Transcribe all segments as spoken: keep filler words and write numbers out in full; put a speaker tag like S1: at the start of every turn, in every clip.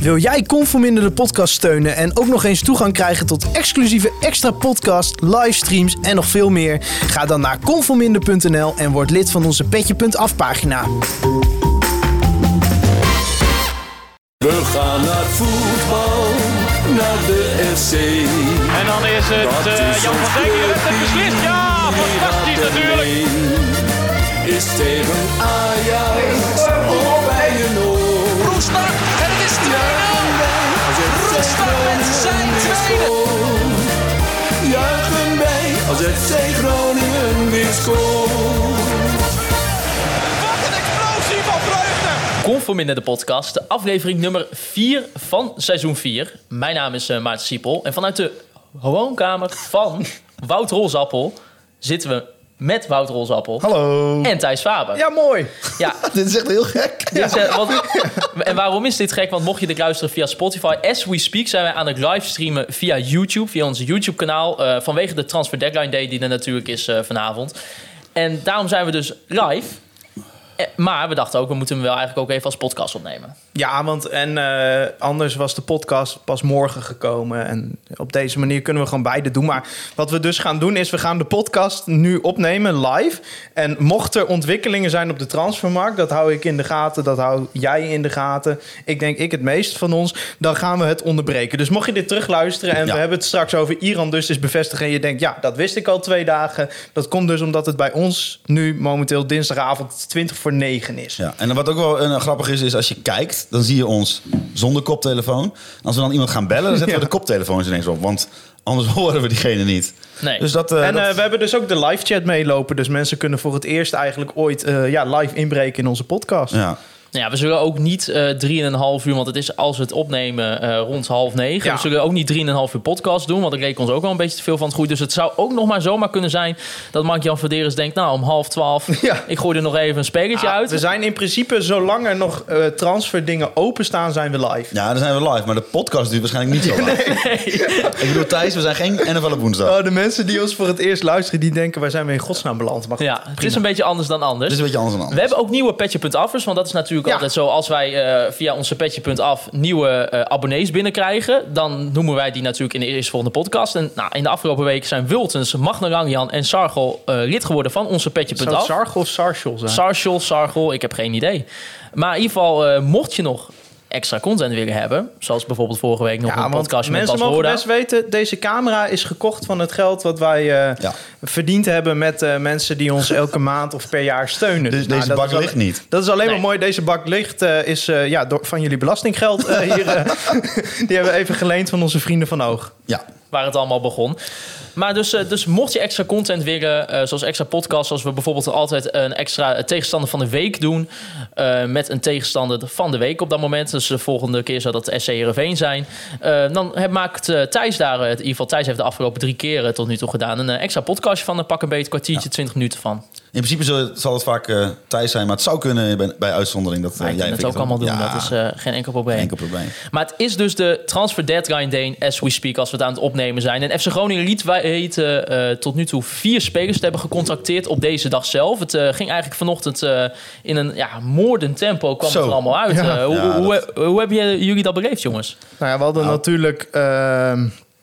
S1: Wil jij Conforminder de podcast steunen en ook nog eens toegang krijgen tot exclusieve extra podcasts, livestreams en nog veel meer? Ga dan naar conforminder punt n l en word lid van onze petje punt af pagina.
S2: We gaan naar voetbal, naar de F C.
S3: En dan is het uh, Jan van Dijk die het beslist. Ja, fantastisch natuurlijk.
S2: Is tegen Ajax of bij een oor.
S4: Roestak en het is twee nul. Roestak met zijn tweede.
S2: Juichen wij als F C Groningen weer scoort.
S4: Wat een explosie van vreugde.
S5: Conforminder de podcast, de aflevering nummer vier van seizoen vier. Mijn naam is uh, Maarten Siepel en vanuit de woonkamer van Wout Rolsappel zitten we met Wout Rolsappel.
S1: Hallo.
S5: En Thijs Faber.
S1: Ja, mooi.
S5: Ja.
S6: Dit is echt heel gek.
S5: Dit is, uh, want, en waarom is dit gek? Want mocht je dit luisteren via Spotify, as we speak zijn wij aan het livestreamen via YouTube, via onze YouTube kanaal, uh, vanwege de Transfer Deadline Day die er natuurlijk is uh, vanavond. En daarom zijn we dus live. Maar we dachten ook, we moeten hem wel eigenlijk ook even als podcast opnemen.
S1: Ja, want en uh, anders was de podcast pas morgen gekomen. En op deze manier kunnen we gewoon beide doen. Maar wat we dus gaan doen is, we gaan de podcast nu opnemen live. En mocht er ontwikkelingen zijn op de transfermarkt, dat hou ik in de gaten, dat hou jij in de gaten. Ik denk ik het meest van ons. Dan gaan we het onderbreken. Dus mocht je dit terugluisteren en ja. we hebben het straks over Iran dus is bevestigd en je denkt, ja, dat wist ik al twee dagen. Dat komt dus omdat het bij ons nu momenteel dinsdagavond twintig voor negen is.
S6: Ja, en wat ook wel uh, grappig is, is als je kijkt, dan zie je ons zonder koptelefoon. En als we dan iemand gaan bellen, dan zetten ja. we de koptelefoons ineens op. Want anders horen we diegene niet.
S5: Nee.
S6: Dus dat, uh,
S1: en uh,
S6: dat...
S1: we hebben dus ook de live chat meelopen. Dus mensen kunnen voor het eerst eigenlijk ooit uh, ja, live inbreken in onze podcast.
S6: Ja.
S5: Ja, we zullen ook niet uh, drieënhalf uur, want het is als we het opnemen uh, rond half negen. Ja. We zullen ook niet drieënhalf uur podcast doen, want dat leek ons ook wel een beetje te veel van het goede. Dus het zou ook nog maar zomaar kunnen zijn dat Mark-Jan Verderes denkt, nou, om half twaalf, ja. ik gooi er nog even een spelletje ja, uit.
S1: We zijn in principe, zolang er nog uh, transferdingen openstaan, zijn we live.
S6: Ja, dan zijn we live, maar de podcast duurt waarschijnlijk niet zo lang. Nee. Nee. Ik bedoel, Thijs, we zijn geen N F L op woensdag.
S1: Oh, de mensen die ons voor het eerst luisteren, die denken, waar zijn we in godsnaam beland? Maar goed,
S5: ja, het is een beetje anders dan anders.
S6: Het is een beetje anders dan anders.
S5: We hebben ook nieuwe petje punt affers, want dat is natuurlijk ja. altijd zo, als wij Uh, via onze petje punt af nieuwe uh, abonnees binnenkrijgen, dan noemen wij die natuurlijk in de eerstvolgende podcast. En nou, in de afgelopen weken zijn Wultens, Magna Langjan en Sargel uh, lid geworden van onze petje punt af.
S1: Sargel of Sargel zijn?
S5: Sargel, Sargel, ik heb geen idee. Maar in ieder geval, uh, mocht je nog extra content willen hebben, zoals bijvoorbeeld vorige week nog ja, een podcastje met Bas
S1: mensen mogen
S5: Roda.
S1: best weten, deze camera is gekocht van het geld wat wij uh, ja. verdiend hebben met uh, mensen die ons elke maand of per jaar steunen.
S6: Dus nou, deze bak ligt al, niet.
S1: Dat is alleen
S5: nee.
S1: maar mooi. Deze bak ligt uh, is uh, ja, door, van jullie belastinggeld uh, hier. Uh, die hebben we even geleend van onze vrienden van Oog.
S6: Ja.
S5: Waar het allemaal begon. Maar dus, dus mocht je extra content willen, uh, zoals extra podcasts, zoals we bijvoorbeeld altijd een extra tegenstander van de week doen, uh, met een tegenstander van de week op dat moment. Dus de volgende keer zou dat S C Heerenveen zijn. Uh, dan heb, maakt uh, Thijs daar, uh, in ieder geval Thijs heeft de afgelopen drie keren tot nu toe gedaan, een uh, extra podcastje van een pak een beetje kwartiertje, ja. twintig minuten van.
S6: In principe zal het, zal het vaak uh, Thijs zijn, maar het zou kunnen bij, bij uitzondering. Dat, uh,
S5: jij het ook allemaal doen, ja, dat is uh, geen enkel probleem.
S6: enkel probleem.
S5: Maar het is dus de Transfer Deadline Day as we speak, als we het aan het opnemen zijn. En F C Groningen liet weten uh, tot nu toe vier spelers te hebben gecontracteerd op deze dag zelf. Het uh, ging eigenlijk vanochtend uh, in een ja, moordend tempo kwam Zo. het er allemaal uit. Ja. Uh, hoe, ja, hoe, dat... hoe, hoe hebben jullie dat beleefd, jongens?
S1: Nou ja, we hadden nou. natuurlijk uh,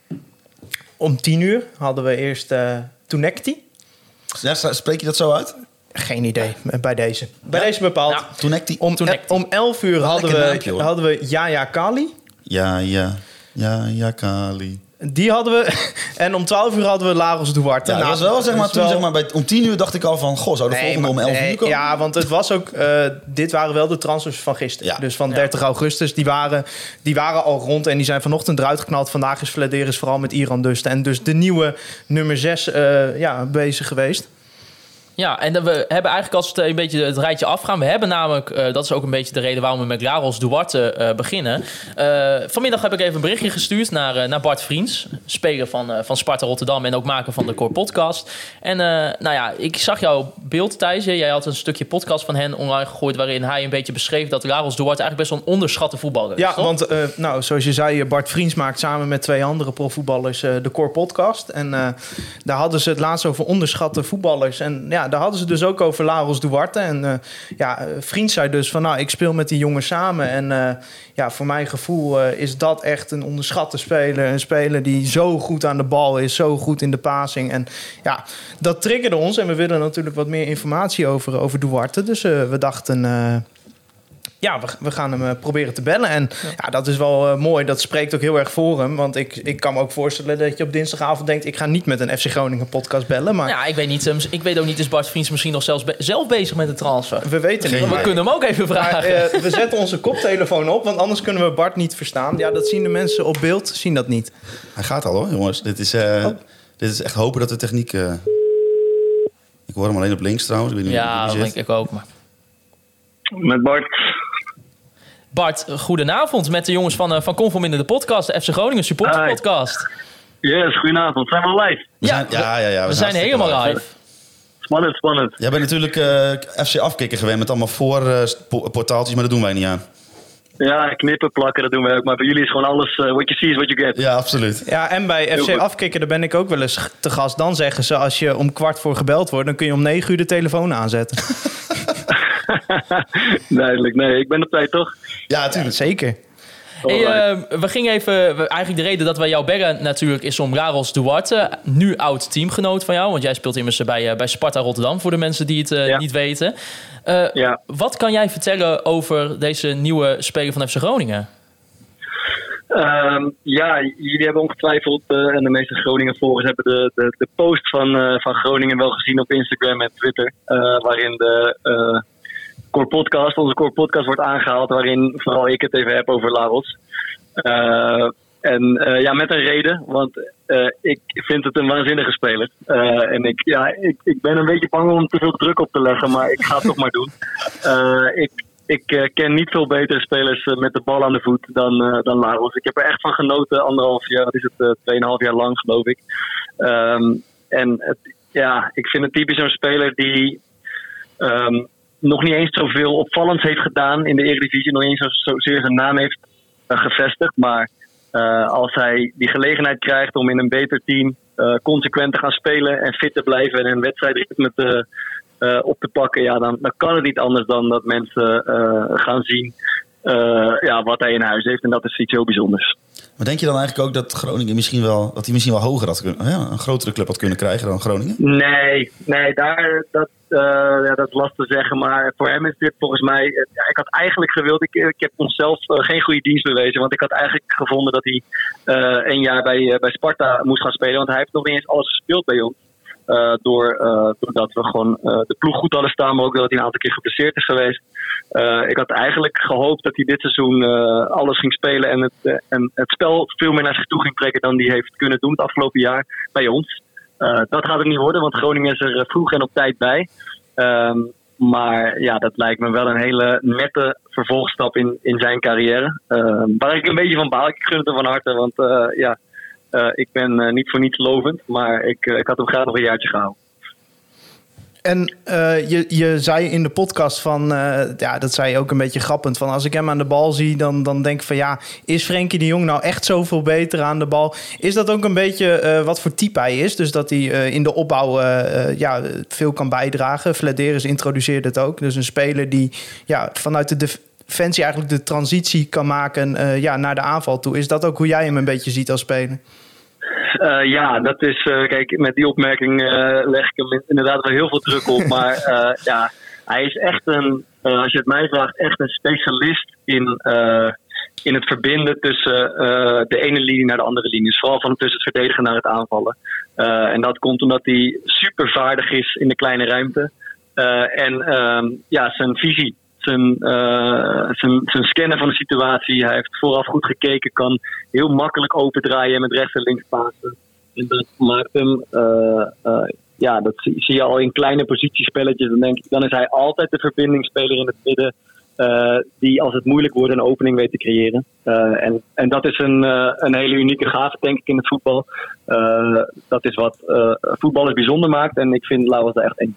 S1: om tien uur hadden we eerst uh, Tunekti.
S6: Ja, spreek je dat zo uit?
S1: Geen idee, bij deze. Bij ja? deze bepaald. Ja.
S6: Tunekti.
S1: Om, om elf uur hadden we, naamje, hadden we Yaya Kali.
S6: Ja, ja, ja, ja, Kali.
S1: Die hadden we. En om twaalf uur hadden we Lagos Duarte.
S6: Ja, dat was wel, zeg maar, toen, wel... zeg maar bij, om tien uur dacht ik al van, goh, zou de nee, volgende maar, om elf uur komen?
S1: Ja, want het was ook, uh, dit waren wel de transfers van gisteren. Ja. Dus van dertig ja. augustus, die waren, die waren al rond en die zijn vanochtend eruit geknald. Vandaag is Vladeris vooral met Iran dus. En dus de nieuwe nummer zes uh, ja, bezig geweest.
S5: Ja, en we hebben eigenlijk als we een beetje het rijtje afgaan. We hebben namelijk, uh, dat is ook een beetje de reden waarom we met Lagos Duarte uh, beginnen. Uh, vanmiddag heb ik even een berichtje gestuurd naar, uh, naar Bart Vriends, speler van, uh, van Sparta Rotterdam en ook maker van de Core Podcast. En uh, nou ja, ik zag jouw beeld, Thijs. Jij had een stukje podcast van hen online gegooid waarin hij een beetje beschreef dat Lagos Duarte eigenlijk best wel een onderschatte voetballer is.
S1: Ja,
S5: toch?
S1: want uh, nou, zoals je zei, Bart Vriends maakt samen met twee andere profvoetballers uh, de Core Podcast. En uh, daar hadden ze het laatst over onderschatte voetballers. En ja, daar hadden ze dus ook over Laros Duarte. En uh, ja, vriend zei dus van, nou, ik speel met die jongen samen. En uh, ja, voor mijn gevoel uh, is dat echt een onderschatte speler. Een speler die zo goed aan de bal is, zo goed in de passing. En ja, dat triggerde ons. En we willen natuurlijk wat meer informatie over, over Duarte. Dus uh, we dachten... Uh, Ja, we, we gaan hem uh, proberen te bellen. En ja, ja dat is wel uh, mooi. Dat spreekt ook heel erg voor hem. Want ik, ik kan me ook voorstellen dat je op dinsdagavond denkt... ik ga niet met een F C Groningen podcast bellen. Maar
S5: ja, ik weet niet. Um, ik weet ook niet, is Bart Vriends misschien nog zelfs be- zelf bezig met de transfer?
S1: We weten niet.
S5: Maar we kunnen hem ook even vragen.
S1: Maar, uh, we zetten onze koptelefoon op, want anders kunnen we Bart niet verstaan. Ja, dat zien de mensen op beeld, zien dat niet.
S6: Hij gaat al hoor, jongens. Dit is, uh, oh. dit is echt hopen dat de techniek... Uh... Ik hoor hem alleen op links trouwens. Ik weet niet
S5: ja, dat denk ik ook. Maar...
S7: Met Bart...
S5: Bart, goedenavond met de jongens van, uh, van Conform in de podcast, de F C Groningen supporter podcast.
S7: Yes, goedenavond. Zijn we al live?
S5: Ja,
S6: zijn, ja, ja, ja, we,
S5: we zijn, zijn helemaal live. live.
S7: Spannend, spannend.
S6: Jij bent natuurlijk uh, F C afkikker gewend met allemaal voorportaaltjes, uh, maar dat doen wij niet aan.
S7: Ja, knippen, plakken, dat doen wij ook. Maar bij jullie is gewoon alles, uh, what you see is what you get.
S6: Ja, absoluut.
S1: Ja, en bij F C afkikker, daar ben ik ook wel eens te gast. Dan zeggen ze, als je om kwart voor gebeld wordt, dan kun je om negen uur de telefoon aanzetten.
S7: Duidelijk, nee, ik ben op tijd toch?
S6: Ja, natuurlijk.
S1: Ja, zeker.
S5: Hey, uh, we gingen even, we, eigenlijk de reden dat wij jou bellen natuurlijk is om Laros Duarte, nu oud teamgenoot van jou, want jij speelt immers bij, uh, bij Sparta Rotterdam voor de mensen die het uh, ja. niet weten. Uh, ja. Wat kan jij vertellen over deze nieuwe speler van F C Groningen?
S7: Um, ja, jullie hebben ongetwijfeld, uh, en de meeste Groningen-volgers hebben de, de, de post van, uh, van Groningen wel gezien op Instagram en Twitter, uh, waarin de... Uh, Core Podcast, onze Core Podcast wordt aangehaald, waarin vooral ik het even heb over Laros. Uh, en uh, ja, met een reden, want uh, ik vind het een waanzinnige speler. Uh, en ik, ja, ik, ik ben een beetje bang om te veel druk op te leggen, maar ik ga het toch maar doen. Uh, ik ik uh, ken niet veel betere spelers uh, met de bal aan de voet dan, uh, dan Laros. Ik heb er echt van genoten, anderhalf jaar, wat is het, uh, tweeënhalf jaar lang geloof ik. Um, en het, ja, ik vind het typisch zo'n speler die... Um, nog niet eens zoveel opvallends heeft gedaan in de Eredivisie. Nog niet eens zozeer zijn naam heeft uh, gevestigd. Maar uh, als hij die gelegenheid krijgt om in een beter team uh, consequent te gaan spelen en fit te blijven en een wedstrijdritme te, uh, op te pakken, ja, dan, dan kan het niet anders dan dat mensen uh, gaan zien uh, ja, wat hij in huis heeft. En dat is iets heel bijzonders.
S6: Maar denk je dan eigenlijk ook dat Groningen misschien wel, dat hij misschien wel hoger had kunnen, ja, een grotere club had kunnen krijgen dan Groningen?
S7: Nee, nee, daar, dat, uh, ja, dat is lastig te zeggen. Maar voor hem is dit volgens mij, uh, ja, ik had eigenlijk gewild, ik, ik heb onszelf uh, geen goede dienst bewezen. Want ik had eigenlijk gevonden dat hij uh, een jaar bij, uh, bij Sparta moest gaan spelen. Want hij heeft nog niet eens alles gespeeld bij ons. Uh, door, uh, doordat we gewoon uh, de ploeg goed hadden staan, maar ook dat hij een aantal keer geblesseerd is geweest. Uh, ik had eigenlijk gehoopt dat hij dit seizoen uh, alles ging spelen en het, uh, en het spel veel meer naar zich toe ging trekken dan hij heeft kunnen doen het afgelopen jaar bij ons. Uh, dat gaat het niet worden, want Groningen is er vroeg en op tijd bij. Um, maar ja, dat lijkt me wel een hele nette vervolgstap in, in zijn carrière. Uh, waar ik een beetje van baal. Ik gun het hem van harte, want uh, ja... Uh, ik ben uh, niet voor niets lovend, maar ik, uh, ik had hem graag nog een jaartje gehouden.
S1: En uh, je, je zei in de podcast van, uh, ja, dat zei je ook een beetje grappend, van als ik hem aan de bal zie, dan, dan denk ik van ja, is Frenkie de Jong nou echt zoveel beter aan de bal? Is dat ook een beetje uh, wat voor type hij is? Dus dat hij uh, in de opbouw uh, ja, veel kan bijdragen. Flederis introduceerde het ook. Dus een speler die ja, vanuit de defensie eigenlijk de transitie kan maken uh, ja, naar de aanval toe. Is dat ook hoe jij hem een beetje ziet als speler?
S7: Uh, ja, dat is, uh, kijk, met die opmerking uh, leg ik hem inderdaad wel heel veel druk op. Maar uh, ja, hij is echt een, uh, als je het mij vraagt, echt een specialist in, uh, in het verbinden tussen uh, de ene linie naar de andere linie. Dus vooral van tussen het verdedigen naar het aanvallen. Uh, en dat komt omdat hij super vaardig is in de kleine ruimte. Uh, en uh, ja, zijn visie. Zijn, uh, zijn, zijn scannen van de situatie. Hij heeft vooraf goed gekeken. Kan heel makkelijk opendraaien en met rechts en links pasen. En dat maakt hem... Uh, uh, ja, dat zie, zie je al in kleine positiespelletjes. Dan denk ik, dan is hij altijd de verbindingsspeler in het midden. Uh, die als het moeilijk wordt een opening weet te creëren. Uh, en, en dat is een, uh, een hele unieke gave, denk ik, in het voetbal. Uh, dat is wat uh, voetballers bijzonder maakt. En ik vind Laros er echt één.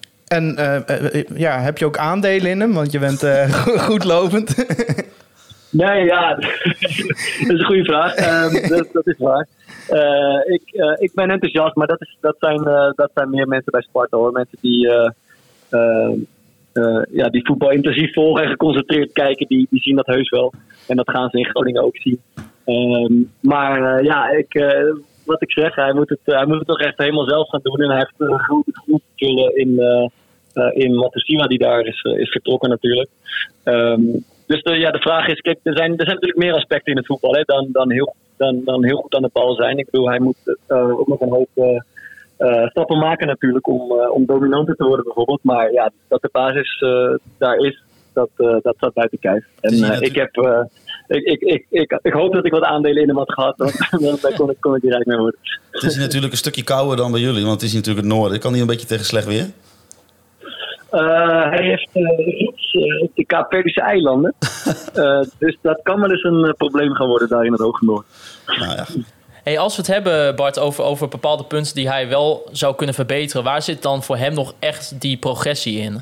S1: En uh, uh, ja, heb je ook aandelen in hem? Want je bent uh, goed lovend.
S7: Nee, ja, dat is een goede vraag. Um, dat, dat is waar. Uh, ik, uh, ik ben enthousiast, maar dat, is, dat, zijn, uh, dat zijn meer mensen bij Sparta, hoor. Mensen die, uh, uh, uh, ja, die voetbal intensief volgen en geconcentreerd kijken, die, die zien dat heus wel. En dat gaan ze in Groningen ook zien. Um, maar uh, ja, ik, uh, wat ik zeg, hij moet, het, uh, hij moet het toch echt helemaal zelf gaan doen. En hij heeft een grote groep te vullen in, uh, uh, in Matosiwa, die daar is, uh, is vertrokken natuurlijk. Um, Dus de, ja, de vraag is, kijk, er zijn, er zijn natuurlijk meer aspecten in het voetbal, hè, dan, dan, heel, dan, dan heel goed aan de bal zijn. Ik bedoel, hij moet uh, ook nog een hoop uh, uh, stappen maken natuurlijk om, uh, om dominanter te worden bijvoorbeeld. Maar ja, dat de basis uh, daar is, dat, uh, dat staat buiten kijf. En uh, ik heb... Uh, ik, ik, ik, ik, ik hoop dat ik wat aandelen in hem had gehad, want daar kon ik, kon ik hier rijk mee worden.
S6: Het is natuurlijk een stukje kouder dan bij jullie, want het is natuurlijk het noorden. Kan hij een beetje tegen slecht weer?
S7: Uh, hij heeft iets uh, uh, op de Kaapverdische eilanden. uh, dus dat kan wel eens een uh, probleem gaan worden daar in het Hoge Noorden.
S6: Nou ja.
S5: Hey, als we het hebben, Bart, over, over bepaalde punten die hij wel zou kunnen verbeteren, waar zit dan voor hem nog echt die progressie in?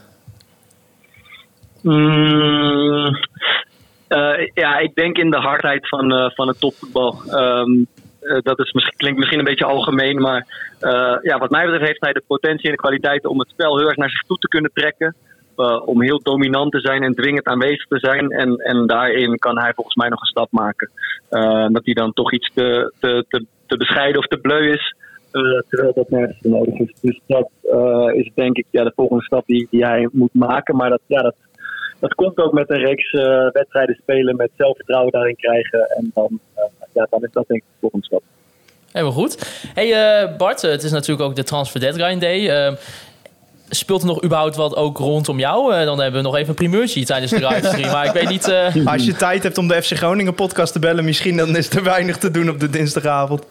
S7: Mm, uh, ja, ik denk in de hardheid van, uh, van het topvoetbal. Um, Uh, dat is misschien, klinkt misschien een beetje algemeen, maar uh, ja, wat mij betreft heeft hij de potentie en de kwaliteiten om het spel heel erg naar zich toe te kunnen trekken. Uh, om heel dominant te zijn en dwingend aanwezig te zijn. En, en daarin kan hij volgens mij nog een stap maken. Uh, dat hij dan toch iets te, te, te, te bescheiden of te bleu is. Uh, terwijl dat nergens nodig is. Dus dat uh, is denk ik ja, de volgende stap die, die hij moet maken. Maar dat, ja, dat, dat komt ook met een reeks uh, wedstrijden spelen, met zelfvertrouwen daarin krijgen. En dan, uh, ja, dan is dat denk ik de volgende stap.
S5: Helemaal goed. Hey uh, Bart, het is natuurlijk ook de Transfer Deadline Day. Uh, speelt er nog überhaupt wat ook rondom jou? Uh, dan hebben we nog even een primeurtje tijdens de livestream. Maar ik weet niet... Uh...
S1: Als je tijd hebt om de F C Groningen podcast te bellen, misschien dan is er weinig te doen op de dinsdagavond.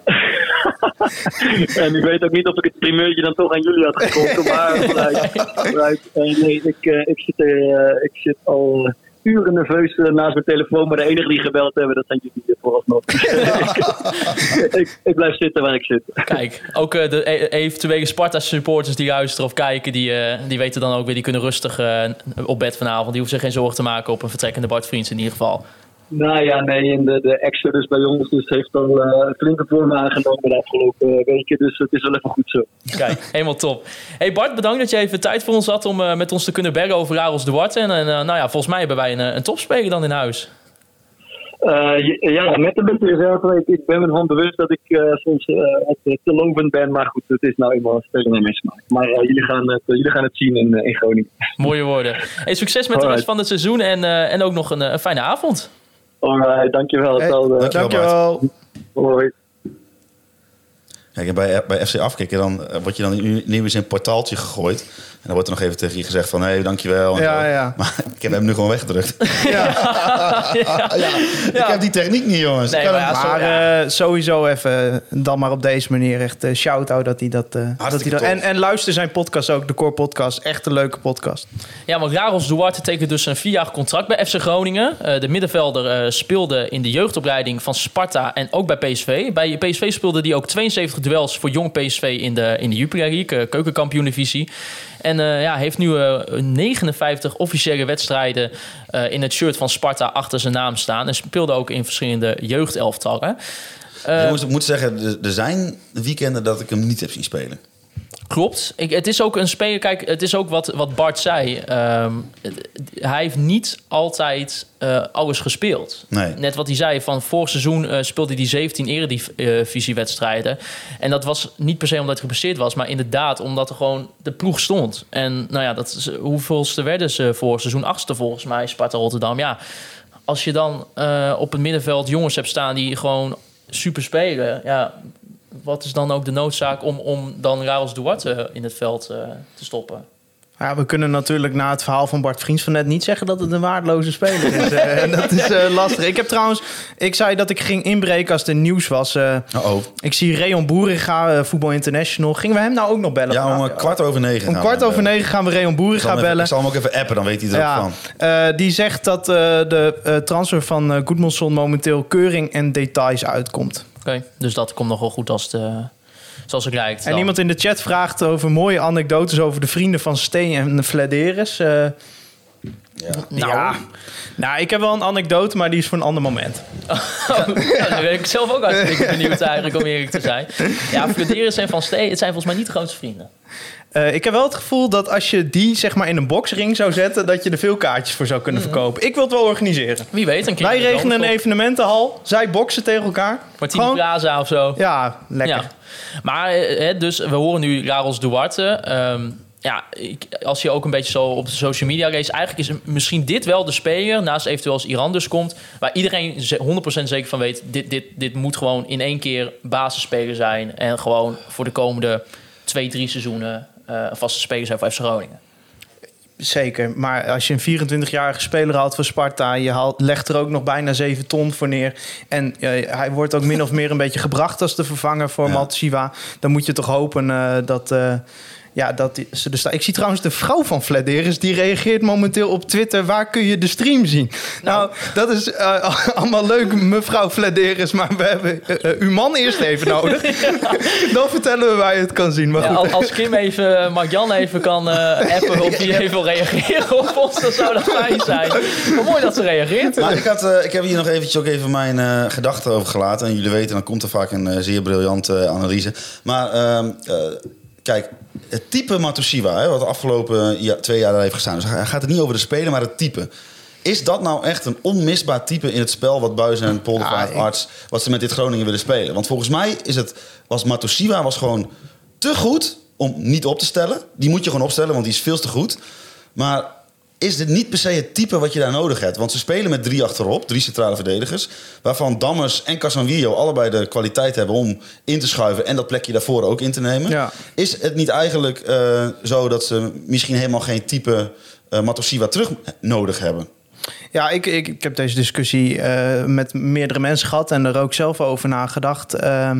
S7: En ik weet ook niet of ik het primeurtje dan toch aan jullie had geschonken. Maar vooruit. vooruit. Uh, nee, ik, uh, ik, zit er, uh, ik zit al uh, uren nerveus uh, naast mijn telefoon. Maar de enige die gebeld hebben, dat zijn jullie vooralsnog. ik, ik, ik blijf zitten waar ik zit.
S5: Kijk, ook uh, de e- eventuele Sparta-supporters die luisteren of kijken, die, uh, die weten dan ook weer, die kunnen rustig uh, op bed vanavond. Die hoeven zich geen zorgen te maken op een vertrekkende Bart Vriends in ieder geval.
S7: Nou ja, nee, en de, de Exodus bij jongens dus heeft al uh, een flinke vorm aangenomen de afgelopen weken. Dus het is wel even goed zo.
S5: Kijk, helemaal top. Hey Bart, bedankt dat je even tijd voor ons had om uh, met ons te kunnen bergen over Laros Duarte. En uh, nou ja, volgens mij hebben wij een, een topspeler dan in huis.
S7: Uh, ja, met een beetje reserve. Ik, ik ben me ervan bewust dat ik uh, soms uh, te lovend ben. Maar goed, het is nou eenmaal een speler naar mijn smaak. Maar uh, jullie, gaan het, uh, jullie gaan het zien in, uh, in Groningen.
S5: Mooie woorden. Hey, succes met Alright. de rest van het seizoen en, uh, en ook nog een, een fijne avond.
S7: Alright, dankjewel.
S1: Hey,
S7: dankjewel.
S1: dankjewel.
S7: Hoi.
S6: Kijk, bij, bij F C Afkikken dan word je dan nieuw eens in een portaaltje gegooid. En dan wordt er nog even tegen je gezegd van, hé, hey, dankjewel. En
S1: ja,
S6: zo.
S1: ja.
S6: Maar ik heb hem nu gewoon weggedrukt. Ja.
S5: ja.
S6: ja. ja. Ik heb die techniek niet, jongens.
S5: Nee,
S6: maar
S5: maar, ja,
S1: maar
S5: ja.
S1: uh, sowieso even dan maar op deze manier echt uh, shout-out dat hij dat... Uh, dat hij dat en, en luister zijn podcast ook, de Core Podcast. Echt een leuke podcast.
S5: Ja, want Laros Duarte tekent dus een vierjarig contract bij F C Groningen. Uh, de middenvelder uh, speelde in de jeugdopleiding van Sparta en ook bij P S V. Bij P S V speelde hij ook tweeënzeventig duels voor jong P S V in de, in de Jupiler League, uh, keukenkampioen-divisie. En uh, ja, heeft nu uh, negenenvijftig officiële wedstrijden uh, in het shirt van Sparta achter zijn naam staan. En speelde ook in verschillende jeugdelftallen.
S6: Uh, Jongens, ik moet zeggen, er zijn weekenden dat ik hem niet heb zien spelen.
S5: Klopt. Ik, het is ook een speler... Kijk, het is ook wat, wat Bart zei. Um, hij heeft niet altijd uh, alles gespeeld.
S6: Nee.
S5: Net wat hij zei, van vorig seizoen uh, speelde hij zeventien eredivisiewedstrijden. En dat was niet per se omdat hij geblesseerd was, maar inderdaad omdat er gewoon de ploeg stond. En nou ja, dat is, hoeveelste werden ze vorig seizoen? Achtste volgens mij, Sparta Rotterdam. Ja, als je dan uh, op het middenveld jongens hebt staan die gewoon super spelen... Ja, wat is dan ook de noodzaak om, om dan Laros Duarte in het veld uh, te stoppen?
S1: Ja, we kunnen natuurlijk na het verhaal van Bart Vriends van net niet zeggen dat het een waardeloze speler is. uh, dat is uh, lastig. Ik heb trouwens, ik zei dat ik ging inbreken als het nieuws was. Uh,
S6: Uh-oh.
S1: Ik zie Reon Boeringa, uh, Voetbal International. Gingen we hem nou ook nog bellen?
S6: Ja, om uh, kwart over negen.
S1: Om kwart over negen gaan we Reon Boeringa bellen.
S6: Even, ik zal hem ook even appen, dan weet hij er
S1: ja,
S6: ook van.
S1: Uh, die zegt dat uh, de uh, transfer van uh, Goedmanson momenteel keuring en details uitkomt.
S5: Oké, okay, dus dat komt nog wel goed als het, uh, zoals het lijkt.
S1: En
S5: dan.
S1: iemand in de chat vraagt over mooie anekdotes over de vrienden van Steen en Flederis. Uh,
S6: Ja.
S5: Nou,
S1: Ja. Nou, ik heb wel een anekdote, maar die is voor een ander moment.
S5: ja, daar ben ik zelf ook hartstikke benieuwd eigenlijk, om eerlijk te zijn. Ja, Flederis en Van Stee, het zijn volgens mij niet de grootste vrienden.
S1: Uh, ik heb wel het gevoel dat als je die zeg maar in een boxring zou zetten, dat je er veel kaartjes voor zou kunnen verkopen. Ik wil het wel organiseren.
S5: Wie weet, een keer.
S1: Wij
S5: in de
S1: regelen een
S5: zomerstop.
S1: evenementenhal. Zij boksen tegen elkaar.
S5: Martini
S1: Gewoon-
S5: Plaza of zo.
S1: Ja, lekker.
S5: Ja. Maar eh, hè, dus we horen nu Laros Duarte. Um, ja, ik, als je ook een beetje zo op de social media race, eigenlijk is misschien dit wel de speler, naast eventueel als Iran dus komt, waar iedereen ze- honderd procent zeker van weet, dit, dit, dit moet gewoon in één keer basisspeler zijn en gewoon voor de komende twee, drie seizoenen uh, een vaste speler zijn voor F C Groningen.
S1: Zeker, maar als je een vierentwintigjarige speler haalt voor Sparta, je haalt, legt er ook nog bijna zeven ton voor neer. En uh, hij wordt ook min of meer een beetje gebracht als de vervanger voor
S6: Ja.
S1: Maltsiwa. Dan moet je toch hopen uh, dat... Uh, Ja, dat die- ze er staan. Ik zie trouwens de vrouw van Flederis, die reageert momenteel op Twitter. Waar kun je de stream zien? Nou, dat is uh, allemaal leuk, mevrouw Flederis. Maar we hebben uh, uh, uw man eerst even nodig. Dan vertellen we waar je het kan zien. Maar
S5: Ja,
S1: goed.
S5: als- als Kim even, Mark-Jan even kan uh, appen of die even wil reageren op ons, dan zou dat fijn zijn. Maar mooi dat ze reageert.
S6: Maar ik, had, uh, ik heb hier nog eventjes ook even mijn uh, gedachten over gelaten. En jullie weten, dan komt er vaak een uh, zeer briljante uh, analyse. Maar uh, uh, kijk, het type Matusiwa, hè, wat de afgelopen ja, twee jaar daar heeft gestaan. Dus hij gaat het niet over de speler, maar het type. Is dat nou echt een onmisbaar type in het spel wat Buijs en Poldervaart,
S1: Ja, ik-
S6: Arts, wat ze met dit Groningen willen spelen? Want volgens mij is het, was Matusiwa was gewoon te goed om niet op te stellen. Die moet je gewoon opstellen, want die is veel te goed. Maar is dit niet per se het type wat je daar nodig hebt? Want ze spelen met drie achterop, drie centrale verdedigers, waarvan Dammers en Casanvillo allebei de kwaliteit hebben om in te schuiven en dat plekje daarvoor ook in te nemen.
S1: Ja.
S6: Is het niet eigenlijk uh, zo dat ze misschien helemaal geen type uh, Matusiwa terug nodig hebben?
S1: Ja, ik, ik, ik heb deze discussie uh, met meerdere mensen gehad en er ook zelf over nagedacht. Uh,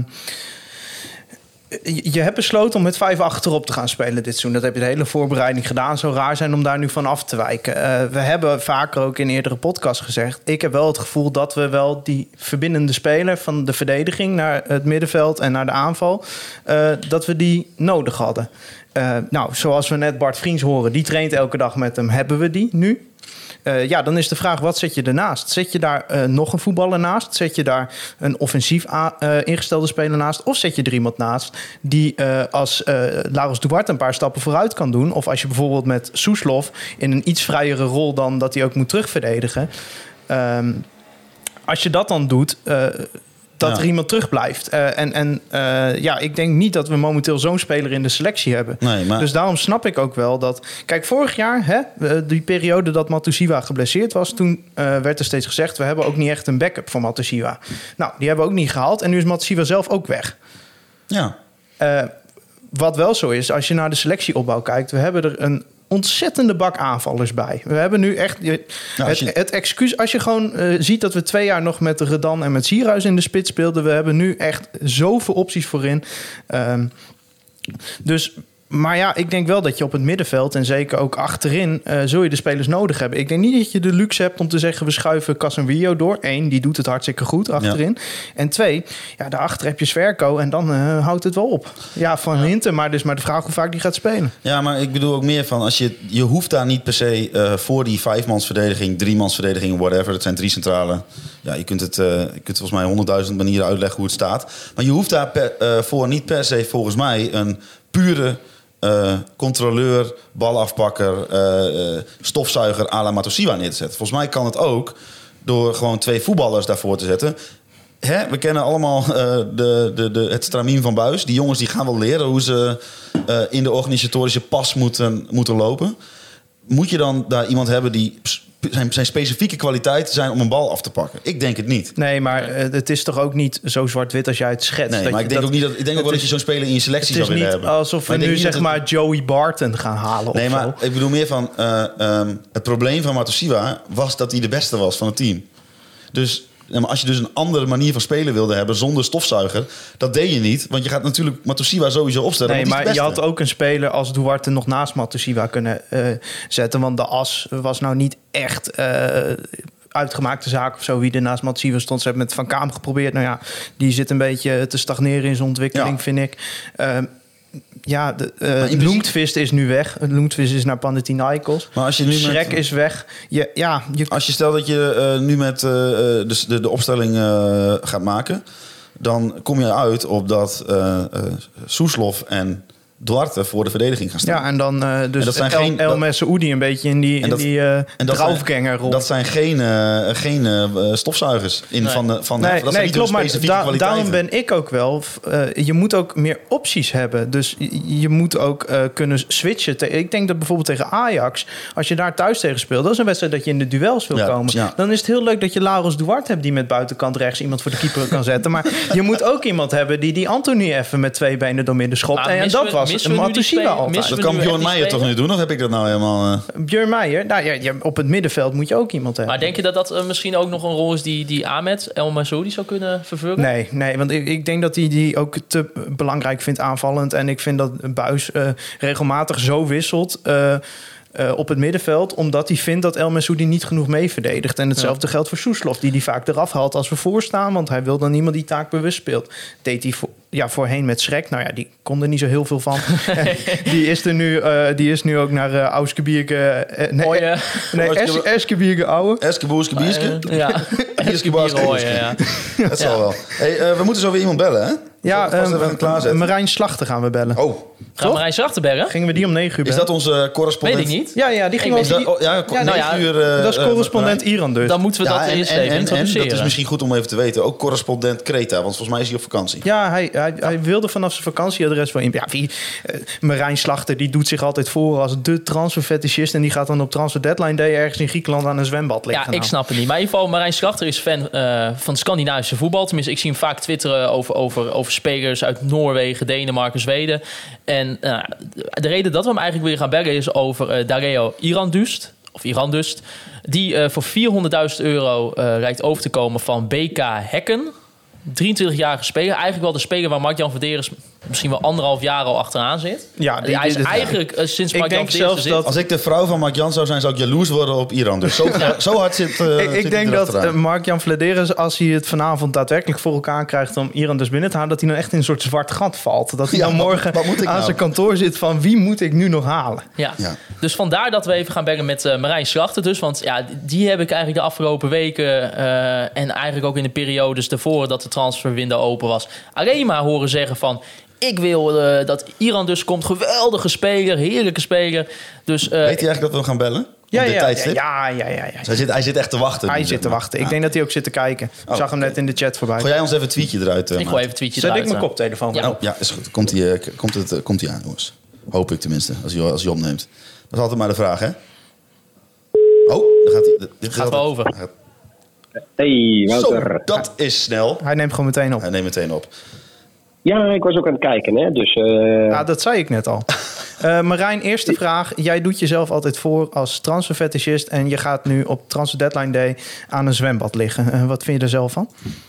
S1: je, je hebt besloten om met vijf achterop te gaan spelen dit seizoen. Dat heb je de hele voorbereiding gedaan. Zou raar zijn om daar nu van af te wijken. Uh, we hebben vaker ook in eerdere podcasts gezegd. Ik heb wel het gevoel dat we wel die verbindende speler van de verdediging naar het middenveld en naar de aanval, uh, dat we die nodig hadden. Uh, nou, zoals we net Bart Vriends horen, die traint elke dag met hem. Hebben we die nu? Uh, ja, dan is de vraag, wat zet je ernaast? Zet je daar uh, nog een voetballer naast? Zet je daar een offensief a- uh, ingestelde speler naast? Of zet je er iemand naast die uh, als uh, Laros Duarte een paar stappen vooruit kan doen? Of als je bijvoorbeeld met Soeslof in een iets vrijere rol dan dat hij ook moet terugverdedigen. Um, als je dat dan doet, Uh, dat
S6: Ja.
S1: er iemand terugblijft. Uh, en en uh, ja, ik denk niet dat we momenteel zo'n speler in de selectie hebben.
S6: Nee, maar
S1: Dus daarom snap ik ook wel dat... Kijk, vorig jaar, hè, die periode dat Matusiwa geblesseerd was, toen uh, werd er steeds gezegd, we hebben ook niet echt een backup voor Matusiwa. Nou, die hebben we ook niet gehaald. En nu is Matusiwa zelf ook weg.
S6: ja.
S1: Uh, wat wel zo is, als je naar de selectieopbouw kijkt, we hebben er een ontzettende bak aanvallers bij. We hebben nu echt je,
S6: Ja, als
S1: het,
S6: je-
S1: het excuus, als je gewoon uh, ziet dat we twee jaar nog met Redan en met Sierhuis in de spits speelden, we hebben nu echt zoveel opties voorin. Um, dus, maar ja, ik denk wel dat je op het middenveld en zeker ook achterin uh, zul je de spelers nodig hebben. Ik denk niet dat je de luxe hebt om te zeggen, we schuiven Casemiro door. Eén, die doet het hartstikke goed achterin. En twee, ja, daarachter heb je Sverko en dan uh, houdt het wel op. Ja, Van ja. Hinten, maar dus maar de vraag hoe vaak die gaat spelen.
S6: Ja, maar ik bedoel ook meer van, als je, je hoeft daar niet per se uh, voor die vijfmansverdediging, driemansverdediging, whatever, dat zijn drie centrale. Ja, je kunt het, uh, je kunt volgens mij honderdduizend manieren uitleggen hoe het staat. Maar je hoeft daar per, uh, voor niet per se volgens mij een pure uh, controleur, balafpakker, uh, uh, stofzuiger à la Matusiwa neer te zetten. Volgens mij kan het ook door gewoon twee voetballers daarvoor te zetten. Hè, we kennen allemaal uh, de, de, de, het stramien van Buijs. Die jongens die gaan wel leren hoe ze uh, in de organisatorische pas moeten, moeten lopen. Moet je dan daar iemand hebben die zijn, zijn specifieke kwaliteiten zijn om een bal af te pakken? Ik denk het niet.
S1: Nee, maar uh, het is toch ook niet zo zwart-wit als jij het schetst.
S6: Nee,
S1: dat
S6: maar
S1: je,
S6: ik denk
S1: dat,
S6: ook niet dat ik denk ook wel dat je zo'n speler in je selectie zou willen hebben.
S1: Het is niet alsof we
S6: maar
S1: nu zeg
S6: dat
S1: maar
S6: het...
S1: Joey Barton gaan halen.
S6: Nee,
S1: of
S6: maar
S1: zo.
S6: ik bedoel meer van uh, um, het probleem van Matusiwa was dat hij de beste was van het team. Dus maar als je dus een andere manier van spelen wilde hebben zonder stofzuiger, dat deed je niet. Want je gaat natuurlijk Matusiwa sowieso opstellen.
S1: Nee,
S6: want die is
S1: maar
S6: de
S1: je
S6: beste.
S1: had ook een speler als Duarte nog naast Matusiwa kunnen uh, zetten. Want de as was nou niet echt uh, uitgemaakte zaak of zo. Wie er naast Matusiwa stond. Ze hebben met Van Kaam geprobeerd. Nou ja, die zit een beetje te stagneren in zijn ontwikkeling,
S6: Ja.
S1: vind ik. Uh, ja, de, uh, Loentvist is nu weg. Loentvist is naar Panathinaikos.
S6: Maar als je nu
S1: Schrek
S6: met,
S1: is weg. Je, ja, je,
S6: als je stelt dat je uh, nu met uh, de, de, de opstelling uh, gaat maken... dan kom je uit op dat uh, uh, Soeslof en Duarte voor de verdediging gaan staan.
S1: Ja, en dan uh, dus
S6: en dat zijn
S1: El,
S6: geen,
S1: El Messoudi een beetje in die,
S6: dat,
S1: in die uh, draufgangerrol.
S6: Dat zijn geen, uh, geen uh, stofzuigers in
S5: nee.
S6: van de van
S1: nee,
S6: dat zijn
S1: nee
S6: niet
S1: klopt, maar da- daarom ben ik ook wel... Uh, je moet ook meer opties hebben. Dus je, je moet ook uh, kunnen switchen. Te- ik denk dat bijvoorbeeld tegen Ajax... als je daar thuis tegen speelt... dat is een wedstrijd dat je in de duels wil
S6: ja,
S1: komen.
S6: Ja.
S1: Dan is het heel leuk dat je Laurens Duarte hebt... die met buitenkant rechts iemand voor de keeper kan zetten. Maar je moet ook iemand hebben... die die Anthony even met twee benen door midden schopt. En, en dat we, was Matusiwa altijd.
S6: Dat kan Bjorn Meijer toch nu doen? Of heb ik dat nou helemaal... Uh...
S1: Björn Meijer? Nou, ja, ja, op het middenveld moet je ook iemand hebben.
S5: Maar denk je dat dat uh, misschien ook nog een rol is... die, die Ahmed El Messoudi zou kunnen vervullen?
S1: Nee, nee, want ik, ik denk dat hij die ook te belangrijk vindt aanvallend. En ik vind dat Buijs uh, regelmatig zo wisselt... Uh, Uh, op het middenveld, omdat hij vindt dat El Messoudi niet genoeg mee verdedigt. En hetzelfde ja. geldt voor Soeslof, die die vaak eraf haalt als we voorstaan, want hij wil dan niemand die taak bewust speelt. Deed hij voor, ja, voorheen met Schrek, nou ja, die kon er niet zo heel veel van. die, is er nu, uh, die is nu ook naar uh, Auskebierke... Uh, nee,
S5: oh, ja.
S1: nee es, Eskebierke ouwe.
S6: Eskeboerske Bierske?
S5: Uh, ja.
S6: Eskeboerske Bierske.
S5: Ja.
S6: Dat zal wel. Hey, uh, we moeten zo weer iemand bellen, hè?
S1: Ja, um, Marijn Slachter gaan we bellen.
S6: Oh.
S5: Gaan Marijn Slachterbergen?
S1: Gingen we die om negen uur bellen?
S6: Is dat onze correspondent?
S5: Weet ik niet.
S1: Ja, ja, die ging over...
S6: Oh, ja,
S1: ja,
S6: nou ja, uur, uh,
S1: dat is correspondent uh, Iran dus.
S5: Dan moeten we
S6: ja,
S5: dat
S6: en,
S5: eerst
S6: en,
S5: even
S6: en,
S5: introduceren.
S6: En dat is misschien goed om even te weten. Ook correspondent Kreta, want volgens mij is hij op vakantie.
S1: Ja, hij, hij, hij wilde vanaf zijn vakantieadres wel in. Ja, wie, uh, Marijn Slachter, die doet zich altijd voor als de transferfetischist. En die gaat dan op Transfer Deadline Day ergens in Griekenland aan een zwembad liggen.
S5: Ja, ik snap het niet. Maar in ieder geval, Marijn Slachter is fan uh, van Scandinavische voetbal. Tenminste, ik zie hem vaak twitteren over, over, over spelers uit Noorwegen, Denemarken, Zweden. En uh, de reden dat we hem eigenlijk weer gaan bellen is over uh, Dareo Irandust. Of Irandust. Die uh, voor vierhonderdduizend euro uh, lijkt over te komen van B K Häcken. drieëntwintigjarige speler. Eigenlijk wel de speler waar Mark-Jan Verderes misschien wel anderhalf jaar al achteraan zit. Ja, die, hij is die, eigenlijk uh, sinds Mark-Jan Verderes zit.
S6: Als ik de vrouw van Mark-Jan zou zijn, zou ik jaloers worden op Iran. Dus zo, zo hard zit uh,
S1: Ik, ik denk dat uh, Mark-Jan Vladeres, als hij het vanavond daadwerkelijk voor elkaar krijgt om Iran dus binnen te halen, dat hij dan echt in een soort zwart gat valt. Dat hij ja, dan morgen wat, wat aan nou? zijn kantoor zit van wie moet ik nu nog halen?
S5: Ja. ja. Dus vandaar dat we even gaan bellen met uh, Marijn Slachter dus. Want ja, die heb ik eigenlijk de afgelopen weken uh, en eigenlijk ook in de periodes daarvoor dat de transferwindow open was, alleen maar horen zeggen van ik wil uh, dat Iran dus komt. Geweldige speler, heerlijke speler. Dus, uh,
S6: weet hij eigenlijk dat we hem gaan bellen?
S1: Ja, ja, ja, ja, ja, ja, ja.
S6: Dus hij, zit, hij zit echt te wachten.
S1: Hij nu, zit te wachten. Ja. Ik denk dat hij ook zit te kijken. Ik oh, zag hem net in de chat voorbij.
S6: Gooi jij ons even een tweetje eruit? Uh,
S5: ik gooi even een tweetje
S1: Zet
S5: eruit.
S1: Zet ik mijn koptelefoon
S5: ja.
S1: op.
S6: Oh, ja, is goed. Komt hij uh, komt het, uh, komt aan, jongens. Hoop ik tenminste, als hij, als hij opneemt. Dat is altijd maar de vraag, hè? Oh, dan gaat hij...
S5: Dit gaat wel over.
S6: Gaat...
S8: Hey, Wouter.
S6: Zo, dat is snel.
S1: Hij neemt gewoon meteen op.
S6: Hij neemt meteen op.
S8: Ja, ik was ook aan het kijken, hè. Dus, uh...
S1: ja, dat zei ik net al. uh, Marijn, eerste vraag. Jij doet jezelf altijd voor als transferfetischist en je gaat nu op Transfer Deadline Day aan een zwembad liggen. Uh, wat vind je er zelf van?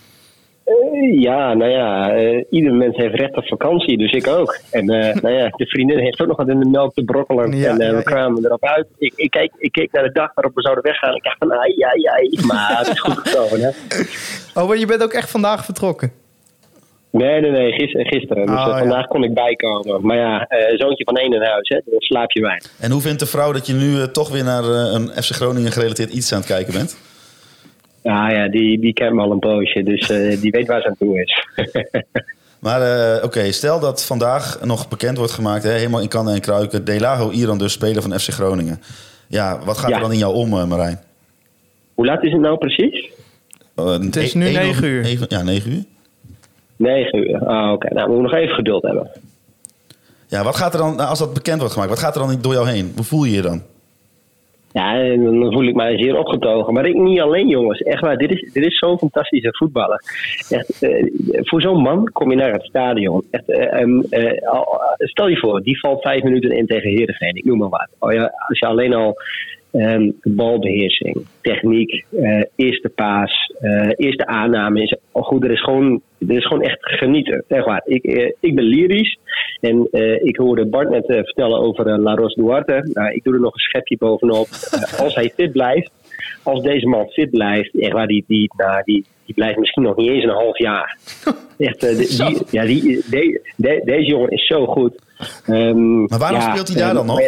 S8: Uh, ja, nou ja, uh, ieder mens heeft recht op vakantie, dus ik ook. En uh, nou ja, de vriendin heeft ook nog wat in de melk te brokkelen. Ja, en uh, we ja, kwamen ja. erop uit. Ik, ik, keek, ik keek naar de dag waarop we zouden weggaan. Ik dacht van, ai, ai, ai. Maar het is goed gekomen, hè.
S1: Oh, maar je bent ook echt vandaag vertrokken?
S8: Nee, nee, nee, gisteren. gisteren. Dus oh, uh, vandaag ja. kon ik bijkomen. Maar ja, uh, zoontje van één in huis, hè, dan slaap je weinig.
S6: En hoe vindt de vrouw dat je nu uh, toch weer naar uh, een F C Groningen gerelateerd iets aan het kijken bent?
S8: Ja, ja, die, die kent me al een poosje, dus uh, die weet waar ze aan toe is.
S6: Maar uh, oké, okay, stel dat vandaag nog bekend wordt gemaakt, hè, helemaal in kannen en kruiken, Delago Iran dus, speler van F C Groningen. Ja, wat gaat ja. er dan in jou om, uh, Marijn?
S8: Hoe laat is het nou precies?
S1: Uh, het is nu negen uur.
S6: Even, ja, negen uur.
S8: negen uur, ah, oké. Okay. Nou, we moeten nog even geduld hebben.
S6: Ja, wat gaat er dan, als dat bekend wordt gemaakt, wat gaat er dan door jou heen? Hoe voel je je dan?
S8: Ja, dan voel ik mij zeer opgetogen. Maar ik niet alleen, jongens. Echt waar, dit is, dit is zo'n fantastische voetballer. Echt, uh, voor zo'n man kom je naar het stadion. Echt, uh, um, uh, stel je voor, die valt vijf minuten in tegen Heerenveen. Ik noem maar wat. Oh ja, als je alleen al um, balbeheersing, techniek, uh, eerste paas, uh, eerste aanname is oh goed. Er is gewoon, er is gewoon echt genieten. Echt waar. Ik, uh, ik ben lyrisch. En uh, ik hoorde Bart net uh, vertellen over uh, Laros Duarte. Nou, ik doe er nog een schepje bovenop. Uh, als hij fit blijft, als deze man fit blijft, echt waar, die, die, nou, die, die blijft misschien nog niet eens een half jaar. Echt, uh, die, die, ja, die, de, de, deze jongen is zo goed. Um,
S6: Maar waarom
S8: ja,
S6: speelt hij daar
S8: um,
S6: dan nog?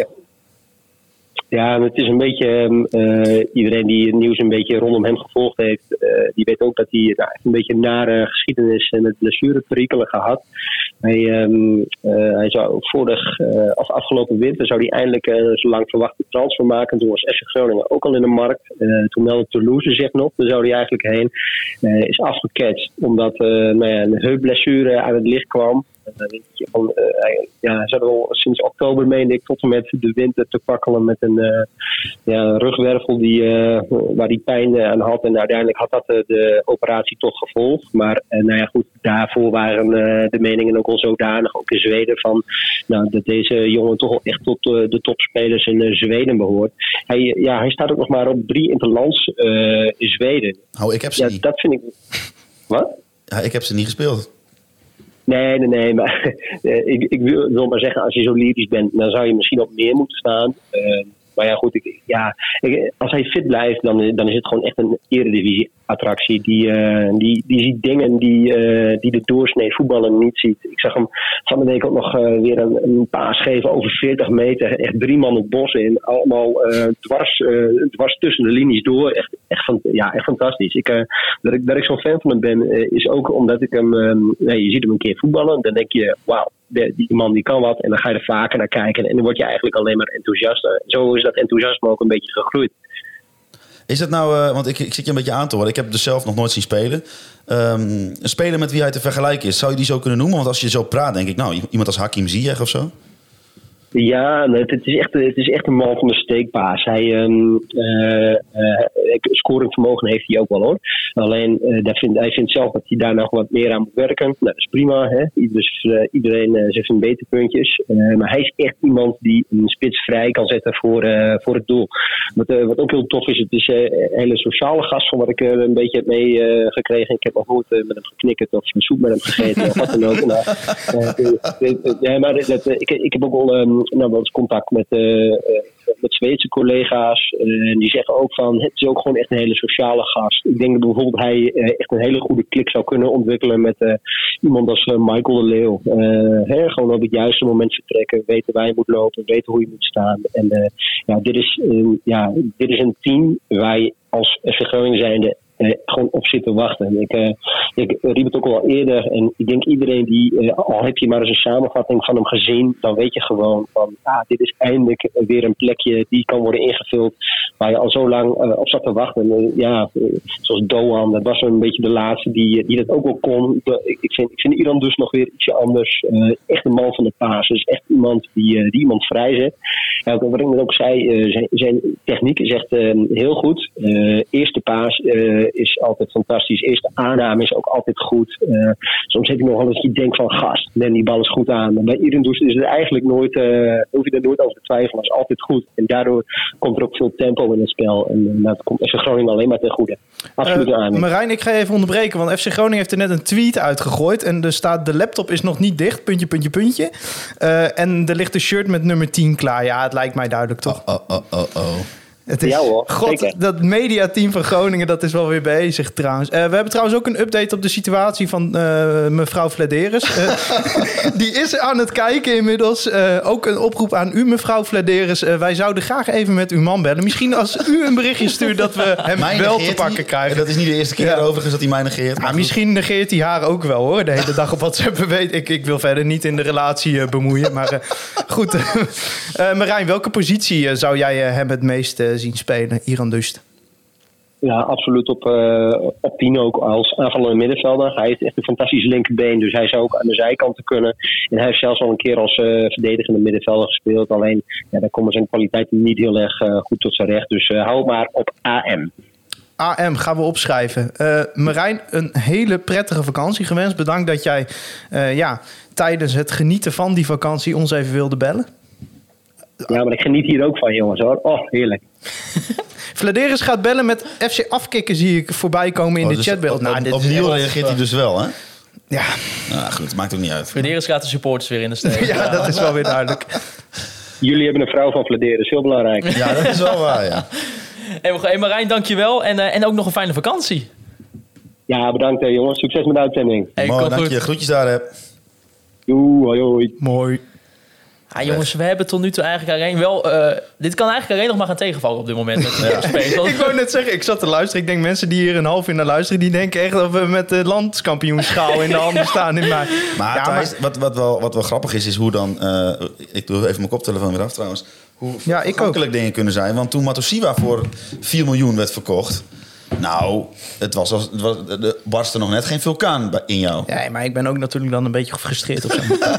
S8: Ja, het is een beetje... Uh, iedereen die het nieuws een beetje rondom hem gevolgd heeft... Uh, die weet ook dat hij nou, een beetje een nare geschiedenis en het blessureperikelen gehad. Hij, um, uh, hij zou vorig, uh, of afgelopen winter zou hij eindelijk uh, zo lang verwachte transfer maken. Toen was F C Groningen ook al in de markt. Uh, toen meldde Toulouse zich nog. Daar zou hij eigenlijk heen. Uh, is afgecatcht omdat uh, nou ja, een heupblessure aan het licht kwam. Uh, van, uh, hij, ja, hij zat al sinds oktober, meende ik, tot en met de winter te pakkelen met een uh, ja, rugwervel die, uh, waar hij pijn uh, aan had. En uiteindelijk had dat uh, de operatie toch gevolgd. Maar uh, nou ja, goed, daarvoor waren uh, de meningen ook al zodanig, ook in Zweden, van nou, dat deze jongen toch wel echt tot uh, de topspelers in uh, Zweden behoort. Hij, uh, ja, hij staat ook nog maar op drie interlands uh, in Zweden.
S6: Oh, ik heb ze
S8: ja,
S6: niet.
S8: Dat vind ik... Wat?
S6: Ja, ik heb ze niet gespeeld.
S8: Nee, nee, nee. Maar ik, ik wil, wil maar zeggen, als je zo lyrisch bent, dan zou je misschien op meer moeten staan. Uh, maar ja, goed. Ik, ja, ik, als hij fit blijft, dan, dan is het gewoon echt een eredivisie-attractie. Die, uh, die, die ziet dingen die, uh, die de doorsnee voetballer niet ziet. Ik zag hem van de week ook nog uh, weer een, een paas geven over veertig meter. Echt drie man het bos in. Allemaal uh, dwars, uh, dwars tussen de linies door. Echt, echt, van, ja, echt fantastisch. Ik, uh, dat ik, dat ik zo'n fan van hem ben, uh, is ook omdat ik hem... Um, nee, je ziet hem een keer voetballen. Dan denk je, wauw. De, die man die kan wat en dan ga je er vaker naar kijken en dan word je eigenlijk alleen maar enthousiaster. Zo is dat enthousiasme ook een beetje gegroeid.
S6: Is dat nou, uh, want ik, ik zit je een beetje aan te horen. Ik heb dus zelf nog nooit zien spelen. Um, een speler met wie hij te vergelijken is, zou je die zo kunnen noemen? Want als je zo praat, denk ik, nou, iemand als Hakim Ziyech of zo?
S8: Ja, het, het, is echt, het is echt een man van de steekpaas. Hij, um, uh, uh, scorend vermogen heeft hij ook wel, hoor. Alleen, uh, daar vindt, hij vindt zelf dat hij daar nog wat meer aan moet werken. Nou, dat is prima, hè. Dus, uh, iedereen uh, zegt zijn beterpuntjes. Uh, maar hij is echt iemand die een spits vrij kan zetten voor, uh, voor het doel. Wat, uh, wat ook heel tof is, het is uh, een hele sociale gast van wat ik er uh, een beetje heb meegekregen. Uh, ik heb nog nooit uh, met hem geknikkerd of een soep met hem gegeten of wat dan ook. Nou, uh, uh, uh, uh, maar dat, uh, ik, ik heb ook al... Um, nou, wel eens contact met, uh, uh, met Zweedse collega's. Uh, en die zeggen ook van, het is ook gewoon echt een hele sociale gast. Ik denk dat bijvoorbeeld hij uh, echt een hele goede klik zou kunnen ontwikkelen met uh, iemand als uh, Michael de Leeuw. Uh, hè, gewoon op het juiste moment vertrekken, weten waar je moet lopen, weten hoe je moet staan. En uh, ja, dit is, uh, ja, dit is een team waar je als F C Groningen zijnde Uh, gewoon op zitten wachten. Ik, uh, ik riep het ook al eerder en ik denk iedereen die, uh, al heb je maar eens een samenvatting van hem gezien, dan weet je gewoon van, ah, dit is eindelijk weer een plekje die kan worden ingevuld waar je al zo lang uh, op zat te wachten. Uh, ja, uh, zoals Doan, dat was een beetje de laatste die, die dat ook wel kon. De, ik, ik, vind, ik vind Iran dus nog weer ietsje anders. Uh, echt een man van de paas. Dus echt iemand die, uh, die iemand vrijzet. Ja, wat ik net ook zei, uh, zijn, zijn techniek is echt uh, heel goed. Uh, eerste paas uh, is altijd fantastisch. Eerste aanname is ook altijd goed. Uh, soms heb je nog wel eens dat je denkt van, gast, neem die bal eens goed aan. Maar bij Irendus is het eigenlijk nooit, uh, hoef je er nooit over te twijfelen. Het is altijd goed. En daardoor komt er ook veel tempo in het spel. En uh, dat komt F C Groningen alleen maar ten goede. Absoluut uh, aan.
S1: Marijn, ik ga je even onderbreken, want F C Groningen heeft er net een tweet uitgegooid. En er staat, de laptop is nog niet dicht, puntje, puntje, puntje. Uh, en er ligt een shirt met nummer tien klaar. Ja, het lijkt mij duidelijk, toch?
S6: Oh, oh, oh, oh, oh.
S1: Het is,
S8: ja hoor,
S1: God,
S8: zeker.
S1: Dat mediateam van Groningen, dat is wel weer bezig trouwens. Uh, we hebben trouwens ook een update op de situatie van uh, mevrouw Vladeres. Uh, die is aan het kijken inmiddels. Uh, ook een oproep aan u, mevrouw Vladeres. Uh, wij zouden graag even met uw man bellen. Misschien als u een berichtje stuurt dat we hem
S6: Mij
S1: wel
S6: negeert
S1: te pakken
S6: hij.
S1: krijgen.
S6: Dat is niet de eerste keer
S1: Ja.
S6: overigens dat hij mij negeert.
S1: Ah, misschien negeert hij haar ook wel, hoor. De hele dag op WhatsApp. Weet ik, ik wil verder niet in de relatie uh, bemoeien. Maar uh, goed. uh, Marijn, welke positie uh, zou jij uh, hem het meest uh, zien spelen? Iran Dust.
S8: Ja, absoluut op, uh, op tien ook als aanvallende middenvelder. Hij heeft echt een fantastisch linkerbeen, dus hij zou ook aan de zijkanten kunnen. En hij heeft zelfs al een keer als uh, verdedigende middenvelder gespeeld. Alleen, ja, daar komen zijn kwaliteiten niet heel erg uh, goed tot zijn recht. Dus uh, hou het maar op A M.
S1: A M gaan we opschrijven. Uh, Marijn, een hele prettige vakantie gewenst. Bedankt dat jij uh, ja, tijdens het genieten van die vakantie ons even wilde bellen.
S8: Ja, maar ik geniet hier ook van, jongens, hoor. Oh, heerlijk.
S1: Vladeres gaat bellen met F C Afkikken, zie ik voorbij komen in
S6: Oh,
S1: de
S6: dus
S1: chatbeeld.
S6: op,
S1: Nou,
S6: op,
S1: dit is
S6: opnieuw
S1: echt-
S6: reageert hij dus wel, hè?
S1: Ja.
S6: Nou goed, maakt ook niet uit.
S5: Vladeres gaat de supporters weer in de steek.
S1: ja, dat is wel weer duidelijk.
S8: Jullie hebben een vrouw van Vladeres, heel belangrijk.
S6: Ja, dat is wel waar, ja.
S5: Hey, hey Marijn, dankjewel. En, uh, en ook nog een fijne vakantie.
S8: Ja, bedankt, hè, jongens. Succes met de uitzending.
S5: Hey,
S6: Mooi,
S5: komt
S6: dank
S5: goed.
S6: je. Groetjes daar, hè.
S8: Doei, hoi, hoi.
S1: Mooi.
S5: Ah, jongens, we hebben tot nu toe eigenlijk alleen wel... Uh, dit kan eigenlijk alleen nog maar gaan tegenvallen op dit moment. Met
S1: ja. spelen. Ik wou net zeggen, ik zat te luisteren. Ik denk mensen die hier een half uur naar luisteren... die denken echt dat we met de landskampioenschaal in de handen staan. In maar
S6: maar,
S1: ja,
S6: Thijs, maar... Wat, wat, wel, wat wel grappig is, is hoe dan... Uh, ik doe even mijn koptelefoon weer af trouwens. Hoe
S1: ja,
S6: vergankelijk dingen kunnen zijn. Want toen Matosiwa voor vier miljoen werd verkocht... Nou, het was als, het was, er barstte nog net geen vulkaan in jou.
S1: Ja, maar ik ben ook natuurlijk dan een beetje gefrustreerd of zo. ja.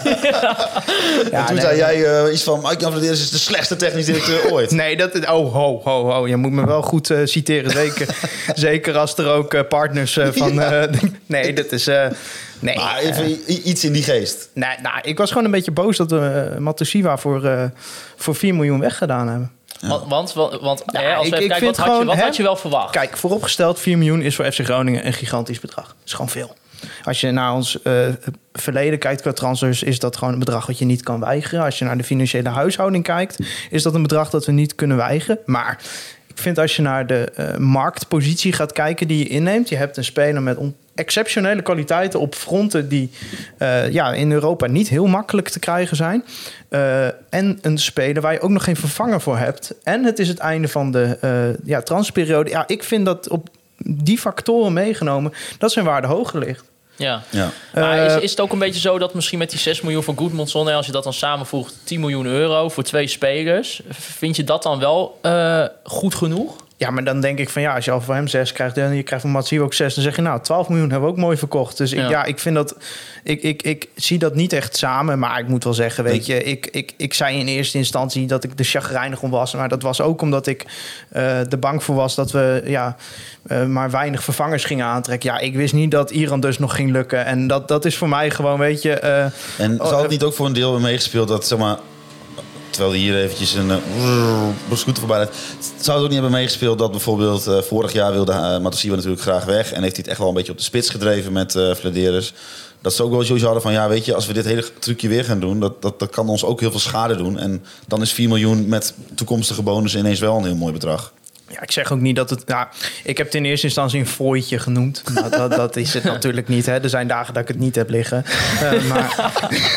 S6: Ja, en toen nee, zei jij uh, iets van... Mike Jan Vladeris is de slechtste technisch directeur ooit.
S1: Nee, dat... Oh, ho, ho, ho. Je moet me wel goed uh, citeren. Zeker, zeker als er ook uh, partners uh, van... Ja. Uh, nee, dat is... Uh, nee,
S6: maar even uh, iets in die geest.
S1: Nee, nou, ik was gewoon een beetje boos dat we uh, Matosiwa voor, uh, voor vier miljoen weggedaan hebben.
S5: Ja. Want, want, want, want ja, hè, als
S1: ik,
S5: we even
S1: ik
S5: kijken, wat, had,
S1: gewoon,
S5: je, wat
S1: hè,
S5: had je wel verwacht?
S1: Kijk, vooropgesteld, vier miljoen is voor F C Groningen een gigantisch bedrag. Dat is gewoon veel. Als je naar ons uh, verleden kijkt qua transfers, is dat gewoon een bedrag wat je niet kan weigeren. Als je naar de financiële huishouding kijkt, is dat een bedrag dat we niet kunnen weigeren. Maar ik vind als je naar de uh, marktpositie gaat kijken die je inneemt, je hebt een speler met on- exceptionele kwaliteiten op fronten die uh, ja, in Europa niet heel makkelijk te krijgen zijn. Uh, en een speler waar je ook nog geen vervanger voor hebt. En het is het einde van de uh, ja, transperiode. Ja, ik vind dat op die factoren meegenomen, dat zijn waarde hoger ligt.
S5: Ja.
S6: ja.
S5: Maar
S1: Uh,
S5: is, is het ook een beetje zo dat misschien met die zes miljoen van Goedmanson... als je dat dan samenvoegt, tien miljoen euro voor twee spelers... vind je dat dan wel uh, goed genoeg?
S1: Ja, maar dan denk ik van ja, als je al voor hem zes krijgt... en je krijgt van Mathieu ook zes, dan zeg je nou, twaalf miljoen hebben we ook mooi verkocht. Dus ik, ja. ja, ik vind dat... Ik, ik, ik zie dat niet echt samen, maar ik moet wel zeggen, weet je... Ik, ik, ik zei in eerste instantie dat ik de chagrijnig om was. Maar dat was ook omdat ik uh, de bang voor was dat we ja, uh, maar weinig vervangers gingen aantrekken. Ja, ik wist niet dat Iran dus nog ging lukken. En dat, dat is voor mij gewoon, weet je... Uh,
S6: en zal het niet ook voor een deel meegespeeld dat, zeg maar... Terwijl hier eventjes een uh, scooter voorbij rijdt. Zou het ook niet hebben meegespeeld dat bijvoorbeeld... Uh, vorig jaar wilde uh, Matosiwa natuurlijk graag weg. En heeft hij het echt wel een beetje op de spits gedreven met uh, Vladeris. Dat ze ook wel sowieso hadden van... ja, weet je, als we dit hele trucje weer gaan doen... Dat, dat, dat kan ons ook heel veel schade doen. En dan is vier miljoen met toekomstige bonus ineens wel een heel mooi bedrag.
S1: Ja, ik zeg ook niet dat het... Ja, ik heb het in eerste instantie een fooitje genoemd. Nou, dat, dat is het natuurlijk niet. Hè. Er zijn dagen dat ik het niet heb liggen. Uh, maar,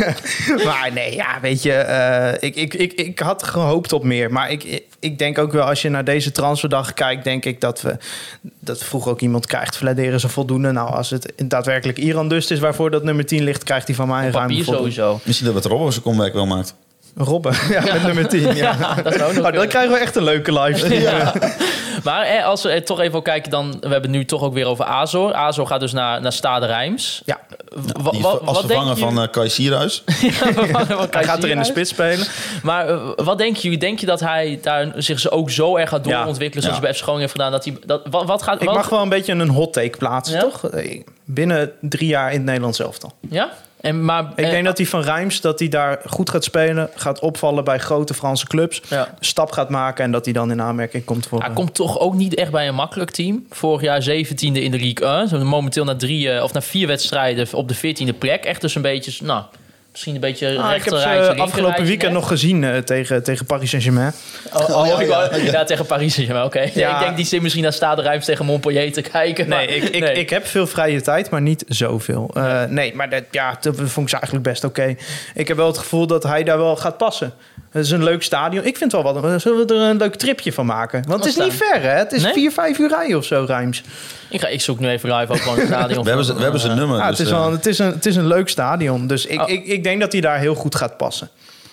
S1: maar nee, ja, weet je... Uh, ik, ik, ik, ik had gehoopt op meer. Maar ik, ik denk ook wel, als je naar deze transferdag kijkt... denk ik dat we... Dat vroeg ook iemand krijgt Vladeris een voldoende. Nou, als het daadwerkelijk Iran dus is waarvoor dat nummer tien ligt... krijgt hij van mij een ruim
S5: sowieso.
S6: Misschien dat het Robben zijn comeback wel maakt.
S1: Robben, ja, met nummer tien. Ja.
S5: Ja, dat zou ook nog
S1: oh, dan krijgen we echt een leuke livestream. Ja.
S5: Maar eh, als we eh, toch even kijken, dan we hebben het nu toch ook weer over Azor. Azor gaat dus naar, naar Stade Reims.
S1: Ja.
S6: W- ja als wat vervanger je... van uh, Kai Sierhuis.
S5: ja, van
S1: hij gaat er in de spits spelen.
S5: Maar uh, wat denken jullie? Denk je dat hij daar zich ook zo erg gaat doorontwikkelen...
S1: Ja.
S5: zoals
S1: Ja.
S5: bij F C Groningen heeft gedaan? Dat hij, dat, wat, wat gaat,
S1: Ik
S5: wat...
S1: mag wel een beetje een hot take plaatsen,
S5: ja?
S1: toch? Binnen drie jaar in het Nederlands elftal.
S5: Ja? En, maar,
S1: ik
S5: eh,
S1: denk dat hij van Reims, dat hij daar goed gaat spelen... gaat opvallen bij grote Franse clubs.
S5: Ja.
S1: Stap gaat maken en dat hij dan in aanmerking komt voor...
S5: Hij komt toch ook niet echt bij een makkelijk team. Vorig jaar zeventiende in de Ligue één. Zo momenteel na drie uh, of na vier wedstrijden op de veertiende plek. Echt dus een beetje, nou, misschien een beetje
S1: ah,
S5: rechter
S1: ik heb
S5: rijtje,
S1: ze afgelopen weekend nog gezien uh, tegen, tegen Paris Saint-Germain.
S5: Oh, oh, ja, ja, ja. ja, tegen Paris Saint-Germain, oké. Okay.
S1: Ja.
S5: Ja, ik denk die zit misschien naar Stade Reims tegen Montpellier te kijken.
S1: Nee,
S5: maar,
S1: ik, ik,
S5: nee.
S1: ik heb veel vrije tijd, maar niet zoveel. Uh, nee, maar dat, ja, dat vond ik ze eigenlijk best oké. Okay. Ik heb wel het gevoel dat hij daar wel gaat passen. Het is een leuk stadion. Ik vind wel wat. Zullen we er een leuk tripje van maken? Want het is niet ver, hè? Het is nee? vier, vijf uur rijden of zo, Reims.
S5: Ik, ga, ik zoek nu even live ook gewoon het stadion.
S6: we, hebben ze, we hebben zijn nummer.
S1: Ja,
S6: dus,
S1: het, is wel, het, is een, het is een leuk stadion. Dus ik, oh. ik, ik denk dat hij daar heel goed gaat passen.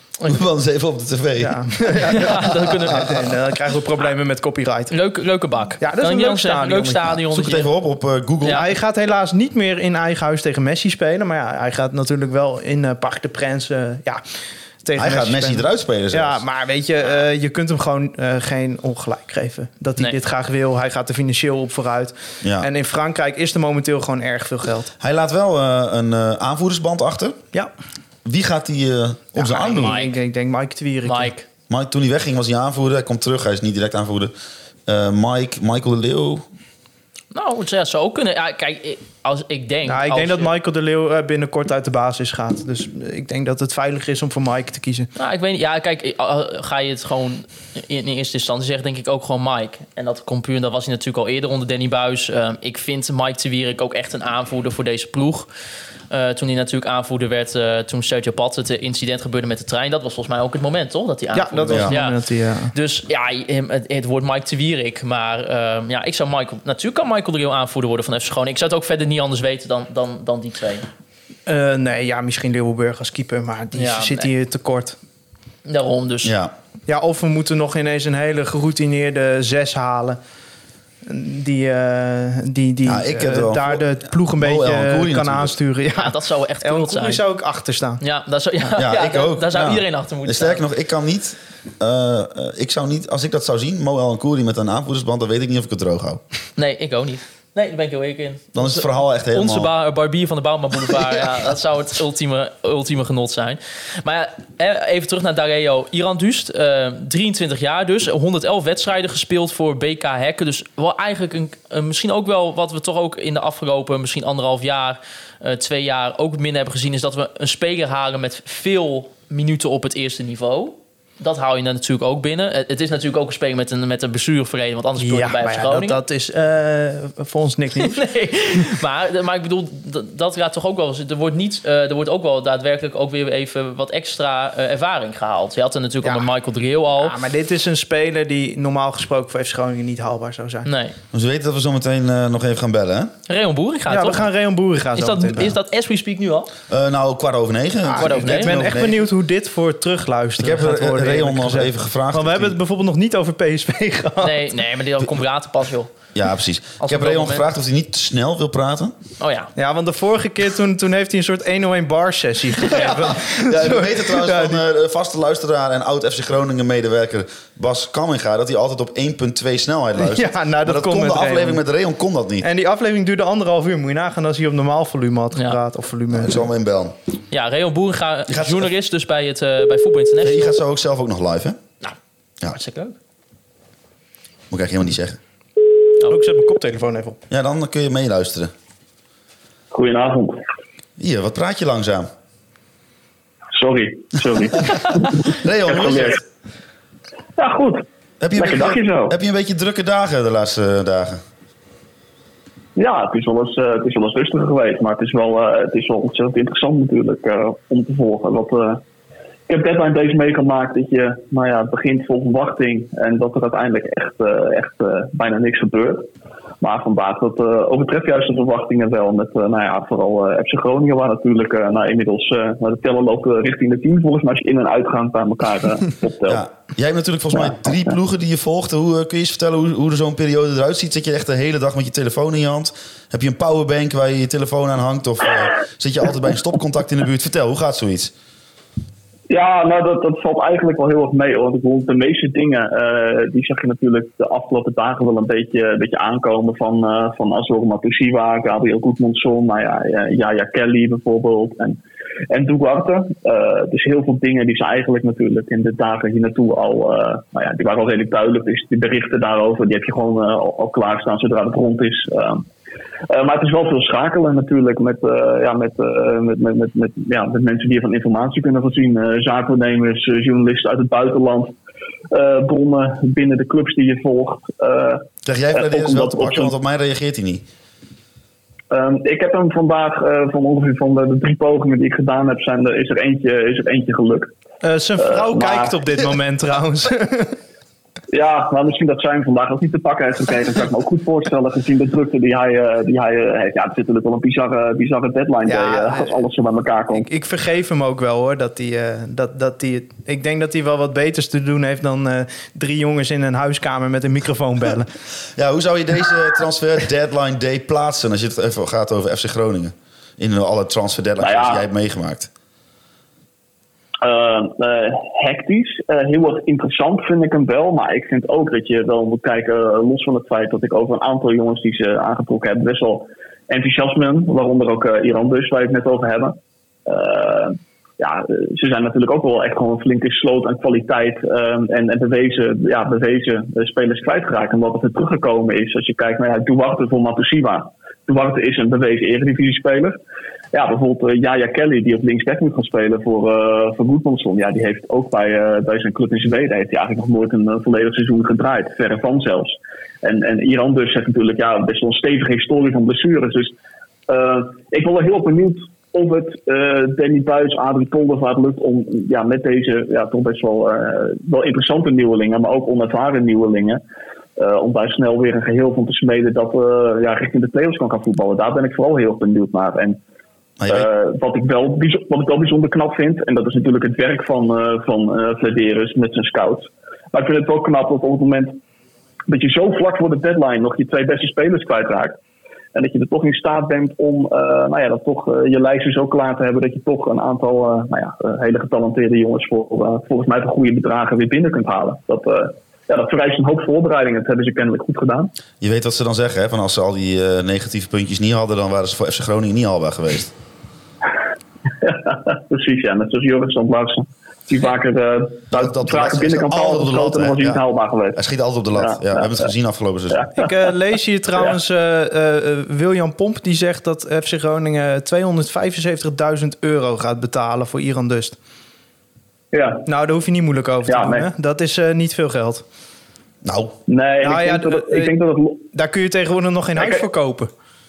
S6: We eens even op de tv.
S1: Ja, ja, ja dan, kunnen we, dan, dan krijgen we problemen met copyright.
S5: Leuk, leuke bak.
S1: Ja, dat is een leuk stadion.
S5: leuk stadion.
S6: Zoek het even op op uh, Google.
S1: Ja, hij gaat helaas niet meer in eigen huis tegen Messi spelen. Maar ja, hij gaat natuurlijk wel in uh, Parc des Princes... Uh, ja,
S6: Tegen hij Messi gaat Messi spelen. Eruit spelen zelfs.
S1: Ja, maar weet je, uh, je kunt hem gewoon uh, geen ongelijk geven. Dat hij nee. dit graag wil. Hij gaat er financieel op vooruit. Ja. En in Frankrijk is er momenteel gewoon erg veel geld.
S6: Hij laat wel uh, een uh, aanvoerdersband achter.
S1: Ja.
S6: Wie gaat hij uh, om ja, zijn arm doen?
S1: Mike. Ik denk Mike Twierik.
S5: Mike.
S6: Mike. Toen hij wegging was hij aanvoerder. Hij komt terug, hij is niet direct aanvoerder. Uh, Mike, Michael de Leeuw.
S5: Nou, het zou ook kunnen. Ja, kijk, als ik denk...
S1: Nou, ik
S5: als
S1: denk dat
S5: je-
S1: Michael de Leeuw uh, binnenkort uit de basis gaat. Dus ik denk dat het veilig is om voor Mike te kiezen.
S5: Nou, ik weet niet. Ja, kijk, uh, ga je het gewoon in, in eerste instantie zeggen, denk ik ook gewoon Mike. En dat komt puur, dat was hij natuurlijk al eerder onder Danny Buijs. Uh, ik vind Mike de Wierik ook echt een aanvoerder voor deze ploeg. Uh, toen hij natuurlijk aanvoerder werd, uh, toen Sergio Pat het incident gebeurde met de trein. Dat was volgens mij ook het moment, toch? Dat hij
S1: Ja,
S5: aanvoerder
S1: dat was
S5: was.
S1: het moment. Ja.
S5: Dus ja, het, het wordt Mike de Wierik. Maar uh, ja, ik zou Michael... Natuurlijk kan Michael de Leeuw aanvoerder worden van F C Groningen. Ik zou het ook verder niet anders weten dan, dan, dan die twee.
S1: Uh, nee, ja, misschien Leeuwenburg als keeper, maar die
S5: Ja,
S1: zit
S5: nee.
S1: hier tekort.
S5: Daarom dus.
S6: Ja.
S1: Ja, of we moeten nog ineens een hele geroutineerde zes halen. Die, uh, die, die
S6: Ja, ik heb
S1: uh,
S6: er wel
S1: daar
S6: voor-
S1: de ploeg een
S6: Mo El
S1: beetje
S6: Ancoury
S1: kan
S6: natuurlijk.
S1: aansturen. Ja,
S5: Ja, dat zou echt
S1: El
S5: cool
S1: Ancoury
S5: zijn.
S1: zou ik achter staan.
S5: Ja, dat zou, ja,
S6: Ja,
S5: ja,
S6: ik
S5: daar,
S6: ook.
S5: daar zou
S6: Ja.
S5: iedereen achter moeten
S6: Sterker
S5: staan.
S6: nog, ik kan niet... Uh, uh, ik zou niet... Als ik dat zou zien, Mo El Ancoury met een aanvoerdersband... dan weet ik niet of ik het droog hou.
S5: Nee, ik ook niet. Nee, daar ben ik heel eerlijk in.
S6: Dan is het verhaal echt helemaal...
S5: Onze ba- barbier van de Bouma Boulevard, ja, dat zou het ultieme, ultieme genot zijn. Maar ja, eh, even terug naar Dareo Irandust. Uh, drieëntwintig jaar dus, honderdelf wedstrijden gespeeld voor B K Hekken. Dus wel eigenlijk een, een, misschien ook wel wat we toch ook in de afgelopen misschien anderhalf jaar, uh, twee jaar ook minder hebben gezien, is dat we een speler halen met veel minuten op het eerste niveau. Dat hou je dan natuurlijk ook binnen. Het het is natuurlijk ook een speler met een, met een blessureverleden, want anders speel je
S1: Ja,
S5: bij
S1: maar
S5: F C
S1: ja, dat,
S5: Groningen.
S1: dat is uh, voor ons niks nieuws.
S5: Nee, maar, maar ik bedoel, dat, dat gaat toch ook wel... Er wordt, niet, uh, er wordt ook wel daadwerkelijk ook weer even wat extra uh, ervaring gehaald. Je had er natuurlijk
S1: Ja.
S5: al met Michael de Leeuw al.
S1: Ja, maar dit is een speler die normaal gesproken voor F C Groningen niet haalbaar zou zijn.
S5: Nee.
S6: Dus we weten dat we zo meteen uh, nog even gaan bellen, hè?
S5: Rayon Boeringa,
S1: Ja,
S5: toch?
S1: we gaan Rayon Boeringa
S5: is,
S1: zo
S5: dat,
S1: meteen bellen.
S5: is dat as we speak nu al?
S6: Uh, nou, kwart over negen.
S1: Ah,
S5: kwart over
S1: ik
S5: negen.
S1: ben echt benieuwd hoe dit voor terugluisteren
S6: Ik heb
S1: gaat
S6: uh,
S1: worden.
S6: Rayon
S1: eerlijk
S6: nog
S1: gezegd.
S6: even gevraagd.
S1: Want we hebben het bijvoorbeeld nog niet over P S V gehad.
S5: Nee, nee, maar die komt later pas, joh.
S6: Ja, precies.
S5: Als
S6: Ik heb
S5: op dat
S6: Rayon
S5: moment-
S6: gevraagd of hij niet te snel wil praten.
S5: Oh ja.
S1: Ja, want de vorige keer toen, toen heeft hij een soort honderdéén bar sessie gegeven.
S6: Ja, en we weten trouwens
S1: Ja,
S6: van
S1: die-
S6: uh, de vaste luisteraar en oud F C Groningen medewerker Bas Kamminga... dat hij altijd op één komma twee snelheid luistert.
S1: Ja, nou,
S6: Maar
S1: dat kon
S6: kon
S1: met
S6: de aflevering
S1: Rayon.
S6: met Rayon kon dat niet.
S1: En die aflevering duurde anderhalf uur. Moet je nagaan als hij op normaal volume had
S5: Ja.
S1: gepraat. Of volume.
S6: Ik zal hem inbellen.
S5: Ja, Rayon Boeringa,
S6: Die gaat-
S5: journalist dus bij, het, uh, bij Voetbal International.
S6: Nee, je gaat zo ook zelf ook nog live, hè?
S5: Nou,
S6: Ja.
S5: hartstikke leuk.
S6: Moet ik eigenlijk helemaal niet zeggen.
S1: Oh, ik zet mijn koptelefoon even op.
S6: Ja, dan kun je meeluisteren.
S7: Goedenavond.
S6: Hier, wat praat je langzaam?
S7: Sorry, sorry.
S6: Rayon, hoe is het?
S7: Ja, goed.
S6: Heb je, een
S7: Lekker
S6: beetje,
S7: dagje zo.
S6: heb je een beetje drukke dagen de laatste dagen?
S7: Ja, het is wel eens, uh, het is wel eens rustiger geweest, maar het is wel, uh, het is wel ontzettend interessant natuurlijk uh, om te volgen. Wat, uh, ik heb deadline days meegemaakt dat je, nou ja, het begint vol verwachting en dat er uiteindelijk echt, uh, echt uh, bijna niks gebeurt. Maar vandaag dat uh, overtreft juist de verwachtingen wel met, uh, nou ja, vooral uh, F C Groningen, waar natuurlijk uh, nou, inmiddels uh, de teller loopt uh, richting de tien volgens mij als je in- en uitgaand bij elkaar uh, optelt.
S6: Ja. Jij hebt natuurlijk volgens mij drie ploegen die je volgt. Hoe, uh, kun je eens vertellen hoe, hoe er zo'n periode eruit ziet? Zit je echt de hele dag met je telefoon in je hand? Heb je een powerbank waar je je telefoon aan hangt? Of uh, zit je altijd bij een stopcontact in de buurt? Vertel, hoe gaat zoiets?
S7: Ja, nou dat, dat valt eigenlijk wel heel erg mee. Want ik bedoel, de meeste dingen, uh, die zag je natuurlijk de afgelopen dagen wel een beetje, een beetje aankomen. Van, uh, van Azor Matusiwa, Gabriel Goedmundsson, nou ja, Yaya Kelly bijvoorbeeld. En, en Duarte. Uh, dus heel veel dingen die ze eigenlijk natuurlijk in de dagen hier naartoe al, uh, nou ja, die waren al redelijk duidelijk. Dus die berichten daarover, die heb je gewoon uh, al, al klaarstaan zodra het rond is. Uh, Uh, maar het is wel veel schakelen natuurlijk met, uh, ja, met, uh, met, met, met, met, ja, met mensen die van informatie kunnen voorzien. Uh, zaakwaarnemers, uh, journalisten uit het buitenland, uh, bronnen binnen de clubs die je volgt. Uh,
S6: Zeg jij Freddy
S7: uh,
S6: eens wel te pakken, want op mij reageert hij niet.
S7: Um, ik heb hem vandaag uh, van ongeveer van de, de drie pogingen die ik gedaan heb, zijn er, is, er eentje, is er eentje gelukt.
S1: Uh, zijn vrouw
S7: Uh, maar-
S1: kijkt op dit moment trouwens.
S7: Ja, nou misschien dat zij hem vandaag ook niet te pakken heeft gekregen. Dat kan ik me ook goed voorstellen, gezien de drukte die hij, uh, die hij uh, heeft. Ja, het zit natuurlijk wel een bizarre, bizarre deadline
S1: Ja,
S7: day, uh, als alles zo bij elkaar komt.
S1: ik, ik vergeef hem ook wel hoor. Dat hij, uh, dat, dat hij, ik denk dat hij wel wat beters te doen heeft dan uh, drie jongens in een huiskamer met een microfoon bellen.
S6: Ja, hoe zou je deze transfer deadline day plaatsen als je het even gaat over F C Groningen? In alle transfer deadlines
S7: Nou ja.
S6: die jij hebt meegemaakt.
S7: Uh, uh, hectisch. Uh, heel erg interessant vind ik hem wel. Maar ik vind ook dat je wel moet kijken, uh, los van het feit dat ik over een aantal jongens die ze aangetrokken hebben, best wel enthousiast ben. Waaronder ook uh, Iran dus, waar we het net over hebben. Uh,
S9: ja, ze zijn natuurlijk ook wel echt gewoon een flinke sloot aan kwaliteit um, en, en bewezen, ja, bewezen uh, spelers kwijtgeraakt. En wat er teruggekomen is, als je kijkt naar ja, Duarte voor Matusiwa. Duarte is een bewezen eredivisie-speler. Ja, bijvoorbeeld uh, Yaya Kelly, die op linksback moet gaan spelen voor, uh, voor Goedmanson. Ja, die heeft ook bij, uh, bij zijn club in Zweden heeft hij eigenlijk nog nooit een uh, volledig seizoen gedraaid. Verre van zelfs. En, en Iran dus heeft natuurlijk ja, best wel een stevige historie van blessures. Dus uh, ik ben wel heel benieuwd of het uh, Danny Buijs, Adrie Poldervaart lukt om ja, met deze ja, toch best wel, uh, wel interessante nieuwelingen, maar ook onervaren nieuwelingen, uh, om daar snel weer een geheel van te smeden dat uh, ja, richting de play-offs kan gaan voetballen. Daar ben ik vooral heel benieuwd naar. En uh, wat, ik wel, wat ik wel bijzonder knap vind, en dat is natuurlijk het werk van, uh, van uh, Flederis met zijn scouts. Maar ik vind het wel knap dat op het moment dat je zo vlak voor de deadline nog je twee beste spelers kwijtraakt. En dat je er toch in staat bent om uh, nou ja, dat toch, uh, je lijstje zo klaar te hebben dat je toch een aantal uh, nou ja, uh, hele getalenteerde jongens voor, uh, volgens mij voor goede bedragen weer binnen kunt halen. Dat, uh, ja, dat vereist een hoop voorbereiding. Dat hebben ze kennelijk goed gedaan.
S6: Je weet wat ze dan zeggen, hè? Van als ze al die uh, negatieve puntjes niet hadden, dan waren ze voor F C Groningen niet haalbaar geweest.
S9: Precies, ja. Net zoals Joris van Larsen. Die vaker uh, dat, dat vragen binnen kan vallen, dan was hij niet ja. haalbaar geweest.
S6: Hij schiet altijd op de lat. Ja, ja, ja, we hebben het ja. gezien afgelopen seizoen.
S1: Ja. Ik uh, lees hier trouwens uh, uh, William Pomp, die zegt dat F C Groningen tweehonderdvijfenzeventigduizend euro gaat betalen voor Iran Dust.
S9: Ja.
S1: Nou, daar hoef je niet moeilijk over te ja, doen. Nee. Hè? Dat is uh, niet veel geld.
S6: Nou.
S9: Nee,
S1: nou,
S9: ik,
S1: ja,
S9: denk dat het, ik denk dat het...
S1: Daar kun je tegenwoordig nog geen huis voor kopen.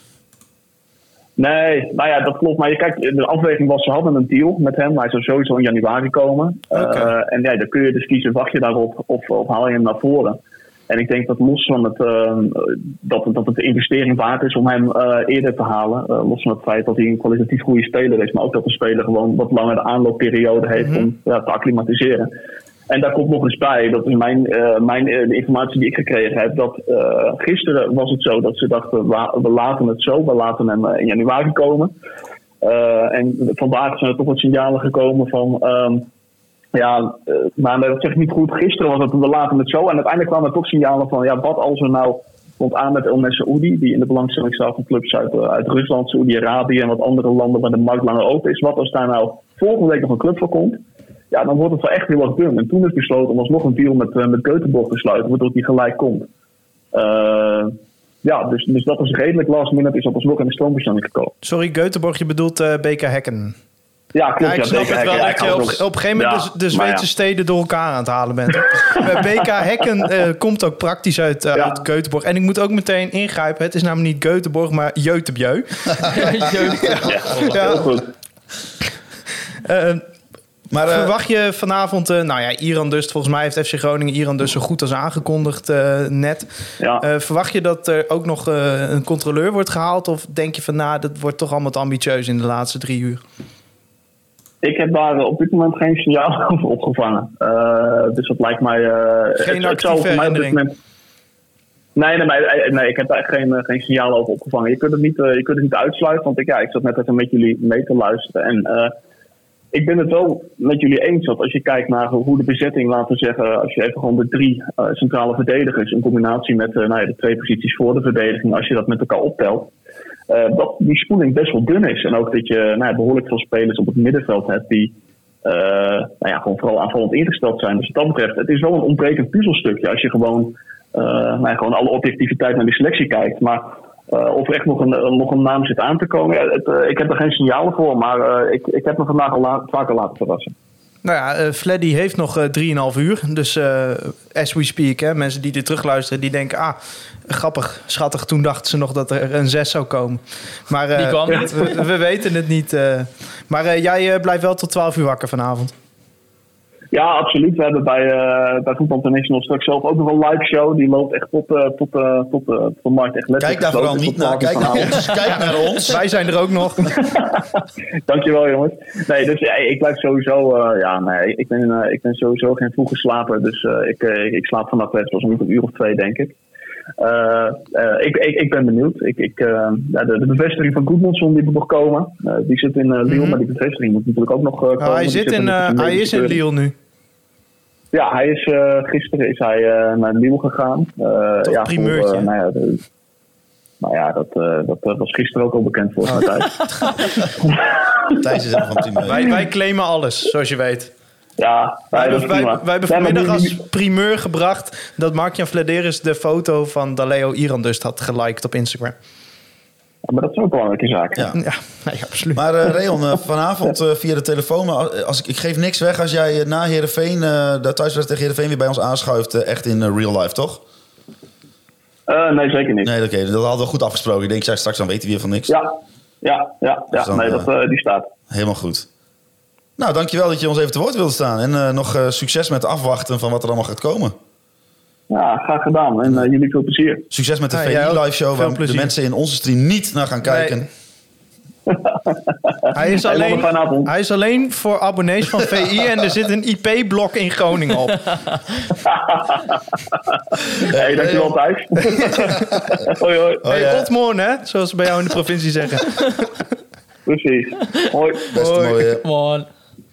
S9: Nee, nou ja, dat klopt. Maar je kijkt, de afweging was, ze hadden een deal met hem. Hij zou sowieso in januari komen. Okay. Uh, en ja, dan kun je dus kiezen, wacht je daarop of, of haal je hem naar voren. En ik denk dat los van het, uh, dat, dat het de investering waard is om hem uh, eerder te halen. Uh, los van het feit dat hij een kwalitatief goede speler is. Maar ook dat de speler gewoon wat langer de aanloopperiode heeft mm-hmm. om ja, te acclimatiseren. En daar komt nog eens bij, dat is mijn, uh, mijn, uh, de informatie die ik gekregen heb, dat uh, gisteren was het zo dat ze dachten, we, we laten het zo, we laten hem uh, in januari komen. Uh, en vandaag zijn er toch wat signalen gekomen van, um, ja, uh, maar dat zeg ik niet goed, gisteren was het, we laten het zo. En uiteindelijk kwamen er toch signalen van, ja, wat als er nou komt aan met El Messaoudi, die in de belangstelling staat van clubs uit, uh, uit Rusland, Saoedi-Arabië en wat andere landen waar de markt langer open is. Wat als daar nou volgende week nog een club voor komt? Ja, dan wordt het wel echt heel erg dun. En toen is besloten om alsnog een deal met, uh, met Göteborg te sluiten, waardoor die gelijk komt. Uh, ja, dus, dus dat is redelijk last minute, is dat alsnog in de stroombestelling gekomen.
S1: Sorry, Göteborg, je bedoelt uh, B K Häcken.
S9: Ja, klopt.
S1: Ja, ik snap
S9: ja,
S1: het wel
S9: ja,
S1: dat je op, op een gegeven moment ja, de, de Zweedse ja. steden door elkaar aan het halen bent. B K Häcken uh, komt ook praktisch uit, uh, ja. uit Göteborg. En ik moet ook meteen ingrijpen. Het is namelijk niet Göteborg, maar Jeutebjeu.
S9: ja, ja. Heel goed.
S1: Uh, Maar uh, verwacht je vanavond, uh, nou ja, Iran Dust, volgens mij heeft F C Groningen Iran Dust zo goed als aangekondigd uh, net. Ja. Uh, verwacht je dat er ook nog uh, een controleur wordt gehaald? Of denk je van, nou, dat wordt toch allemaal te ambitieus in de laatste drie uur?
S9: Ik heb daar op dit moment geen signaal over opgevangen. Uh, dus dat lijkt mij... Uh,
S1: geen het, actieve het herinnering? Moment...
S9: Nee, nee, nee, nee, ik heb daar geen, uh, geen signaal over opgevangen. Je kunt het niet, uh, je kunt het niet uitsluiten, want ik, ja, ik zat net even met jullie mee te luisteren. En uh, ik ben het wel met jullie eens dat als je kijkt naar hoe de bezetting, laten we zeggen, als je even gewoon de drie uh, centrale verdedigers in combinatie met uh, nou ja, de twee posities voor de verdediging, als je dat met elkaar optelt, uh, dat die spoeling best wel dun is. En ook dat je nou ja, behoorlijk veel spelers op het middenveld hebt die uh, nou ja, gewoon vooral aanvallend ingesteld zijn. Dus wat dat betreft, het is wel een ontbrekend puzzelstukje als je gewoon, uh, nou ja, gewoon alle objectiviteit naar de selectie kijkt. Maar Uh, of er echt nog een, uh, nog een naam zit aan te komen. Ja, het, uh, ik heb er geen signalen voor, maar uh, ik, ik heb me vandaag al la- vaker laten verrassen.
S1: Nou ja, uh, Fleddy heeft nog uh, drieënhalf uur. Dus uh, as we speak, hè, mensen die dit terugluisteren, die denken, ah, grappig, schattig. Toen dachten ze nog dat er een zes zou komen. Maar uh,
S5: die kwam niet.
S1: We, we weten het niet. Uh, maar uh, jij uh, blijft wel tot twaalf uur wakker vanavond.
S9: Ja, absoluut. We hebben bij, uh, bij Voetbal International straks zelf ook nog een live show. Die loopt echt tot, uh, tot, uh, tot, uh, tot de markt echt letterlijk.
S6: Kijk daar vooral niet naar. Kijk naar ons. Kijk naar ons.
S1: Wij zijn er ook nog.
S9: Dankjewel, jongens. Nee, dus ja, ik blijf sowieso... Uh, ja, nee, ik ben, uh, ik ben sowieso geen vroege slaper. Dus uh, ik, uh, ik slaap vannacht best wel zo'n uur of twee, denk ik. Uh, uh, ik, ik, ik ben benieuwd. Ik, ik, uh, ja, de, de bevestiging van Goedmanson die moet nog komen. Uh, die zit in uh, Lille, mm-hmm. maar die bevestiging moet natuurlijk ook nog uh, komen.
S1: Oh, hij zit in, uh, hij is in Lille nu.
S9: Ja, hij is, uh, gisteren is hij uh, naar Lille gegaan. Uh,
S1: Toch
S9: ja,
S1: primeurtje.
S9: voor, uh, nou ja, de, Nou ja, dat, uh, dat uh, was gisteren ook al bekend volgens mij.
S6: Thijs is even van primeur.
S1: Wij, wij claimen alles, zoals je weet.
S9: Ja,
S1: wij,
S9: dat is
S1: wij,
S9: prima.
S1: wij hebben
S9: Nee, maar
S1: vanmiddag
S9: nu-
S1: als primeur gebracht dat Mark-Jan Vladeris de foto van Daleo Irandust had geliked op Instagram.
S9: Ja, maar dat is ook een belangrijke zaak.
S6: Ja.
S1: Ja, nee, absoluut.
S6: Maar uh, Reon, uh, vanavond uh, via de telefoon. Maar als ik, ik geef niks weg als jij uh, na Heerenveen, uh, de thuiswedstrijd tegen Heerenveen weer bij ons aanschuift. Uh, echt in uh, real life, toch?
S9: Uh, nee, zeker niet.
S6: Nee, oké. Okay, dat hadden we goed afgesproken. Ik denk, jij straks dan weet hij weer van niks.
S9: Ja, ja, ja, ja.
S6: Dus dan,
S9: nee,
S6: uh,
S9: dat, uh, die staat.
S6: Helemaal goed. Nou, dankjewel dat je ons even te woord wilde staan. En uh, nog uh, succes met afwachten van wat er allemaal gaat komen.
S9: Ja, graag gedaan. En uh, jullie veel plezier.
S6: Succes met de
S1: Ja,
S6: V I
S1: jij ook.
S6: live show,
S1: Veel
S6: waar
S1: plezier.
S6: de mensen in onze stream niet naar gaan kijken.
S1: Nee. Hij is,
S9: Hey,
S1: alleen,
S9: wat een fijne avond.
S1: hij is alleen voor abonnees van V I en er zit een I P-blok in Groningen op.
S9: Hey, dankjewel Thijs. Hoi, hoi.
S6: Oh,
S1: Hey,
S6: ja.
S1: Otmorn, hè? Zoals ze bij jou in de provincie zeggen.
S9: Precies. Hoi.
S6: Best een
S1: Hoi.
S6: mooie.
S5: Man.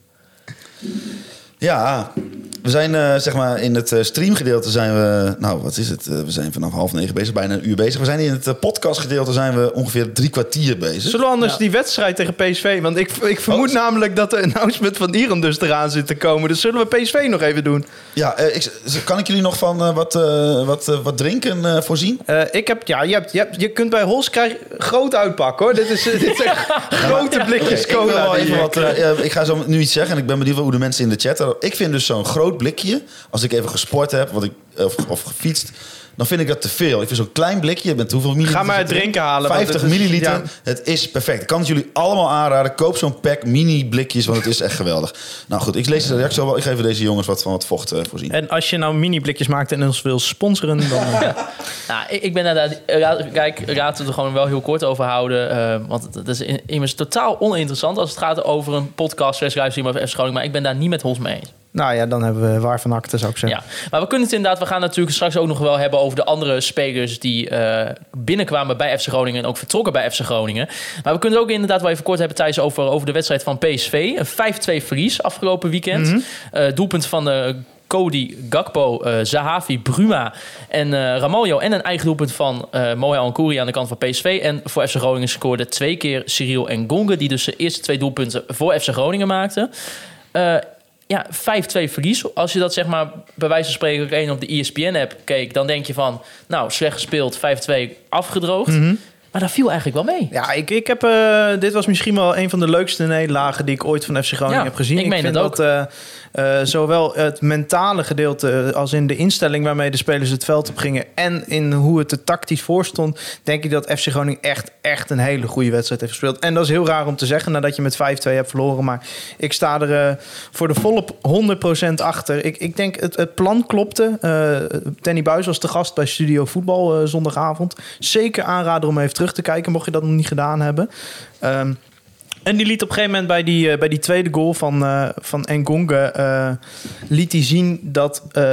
S6: Ja, we zijn uh, zeg maar in het uh, streamgedeelte zijn we... Nou, wat is het? Uh, we zijn vanaf half negen bezig, bijna een uur bezig. We zijn in het uh, podcastgedeelte zijn we ongeveer drie kwartier bezig.
S1: Zullen we anders
S5: Ja.
S1: die wedstrijd tegen P S V... Want ik, ik vermoed
S6: Oh.
S1: namelijk dat de announcement van Irandust eraan zit te komen. Dus zullen we P S V nog even doen?
S6: Ja, uh, ik, kan ik jullie nog van uh, wat, uh, wat, uh, wat drinken uh, voorzien?
S1: Uh, ik heb, ja, je, hebt, je, hebt, je kunt bij Hols krijgen groot uitpakken, hoor. Dit is, dit is echt grote blikjes
S6: Ik wil
S1: cola.
S6: wel
S1: die
S6: even
S1: je
S6: wat,
S1: krijgt.
S6: uh, uh, ik ga zo nu iets zeggen en ik ben benieuwd hoe de mensen in de chat... Ik vind dus zo'n groot blikje, als ik even gesport heb wat ik, of, of gefietst... dan vind ik dat te veel. Ik vind zo'n klein blikje met hoeveel milliliter...
S1: Ga maar
S6: zit
S1: het
S6: erin?
S1: drinken halen. want
S6: vijftig
S1: het is-
S6: milliliter.
S1: ja.
S6: Het is perfect. Ik kan het jullie allemaal aanraden. Koop zo'n pack mini blikjes, want het is echt geweldig. Nou goed, ik lees de reactie al wel. Ik geef deze jongens wat van wat vocht uh, voorzien.
S1: En als je nou mini-blikjes maakt en ons wil sponsoren, dan... uh,
S5: Nou, ik, ik ben inderdaad... Ra- Kijk, laten we het er gewoon wel heel kort over houden. Uh, want het, het is in- immers totaal oninteressant als het gaat over een podcast, livestream of F C Groningen. Maar ik ben daar niet met Hols mee eens.
S1: nou ja, dan hebben we waar van akte, zou ik zeggen.
S5: Ja, maar we kunnen het inderdaad... We gaan natuurlijk straks ook nog wel hebben over de andere spelers die uh, binnenkwamen bij F C Groningen en ook vertrokken bij F C Groningen. Maar we kunnen het ook inderdaad wel even kort hebben, Thijs, over, over de wedstrijd van P S V. Een vijf twee verlies afgelopen weekend.
S1: Mhm.
S5: Uh, doelpunt van uh, Cody Gakpo, uh, Zahavi, Bruma en uh, Ramaljo. En een eigen doelpunt van uh, Mohamed Al-Kouri aan de kant van P S V. En voor F C Groningen scoorde twee keer Cyril Ngonge, die dus de eerste twee doelpunten voor F C Groningen maakte. Uh, Ja, vijf twee verlies. Als je dat zeg maar bij wijze van spreken ook één op de E S P N-app keek... dan denk je van, nou, slecht gespeeld, vijf twee afgedroogd.
S1: Mhm.
S5: Maar dat viel eigenlijk wel mee.
S1: Ja, ik, ik heb, uh, dit was misschien wel een van de leukste nederlagen die ik ooit van F C Groningen
S5: Ja,
S1: heb gezien.
S5: ik meen
S1: vind
S5: het ook.
S1: dat uh, uh, zowel het mentale gedeelte als in de instelling waarmee de spelers het veld op gingen en in hoe het er tactisch voor stond, denk ik dat F C Groningen echt, echt een hele goede wedstrijd heeft gespeeld. En dat is heel raar om te zeggen nadat je met vijf twee hebt verloren. Maar ik sta er uh, voor de volle honderd procent achter. Ik, ik denk het, het plan klopte. Uh, Danny Buijs was te gast bij Studio Voetbal uh, zondagavond. Zeker aanraden om even terug te kijken, mocht je dat nog niet gedaan hebben. Um, en die liet op een gegeven moment bij die, uh, bij die tweede goal van, uh, van Ngonge... Uh, liet hij zien dat... Uh,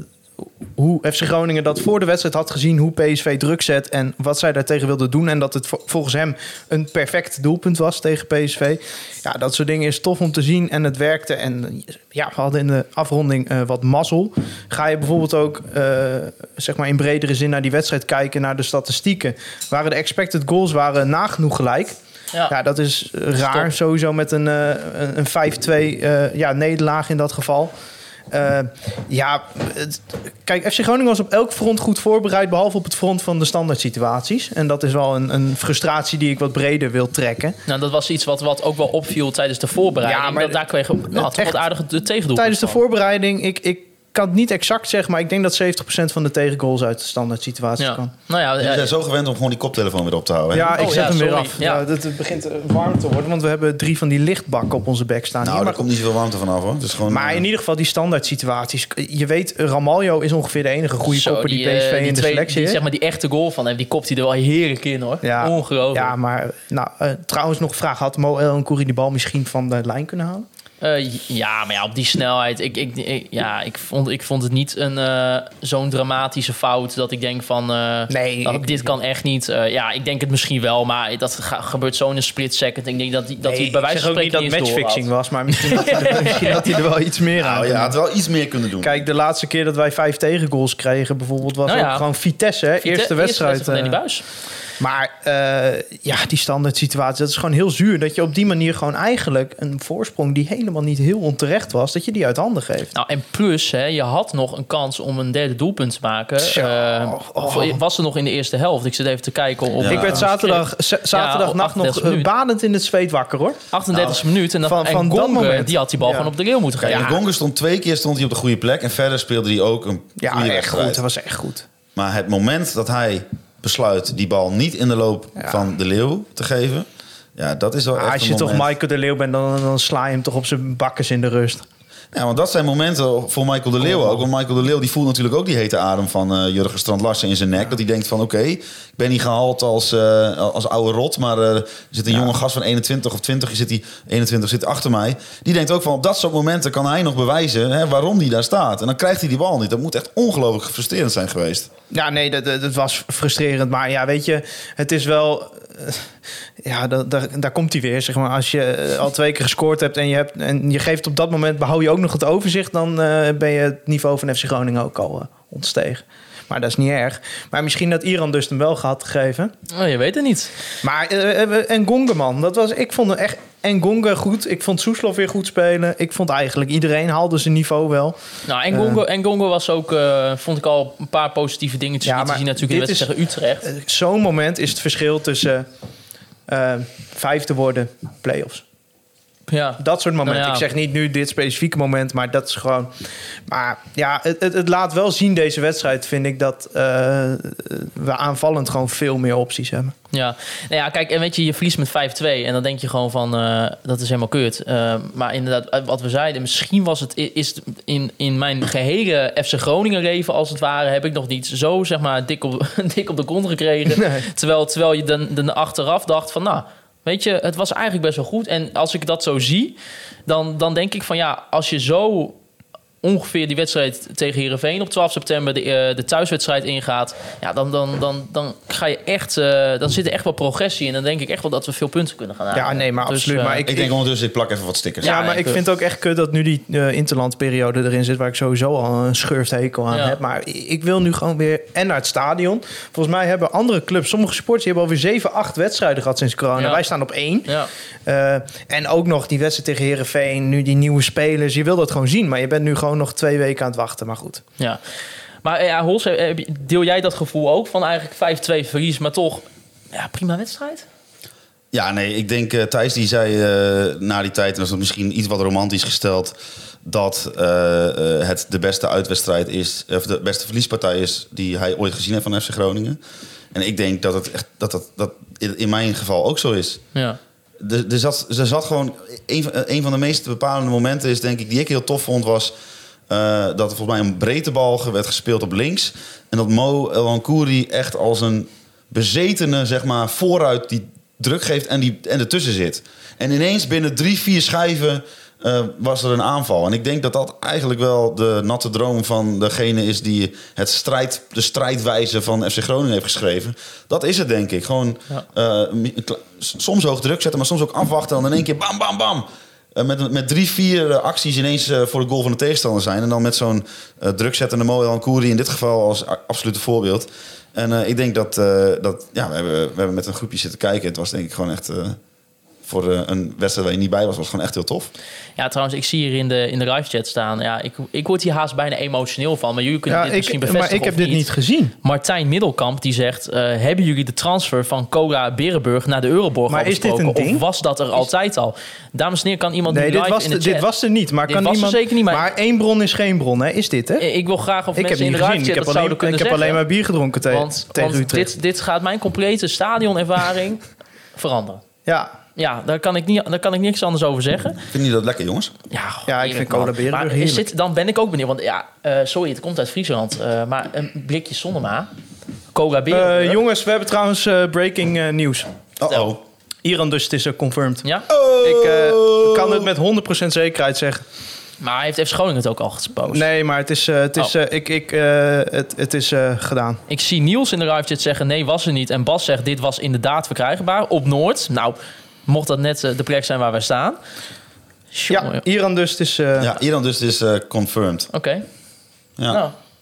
S1: hoe F C Groningen dat voor de wedstrijd had gezien, hoe P S V druk zet en wat zij daartegen wilden doen. En dat het volgens hem een perfect doelpunt was tegen P S V. Ja, dat soort dingen is tof om te zien en het werkte. En ja, we hadden in de afronding uh, wat mazzel. Ga je bijvoorbeeld ook uh, zeg maar in bredere zin naar die wedstrijd kijken, naar de statistieken. Waren de expected goals waren nagenoeg gelijk. Ja. ja, dat is raar. Stop. Sowieso met een, uh, een vijf twee uh, ja, nederlaag in dat geval. Uh, ja, het, kijk, F C Groningen was op elk front goed voorbereid, behalve op het front van de standaard situaties. En dat is wel een, een frustratie die ik wat breder wil trekken.
S5: Nou, dat was iets wat, wat ook wel opviel tijdens de voorbereiding. Ja, maar dat, daar kreeg je nou, toch wat aardige tegendoelpunten.
S1: Tijdens de voorbereiding, ik, ik kan het niet exact zeggen, maar ik denk dat zeventig procent van de tegengoals uit de standaard situaties
S5: ja.
S1: kwam.
S5: Nou ja,
S6: ja, we zijn zo gewend om gewoon die koptelefoon weer op te houden. Hè?
S1: Ja, ik
S5: oh,
S1: zet
S5: ja,
S1: hem
S5: sorry.
S1: weer af.
S5: Ja.
S1: Ja, het, het begint warm te worden, want we hebben drie van die lichtbakken op onze bek staan.
S6: Nou,
S1: hier,
S6: daar
S1: maar,
S6: komt niet zoveel warmte vanaf, hoor. Dus gewoon,
S1: maar in ieder geval die standaard situaties. Je weet, Ramaljo is ongeveer de enige goede
S5: Zo,
S1: kopper die,
S5: die P S V
S1: uh, in de
S5: twee,
S1: selectie
S5: die,
S1: is.
S5: zeg maar die echte goal van hem, die kopt hij er wel heerlijk in, hoor.
S1: Ja,
S5: ongelooflijk.
S1: Ja, maar nou, uh, trouwens nog een vraag. Had Mo Ngonge die bal misschien van de lijn kunnen halen?
S5: Uh, ja, maar ja, op die snelheid. Ik, ik, ik, ja, ik, vond, ik vond het niet een, uh, zo'n dramatische fout dat ik denk van... Uh,
S1: nee,
S5: dat,
S1: ik,
S5: dit kan echt niet. Uh, ja, ik denk het misschien wel, maar dat ga, gebeurt zo in een split second. Ik denk dat, die, dat
S1: nee,
S5: hij bij wijze van spreken
S1: niet dat matchfixing was, maar misschien had hij er, misschien had hij er wel iets meer aan.
S6: Nou, ja, had wel iets meer kunnen doen.
S1: Kijk, de laatste keer dat wij vijf tegengoals kregen bijvoorbeeld was
S5: nou ja,
S1: ook gewoon Vitesse, hè?
S5: Vite-
S1: eerste wedstrijd.
S5: Eerste wedstrijd van Danny Buijs.
S1: Maar uh, ja, die standaard situatie, dat is gewoon heel zuur. Dat je op die manier gewoon eigenlijk een voorsprong die helemaal niet heel onterecht was, dat je die uit handen geeft.
S5: Nou, en plus, hè, je had nog een kans om een derde doelpunt te maken. Uh, oh. Was er nog in de eerste helft? Ik zit even te kijken op.
S1: Ja. Ik werd zaterdag, zaterdagnacht ja, nog uh, badend in het zweet wakker, hoor.
S5: achtendertig nou, minuten. En, dan, van, en van Gonge, dat moment, die had die bal ja. gewoon op de rail moeten geven.
S6: Ja, Gonge stond twee keer stond hij op de goede plek en verder speelde hij ook een
S1: ja,
S6: goede
S1: echt
S6: wedstrijd.
S1: goed. Dat was echt goed.
S6: Maar het moment dat hij besluit die bal niet in de loop ja. van de Leeuw te geven, ja, dat is wel
S1: ja,
S6: echt
S1: als je
S6: een
S1: toch
S6: moment.
S1: Michael de Leeuw bent, dan, dan sla je hem toch op zijn bakkes in de rust.
S6: Ja, want dat zijn momenten voor Michael de Leeuw ook. Want Michael de Leeuw die voelt natuurlijk ook die hete adem van uh, Jurgen Strand-Larsen in zijn nek. Ja. Dat hij denkt van oké, okay, ik ben niet gehaald als, uh, als oude rot. Maar uh, er zit een ja. jonge gast van eenentwintig of twintig, zit die eenentwintig zit achter mij. Die denkt ook van op dat soort momenten kan hij nog bewijzen hè, waarom hij daar staat. En dan krijgt hij die bal niet. Dat moet echt ongelooflijk frustrerend zijn geweest.
S1: Ja, nee, dat, dat was frustrerend. Maar ja, weet je, het is wel... Uh, ja, daar, daar, daar komt hij weer. Zeg maar. Als je al twee keer gescoord hebt en je, hebt, en je geeft op dat moment... behoud je ook nog het overzicht... dan uh, ben je het niveau van F C Groningen ook al uh, ontstegen. Maar dat is niet erg. Maar misschien dat Iran dus hem wel gehad gegeven.
S5: Oh, je weet het niet.
S1: Maar uh, en Gonge, man. Dat was, ik vond het echt... En Gonge goed. Ik vond Soeslof weer goed spelen. Ik vond eigenlijk iedereen haalde zijn niveau wel.
S5: Nou, en Gonge, uh, en Gonge was ook... Uh, vond ik al een paar positieve dingetjes. Ja, te zien natuurlijk in de wedstrijd tegen Utrecht.
S1: Uh, Zo'n moment is het verschil tussen... Uh, vijfde worden, play-offs.
S5: Ja.
S1: Dat soort momenten.
S5: Nou ja.
S1: Ik zeg niet nu dit specifieke moment, maar dat is gewoon... Maar ja, het, het, het laat wel zien, deze wedstrijd, vind ik... dat uh, we aanvallend gewoon veel meer opties hebben.
S5: Ja, nou ja, kijk, en weet je, je verliest met vijf twee... en dan denk je gewoon van, uh, dat is helemaal kut. Uh, maar inderdaad, wat we zeiden... misschien was het, is het in, in mijn gehele F C Groningen leven, als het ware... heb ik nog niet zo, zeg maar, dik op, dik op de kont gekregen. Nee. Terwijl, terwijl je dan, dan achteraf dacht van, nou... Weet je, het was eigenlijk best wel goed. En als ik dat zo zie, dan, dan denk ik van ja, als je zo ongeveer die wedstrijd tegen Heerenveen op twaalf september de, uh, de thuiswedstrijd ingaat, ja, dan, dan, dan, dan ga je echt, uh, dan zit er echt wel progressie in. En dan denk ik echt wel dat we veel punten kunnen gaan halen.
S1: Ja, nee, maar
S5: dus,
S1: absoluut.
S5: Uh,
S1: maar ik,
S6: ik denk ondertussen, ik plak even wat stickers.
S1: Ja, ja maar ik vind het ook echt kut dat nu die uh, interlandperiode erin zit, waar ik sowieso al een schurfthekel aan ja. heb. Maar ik wil nu gewoon weer en naar het stadion. Volgens mij hebben andere clubs, sommige sports, die hebben alweer zeven, acht wedstrijden gehad sinds corona. Ja. Wij staan op één.
S5: Ja.
S1: Uh, en ook nog die wedstrijd tegen Heerenveen, nu die nieuwe spelers. Je wil dat gewoon zien, maar je bent nu gewoon nog twee weken aan het wachten. Maar goed.
S5: Ja. Maar ja, Hols, deel jij dat gevoel ook van eigenlijk vijf twee verlies, maar toch ja, prima wedstrijd?
S6: Ja, nee, ik denk uh, Thijs die zei uh, na die tijd, en dat is misschien iets wat romantisch gesteld, dat uh, uh, het de beste uitwedstrijd is, of de beste verliespartij is die hij ooit gezien heeft van F C Groningen. En ik denk dat het echt dat dat, dat in mijn geval ook zo is.
S5: Ja.
S6: Er, er, zat, er zat gewoon een van, een van de meest bepalende momenten is, denk ik, die ik heel tof vond, was uh, dat er volgens mij een breedtebal werd gespeeld op links. En dat Mo El Ankouri echt als een bezetene, zeg maar, vooruit die druk geeft en, die, en ertussen zit. En ineens binnen drie, vier schijven uh, was er een aanval. En ik denk dat dat eigenlijk wel de natte droom van degene is die het strijd, de strijdwijze van F C Groningen heeft geschreven. Dat is het, denk ik. Gewoon ja. uh, soms hoog druk zetten, maar soms ook afwachten en dan in één keer bam, bam, bam. Uh, met, met drie, vier uh, acties ineens uh, voor de goal van de tegenstander zijn. En dan met zo'n uh, drukzettende Mo El Ankouri in dit geval als a- absolute voorbeeld. En uh, ik denk dat, uh, dat ja, we hebben, we hebben met een groepje zitten kijken. Het was denk ik gewoon echt, uh, voor uh, een wedstrijd waar je niet bij was, was gewoon echt heel tof.
S5: Ja, trouwens, ik zie hier in de, in de live chat staan. Ja, ik, ik word hier haast bijna emotioneel van. Maar jullie kunnen
S1: ja,
S5: dit
S1: ik,
S5: misschien bevestigen.
S1: Maar ik heb
S5: dit
S1: niet. niet gezien.
S5: Martijn Middelkamp die zegt: uh, hebben jullie de transfer van Cola Berenburg naar de Euroborg
S1: maar
S5: al besproken?
S1: Is dit een ding?
S5: Of was dat er altijd al? Dames en heren, kan iemand
S1: nee,
S5: nu
S1: dit
S5: live
S1: was
S5: in de
S1: de,
S5: chat...
S1: Dit was er niet. Maar,
S5: dit
S1: kan
S5: was
S1: iemand,
S5: er zeker niet. Maar,
S1: maar één bron is geen bron, hè? Is dit, hè?
S5: Ik wil graag of
S1: ik
S5: mensen
S1: heb
S5: in de live chat
S1: ik heb
S5: dat
S1: alleen,
S5: zouden kunnen
S1: Ik heb
S5: zeggen.
S1: alleen maar bier gedronken te,
S5: want,
S1: tegen
S5: want
S1: Utrecht.
S5: Dit, dit gaat mijn complete stadionervaring veranderen.
S1: Ja.
S5: Ja, daar kan, ik niet, daar kan ik niks anders over zeggen.
S6: Vind je dat lekker, jongens?
S5: Ja,
S1: ja ik vind Cola Berenburg heerlijk.
S5: Zit, dan ben ik ook benieuwd. Want ja, uh, sorry, het komt uit Friesland. Uh, maar een blikje Sonnema. Cola Berenburg.
S1: Uh, jongens, we hebben trouwens uh, breaking uh, nieuws.
S6: Uh-oh.
S1: Iran dus, het is uh, confirmed.
S5: Ja?
S1: Oh. Ik uh, kan het met honderd procent zekerheid zeggen.
S5: Maar hij heeft F C Groningen het ook al gespost.
S1: Nee, maar het is, uh, het is, oh. uh, ik, ik, uh, het, het is uh, gedaan.
S5: Ik zie Niels in de live chat zeggen nee, was er niet. En Bas zegt dit was inderdaad verkrijgbaar op Noord. Nou, mocht dat net uh, de plek zijn waar wij staan.
S1: Tjonge. Ja, Iran dus, het is... Uh...
S6: Ja, Iran dus, het is uh, confirmed.
S5: Oké. Okay.
S6: Ja.
S5: Nou,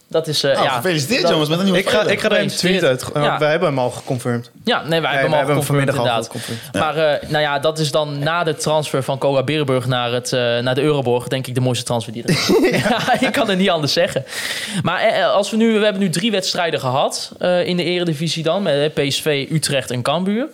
S5: Dat is, uh,
S6: nou,
S5: ja,
S6: gefeliciteerd
S5: dat,
S6: jongens met een nieuwe
S1: Ik ga, ik ga er even een tweet uit.
S5: Ja.
S1: We hebben hem al geconfirmed.
S5: Ja, nee, wij
S1: Ja,
S5: hebben
S1: we
S5: hem al
S1: hebben hem
S5: geconfirmed,
S1: vanmiddag al
S5: inderdaad.
S1: geconfirmed.
S5: Maar uh, nou ja, dat is dan na de transfer van Koga Berenburg naar, het, uh, naar de Euroborg, denk ik de mooiste transfer die er is. Ja, ik kan het niet anders zeggen. Maar uh, als we nu, we hebben nu drie wedstrijden gehad uh, in de Eredivisie dan, met uh, P S V, Utrecht en Cambuur.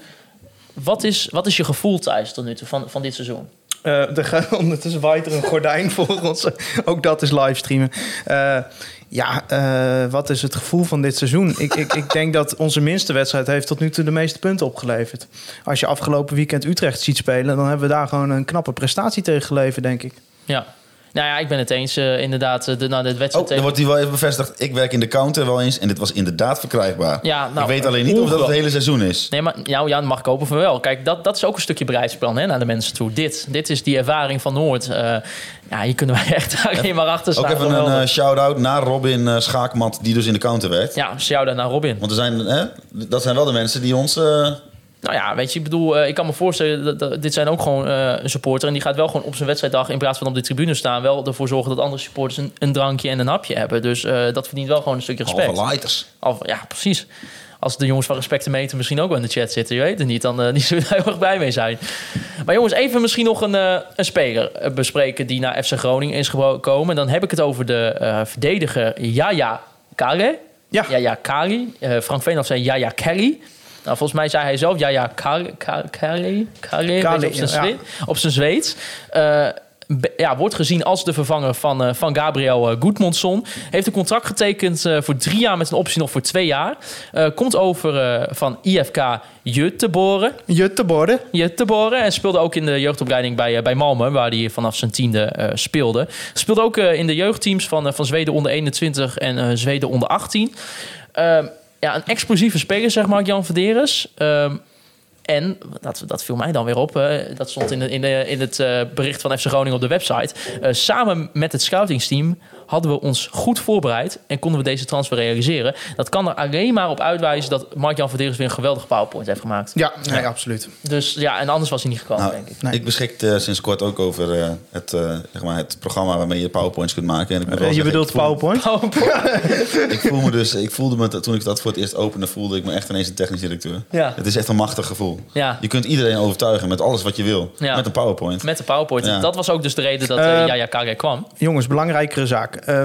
S5: Wat is, wat is je gevoel, Thijs, tot nu toe van, van dit seizoen?
S1: Uh, er gaat ondertussen waait er een gordijn voor ons. Ook dat is livestreamen. Uh, ja, uh, wat is het gevoel van dit seizoen? Ik, ik, ik denk dat onze minste wedstrijd heeft tot nu toe de meeste punten opgeleverd. Als je afgelopen weekend Utrecht ziet spelen, dan hebben we daar gewoon een knappe prestatie tegen geleverd, denk ik.
S5: Ja. Nou ja, ik ben het eens. Uh, inderdaad, de, nou, de wedstrijd...
S6: Oh, dan wordt hij wel even bevestigd. Ik werk in de counter wel eens en dit was inderdaad verkrijgbaar. Ja, nou, ik weet alleen niet of dat het hele seizoen is.
S5: Nee, maar nou, ja, dat mag ik hopen van wel. Kijk, dat, dat is ook een stukje bereidsplan hè, naar de mensen toe. Dit, dit is die ervaring van Noord. Uh, ja, hier kunnen wij echt alleen maar achter staan.
S6: Ook even een uh, shout-out naar Robin uh, Schaakmat, die dus in de counter werkt.
S5: Ja, shout-out naar Robin.
S6: Want er zijn, hè, dat zijn wel de mensen die ons... Uh,
S5: Nou ja, weet je, ik bedoel, uh, ik kan me voorstellen... Dat, dat, dit zijn ook gewoon uh, een supporter... en die gaat wel gewoon op zijn wedstrijddag... in plaats van op de tribune staan... wel ervoor zorgen dat andere supporters een, een drankje en een hapje hebben. Dus uh, dat verdient wel gewoon een stukje respect.
S6: Halve lighters.
S5: Halve, ja, precies. Als de jongens van Respectometer misschien ook wel in de chat zitten... je weet het niet, dan uh, die zullen daar heel erg blij mee zijn. Maar jongens, even misschien nog een, uh, een speler bespreken... die naar F C Groningen is gekomen. Dan heb ik het over de uh, verdediger Yaya Kare.
S1: Ja.
S5: Yaya Kari. Uh, Frank Veenhoff zei Yaya Kelly... Nou, volgens mij zei hij zelf, ja, ja, Kale, Kale, Kale, Kale, Kale op zijn ja. Zweed, op zijn Zweeds. Uh, be, ja, wordt gezien als de vervanger van, uh, van Gabriel uh, Gudmundsson. Heeft een contract getekend uh, voor drie jaar met een optie nog voor twee jaar. Uh, komt over uh, van I F K Göteborg.
S1: Göteborg.
S5: Göteborg. En speelde ook in de jeugdopleiding bij, uh, bij Malmö, waar hij vanaf zijn tiende uh, speelde. Speelde ook uh, in de jeugdteams van, uh, van Zweden onder eenentwintig en uh, Zweden onder achttien. Uh, Ja, een explosieve speler, zeg maar, Jan Verderes. Um, en, dat, dat viel mij dan weer op, uh, dat stond in, de, in, de, in het uh, bericht van F C Groningen op de website. Uh, samen met het scoutingsteam hadden we ons goed voorbereid en konden we deze transfer realiseren. Dat kan er alleen maar op uitwijzen dat Mark-Jan Verderes weer een geweldige PowerPoint heeft gemaakt.
S1: Ja, nee, absoluut.
S5: Dus ja, en anders was hij niet gekomen, nou, denk ik.
S6: Nee. Ik beschik uh, sinds kort ook over uh, het, uh, zeg maar het programma waarmee je PowerPoints kunt maken. En ik
S1: uh, je zeggen, bedoelt voel, PowerPoint?
S5: PowerPoint.
S6: ik voel me dus, ik voelde me, toen ik dat voor het eerst opende, voelde ik me echt ineens een technisch directeur.
S5: Ja.
S6: Het is echt een machtig gevoel.
S5: Ja.
S6: Je kunt iedereen overtuigen met alles wat je wil. Ja. Met een PowerPoint.
S5: Met een PowerPoint. Ja. Dat was ook dus de reden dat uh, uh, Yaya Kage kwam.
S1: Jongens, belangrijkere zaak. Uh,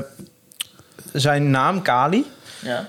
S1: zijn naam, Kali.
S5: Ja.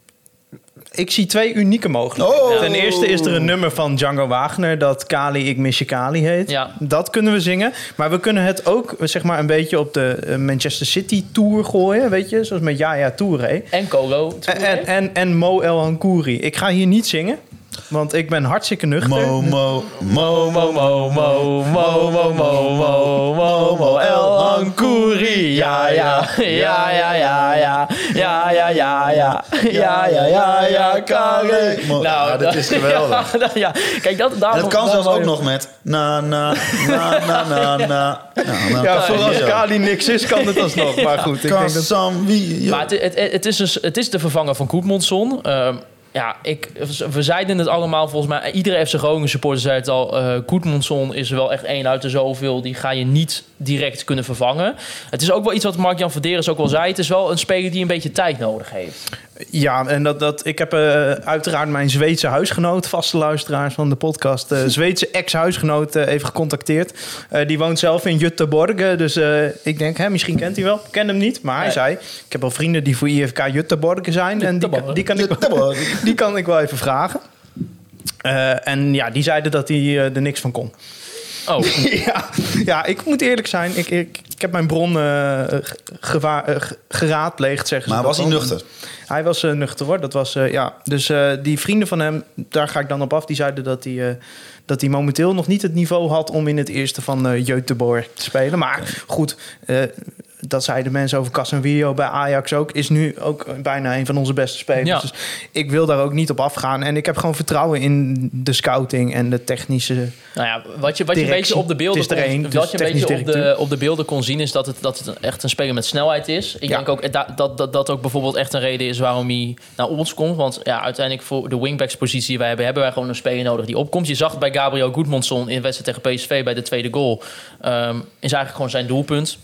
S1: Ik zie twee unieke mogelijkheden. Oh. Ten eerste is er een nummer van Django Wagner... dat Kali, ik mis je Kali heet.
S5: Ja.
S1: Dat kunnen we zingen. Maar we kunnen het ook zeg maar, een beetje op de Manchester City Tour gooien. Weet je, zoals met Yaya Touré.
S5: En Kolo
S1: Touré. En, en, en Mo El Hankouri. Ik ga hier niet zingen. Want ik ben hartstikke nuchter.
S6: Mo, mo, mo, mo, mo, mo,
S5: mo, mo, mo, mo, mo, mo, El Hankouri. Ja, ja, ja, ja, ja, ja, ja, ja, ja, ja, ja, ja, ja, ja, Kare.
S6: Nou, dat is geweldig.
S5: Ja, ja. Kijk, dat,
S6: en dat kan zelfs ook nog met na, na, na, na, na, na.
S1: Ja, ja voor als Kali niks is, kan het alsnog. Maar goed, ik denk dat...
S5: Maar het, het, het, is dus, het is de vervanger van Gudmundsson. Uh, Ja, ik, we zeiden het allemaal volgens mij. Iedere F C Groningen supporter zei het al. Uh, Gudmundsson is wel echt één uit de zoveel. Die ga je niet direct kunnen vervangen. Het is ook wel iets wat Mark-Jan Verderes ook al zei. Het is wel een speler die een beetje tijd nodig heeft.
S1: Ja, en dat, dat, ik heb uh, uiteraard mijn Zweedse huisgenoot... vaste luisteraars van de podcast... Uh, Zweedse ex-huisgenoot uh, even gecontacteerd. Uh, die woont zelf in Göteborg. Dus uh, ik denk, hè, misschien kent hij wel. Ik ken hem niet, maar hij nee. zei... ik heb al vrienden die voor I F K Göteborg zijn... en die, die, kan ik wel, die kan ik wel even vragen. Uh, en ja, die zeiden dat hij uh, er niks van kon.
S5: Oh.
S1: ja, ja, ik moet eerlijk zijn. Ik, ik, ik heb mijn bron uh, geva- uh, geraadpleegd, zeggen ze.
S6: Maar was hij nuchter?
S1: Hij was uh, nuchter, hoor. Dat was, uh, ja. Dus uh, die vrienden van hem, daar ga ik dan op af. Die zeiden dat hij, uh, dat hij momenteel nog niet het niveau had... om in het eerste van uh, Göteborg te spelen. Maar goed... Uh, dat zeiden mensen over Casemiro bij Ajax ook... is nu ook bijna een van onze beste spelers. Ja. Dus ik wil daar ook niet op afgaan. En ik heb gewoon vertrouwen in de scouting en de technische
S5: Nou ja, wat je, wat je een beetje op de beelden kon, een, wat je een beetje op de, op de beelden kon zien... is dat het, dat het echt een speler met snelheid is. Ik ja. denk ook dat, dat, dat dat ook bijvoorbeeld echt een reden is... waarom hij naar ons komt. Want ja, uiteindelijk voor de wingbackspositie die wij hebben... hebben wij gewoon een speler nodig die opkomt. Je zag het bij Gabriel Gudmundsson in de wedstrijd tegen P S V... bij de tweede goal. Um, is eigenlijk gewoon zijn doelpunt...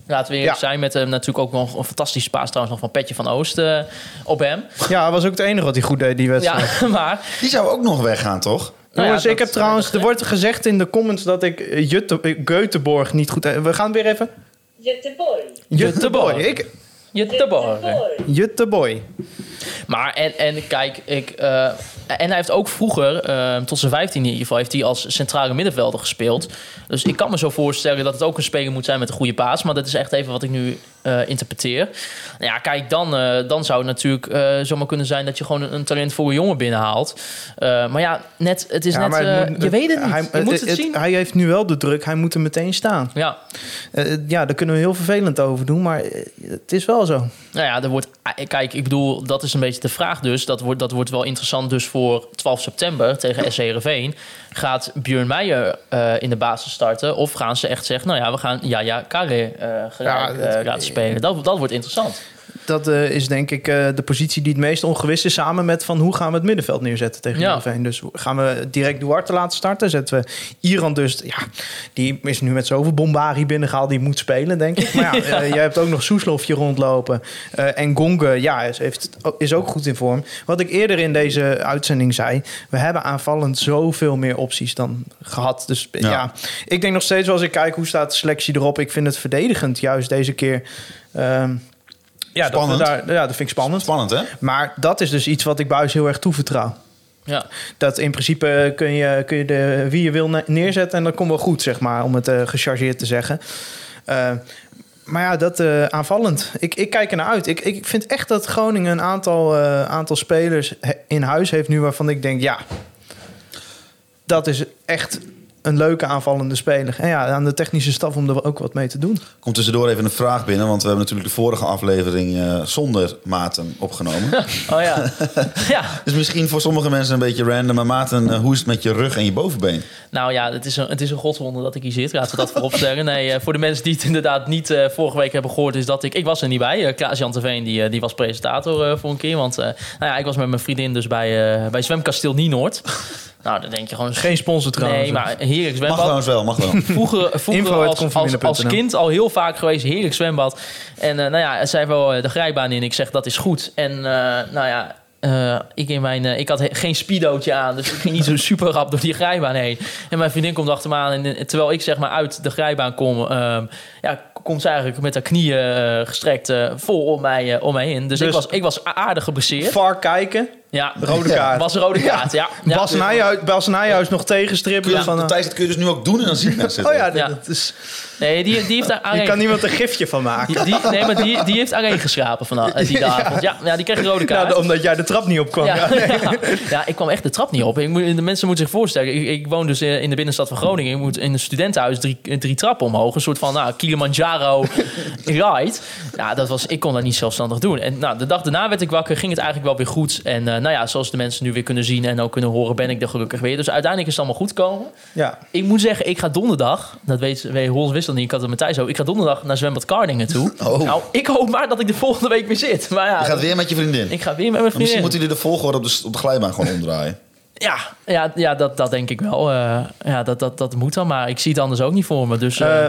S5: Laten we eerlijk
S1: Ja.
S5: zijn met hem natuurlijk ook nog een fantastische paas trouwens nog van Petje van Oost uh, op hem.
S1: Ja, dat was ook het enige wat hij goed deed die wedstrijd.
S5: Ja, maar...
S6: Die zou ook nog weggaan, toch?
S5: Nou
S1: Jongens,
S5: ja,
S1: ik heb
S5: dat-
S1: trouwens... Er wordt gezegd in de comments dat ik eh, Jutte, eh, Göteborg niet goed... We gaan weer even...
S10: Göteborg.
S1: Göteborg. Ik...
S5: Göteborg.
S1: Göteborg.
S5: Maar en, en kijk, ik, uh, en hij heeft ook vroeger, uh, tot zijn vijftien in ieder geval, heeft hij als centrale middenvelder gespeeld. Dus ik kan me zo voorstellen dat het ook een speler moet zijn met een goede paas. Maar dat is echt even wat ik nu uh, interpreteer. Nou ja, kijk, dan, uh, dan zou het natuurlijk uh, zomaar kunnen zijn dat je gewoon een, een talentvolle jongen binnenhaalt. Uh, maar ja, net, het is
S1: Ja,
S5: net,
S1: maar het
S5: uh,
S1: moet-
S5: je weet het niet.
S1: Hij,
S5: je moet het,
S1: het-
S5: zien.
S1: Hij heeft nu wel de druk. Hij moet er meteen staan.
S5: Ja.
S1: Uh, ja, daar kunnen we heel vervelend over doen. Maar uh, het is wel zo.
S5: Nou ja, er wordt, kijk, ik bedoel, dat is een beetje de vraag dus. Dat wordt, dat wordt wel interessant dus voor twaalf september tegen S C Heerenveen. Gaat Björn Meijer uh, in de basis starten? Of gaan ze echt zeggen, nou ja, we gaan Yaya Kare uh, gelijk
S1: Ja,
S5: uh, laten spelen? Dat, dat wordt interessant.
S1: Dat uh, is denk ik uh, de positie die het meest ongewis is. Samen met van hoe gaan we het middenveld neerzetten tegen
S5: Ja.
S1: Heerenveen. Dus gaan we direct Duarte laten starten. Zetten we Iran dus... Ja, die is nu met zoveel bombarie binnengehaald. Die moet spelen, denk ik. Maar ja,
S5: Ja.
S1: Uh, jij hebt ook nog Soeslof hier rondlopen. Uh, en Gonge, ja, is, heeft, is ook goed in vorm. Wat ik eerder in deze uitzending zei... We hebben aanvallend zoveel meer opties dan gehad. Dus ja,
S6: Ja.
S1: ik denk nog steeds als ik kijk hoe staat de selectie erop... Ik vind het verdedigend juist deze keer... Um, Ja, dat, we
S6: Spannend.
S1: daar, ja, dat vind ik spannend.
S6: Spannend, hè?
S1: Maar dat is dus iets wat ik Buijs heel erg toevertrouw.
S5: Ja.
S1: Dat in principe kun je, kun je de, wie je wil ne- neerzetten... en dat komt wel goed, zeg maar, om het uh, gechargeerd te zeggen. Uh, maar ja, dat uh, aanvallend. Ik, ik kijk er naar uit. Ik, ik vind echt dat Groningen een aantal, uh, aantal spelers he- in huis heeft nu... waarvan ik denk, ja, dat is echt... een leuke aanvallende speler. En ja, aan de technische staf om er ook wat mee te doen.
S6: Komt tussendoor even een vraag binnen, want we hebben natuurlijk de vorige aflevering uh, zonder Maarten opgenomen.
S5: Oh ja. ja.
S6: Dus misschien voor sommige mensen een beetje random. Maar Maarten, uh, hoe is het met je rug en je bovenbeen?
S5: Nou ja, het is een, het is een godswonder dat ik hier zit. Laten we dat voorop stellen. Nee, uh, voor de mensen die het inderdaad niet uh, vorige week hebben gehoord... is dat ik... Ik was er niet bij. Uh, Klaas-Jan Terveen, die, uh, die was presentator uh, voor een keer. Want uh, nou ja, ik was met mijn vriendin dus bij, uh, bij Zwemkasteel Nienoord. Nou, dan denk je gewoon...
S1: Geen sponsor trouwens.
S5: Nee, maar heerlijk zwembad.
S6: Mag trouwens wel, mag wel.
S5: Vroeger, vroeger als, als, als kind al heel vaak geweest, heerlijk zwembad. En uh, nou ja, zij wel de glijbaan in. Ik zeg, dat is goed. En uh, nou ja... Uh, ik, in mijn, uh, ik had he- geen speedootje aan, dus ik ging niet zo super rap door die glijbaan heen. En mijn vriendin komt achter me aan en uh, terwijl ik zeg maar uit de glijbaan kom, uh, ja, komt ze eigenlijk met haar knieën uh, gestrekt uh, vol om mij, uh, om mij heen. Dus,
S1: Dus
S5: ik, was, ik was aardig geblesseerd.
S1: V A R kijken.
S5: Ja,
S1: Rode kaart.
S5: was een rode kaart, ja. ja.
S1: Bas Nijhuis, Bas Nijhuis nog tegenstrippen.
S6: Ja,
S1: van, uh,
S6: Thijs, dat kun je dus nu ook doen en dan zien mensen het.
S1: oh ja, dat,
S5: Ja.
S1: dat is,
S5: Nee, die, die heeft daar
S1: je
S5: alleen...
S1: kan niemand een gifje van maken.
S5: Die, die, nee, maar die, die heeft alleen geschrapen van uh, die
S1: Ja.
S5: avond. Ja, ja, die kreeg een rode kaart.
S1: Nou, omdat jij de trap niet opkwam.
S5: Ja,
S1: Ja, nee.
S5: ja. Ja, ik kwam echt de trap niet op. Ik moet, de mensen moeten zich voorstellen. Ik, ik woon dus in de binnenstad van Groningen. Ik moet in een studentenhuis drie, drie trappen omhoog. Een soort van nou, Kilimanjaro ride. Ja, dat was, ik kon dat niet zelfstandig doen. En nou, de dag daarna werd ik wakker. Ging het eigenlijk wel weer goed. En uh, nou ja, zoals de mensen nu weer kunnen zien en ook kunnen horen, ben ik er gelukkig weer. Dus uiteindelijk is het allemaal goed komen.
S1: Ja.
S5: Ik moet zeggen, ik ga donderdag, dat weet, weet Hols wist dat niet, ik had het met Thijs ook. Ik ga donderdag naar zwembad Kardingen toe.
S6: Oh.
S5: Nou, ik hoop maar dat ik de volgende week weer zit. Maar ja,
S6: Je gaat weer met je vriendin.
S5: ik ga weer met mijn
S6: Maar
S5: vriendin.
S6: misschien moeten jullie de volgorde op de, op de glijbaan gewoon omdraaien.
S5: Ja, ja, ja dat, dat denk ik wel. Uh, ja, dat, dat, dat moet dan, maar ik zie het anders ook niet voor me. Dus uh,
S1: Uh,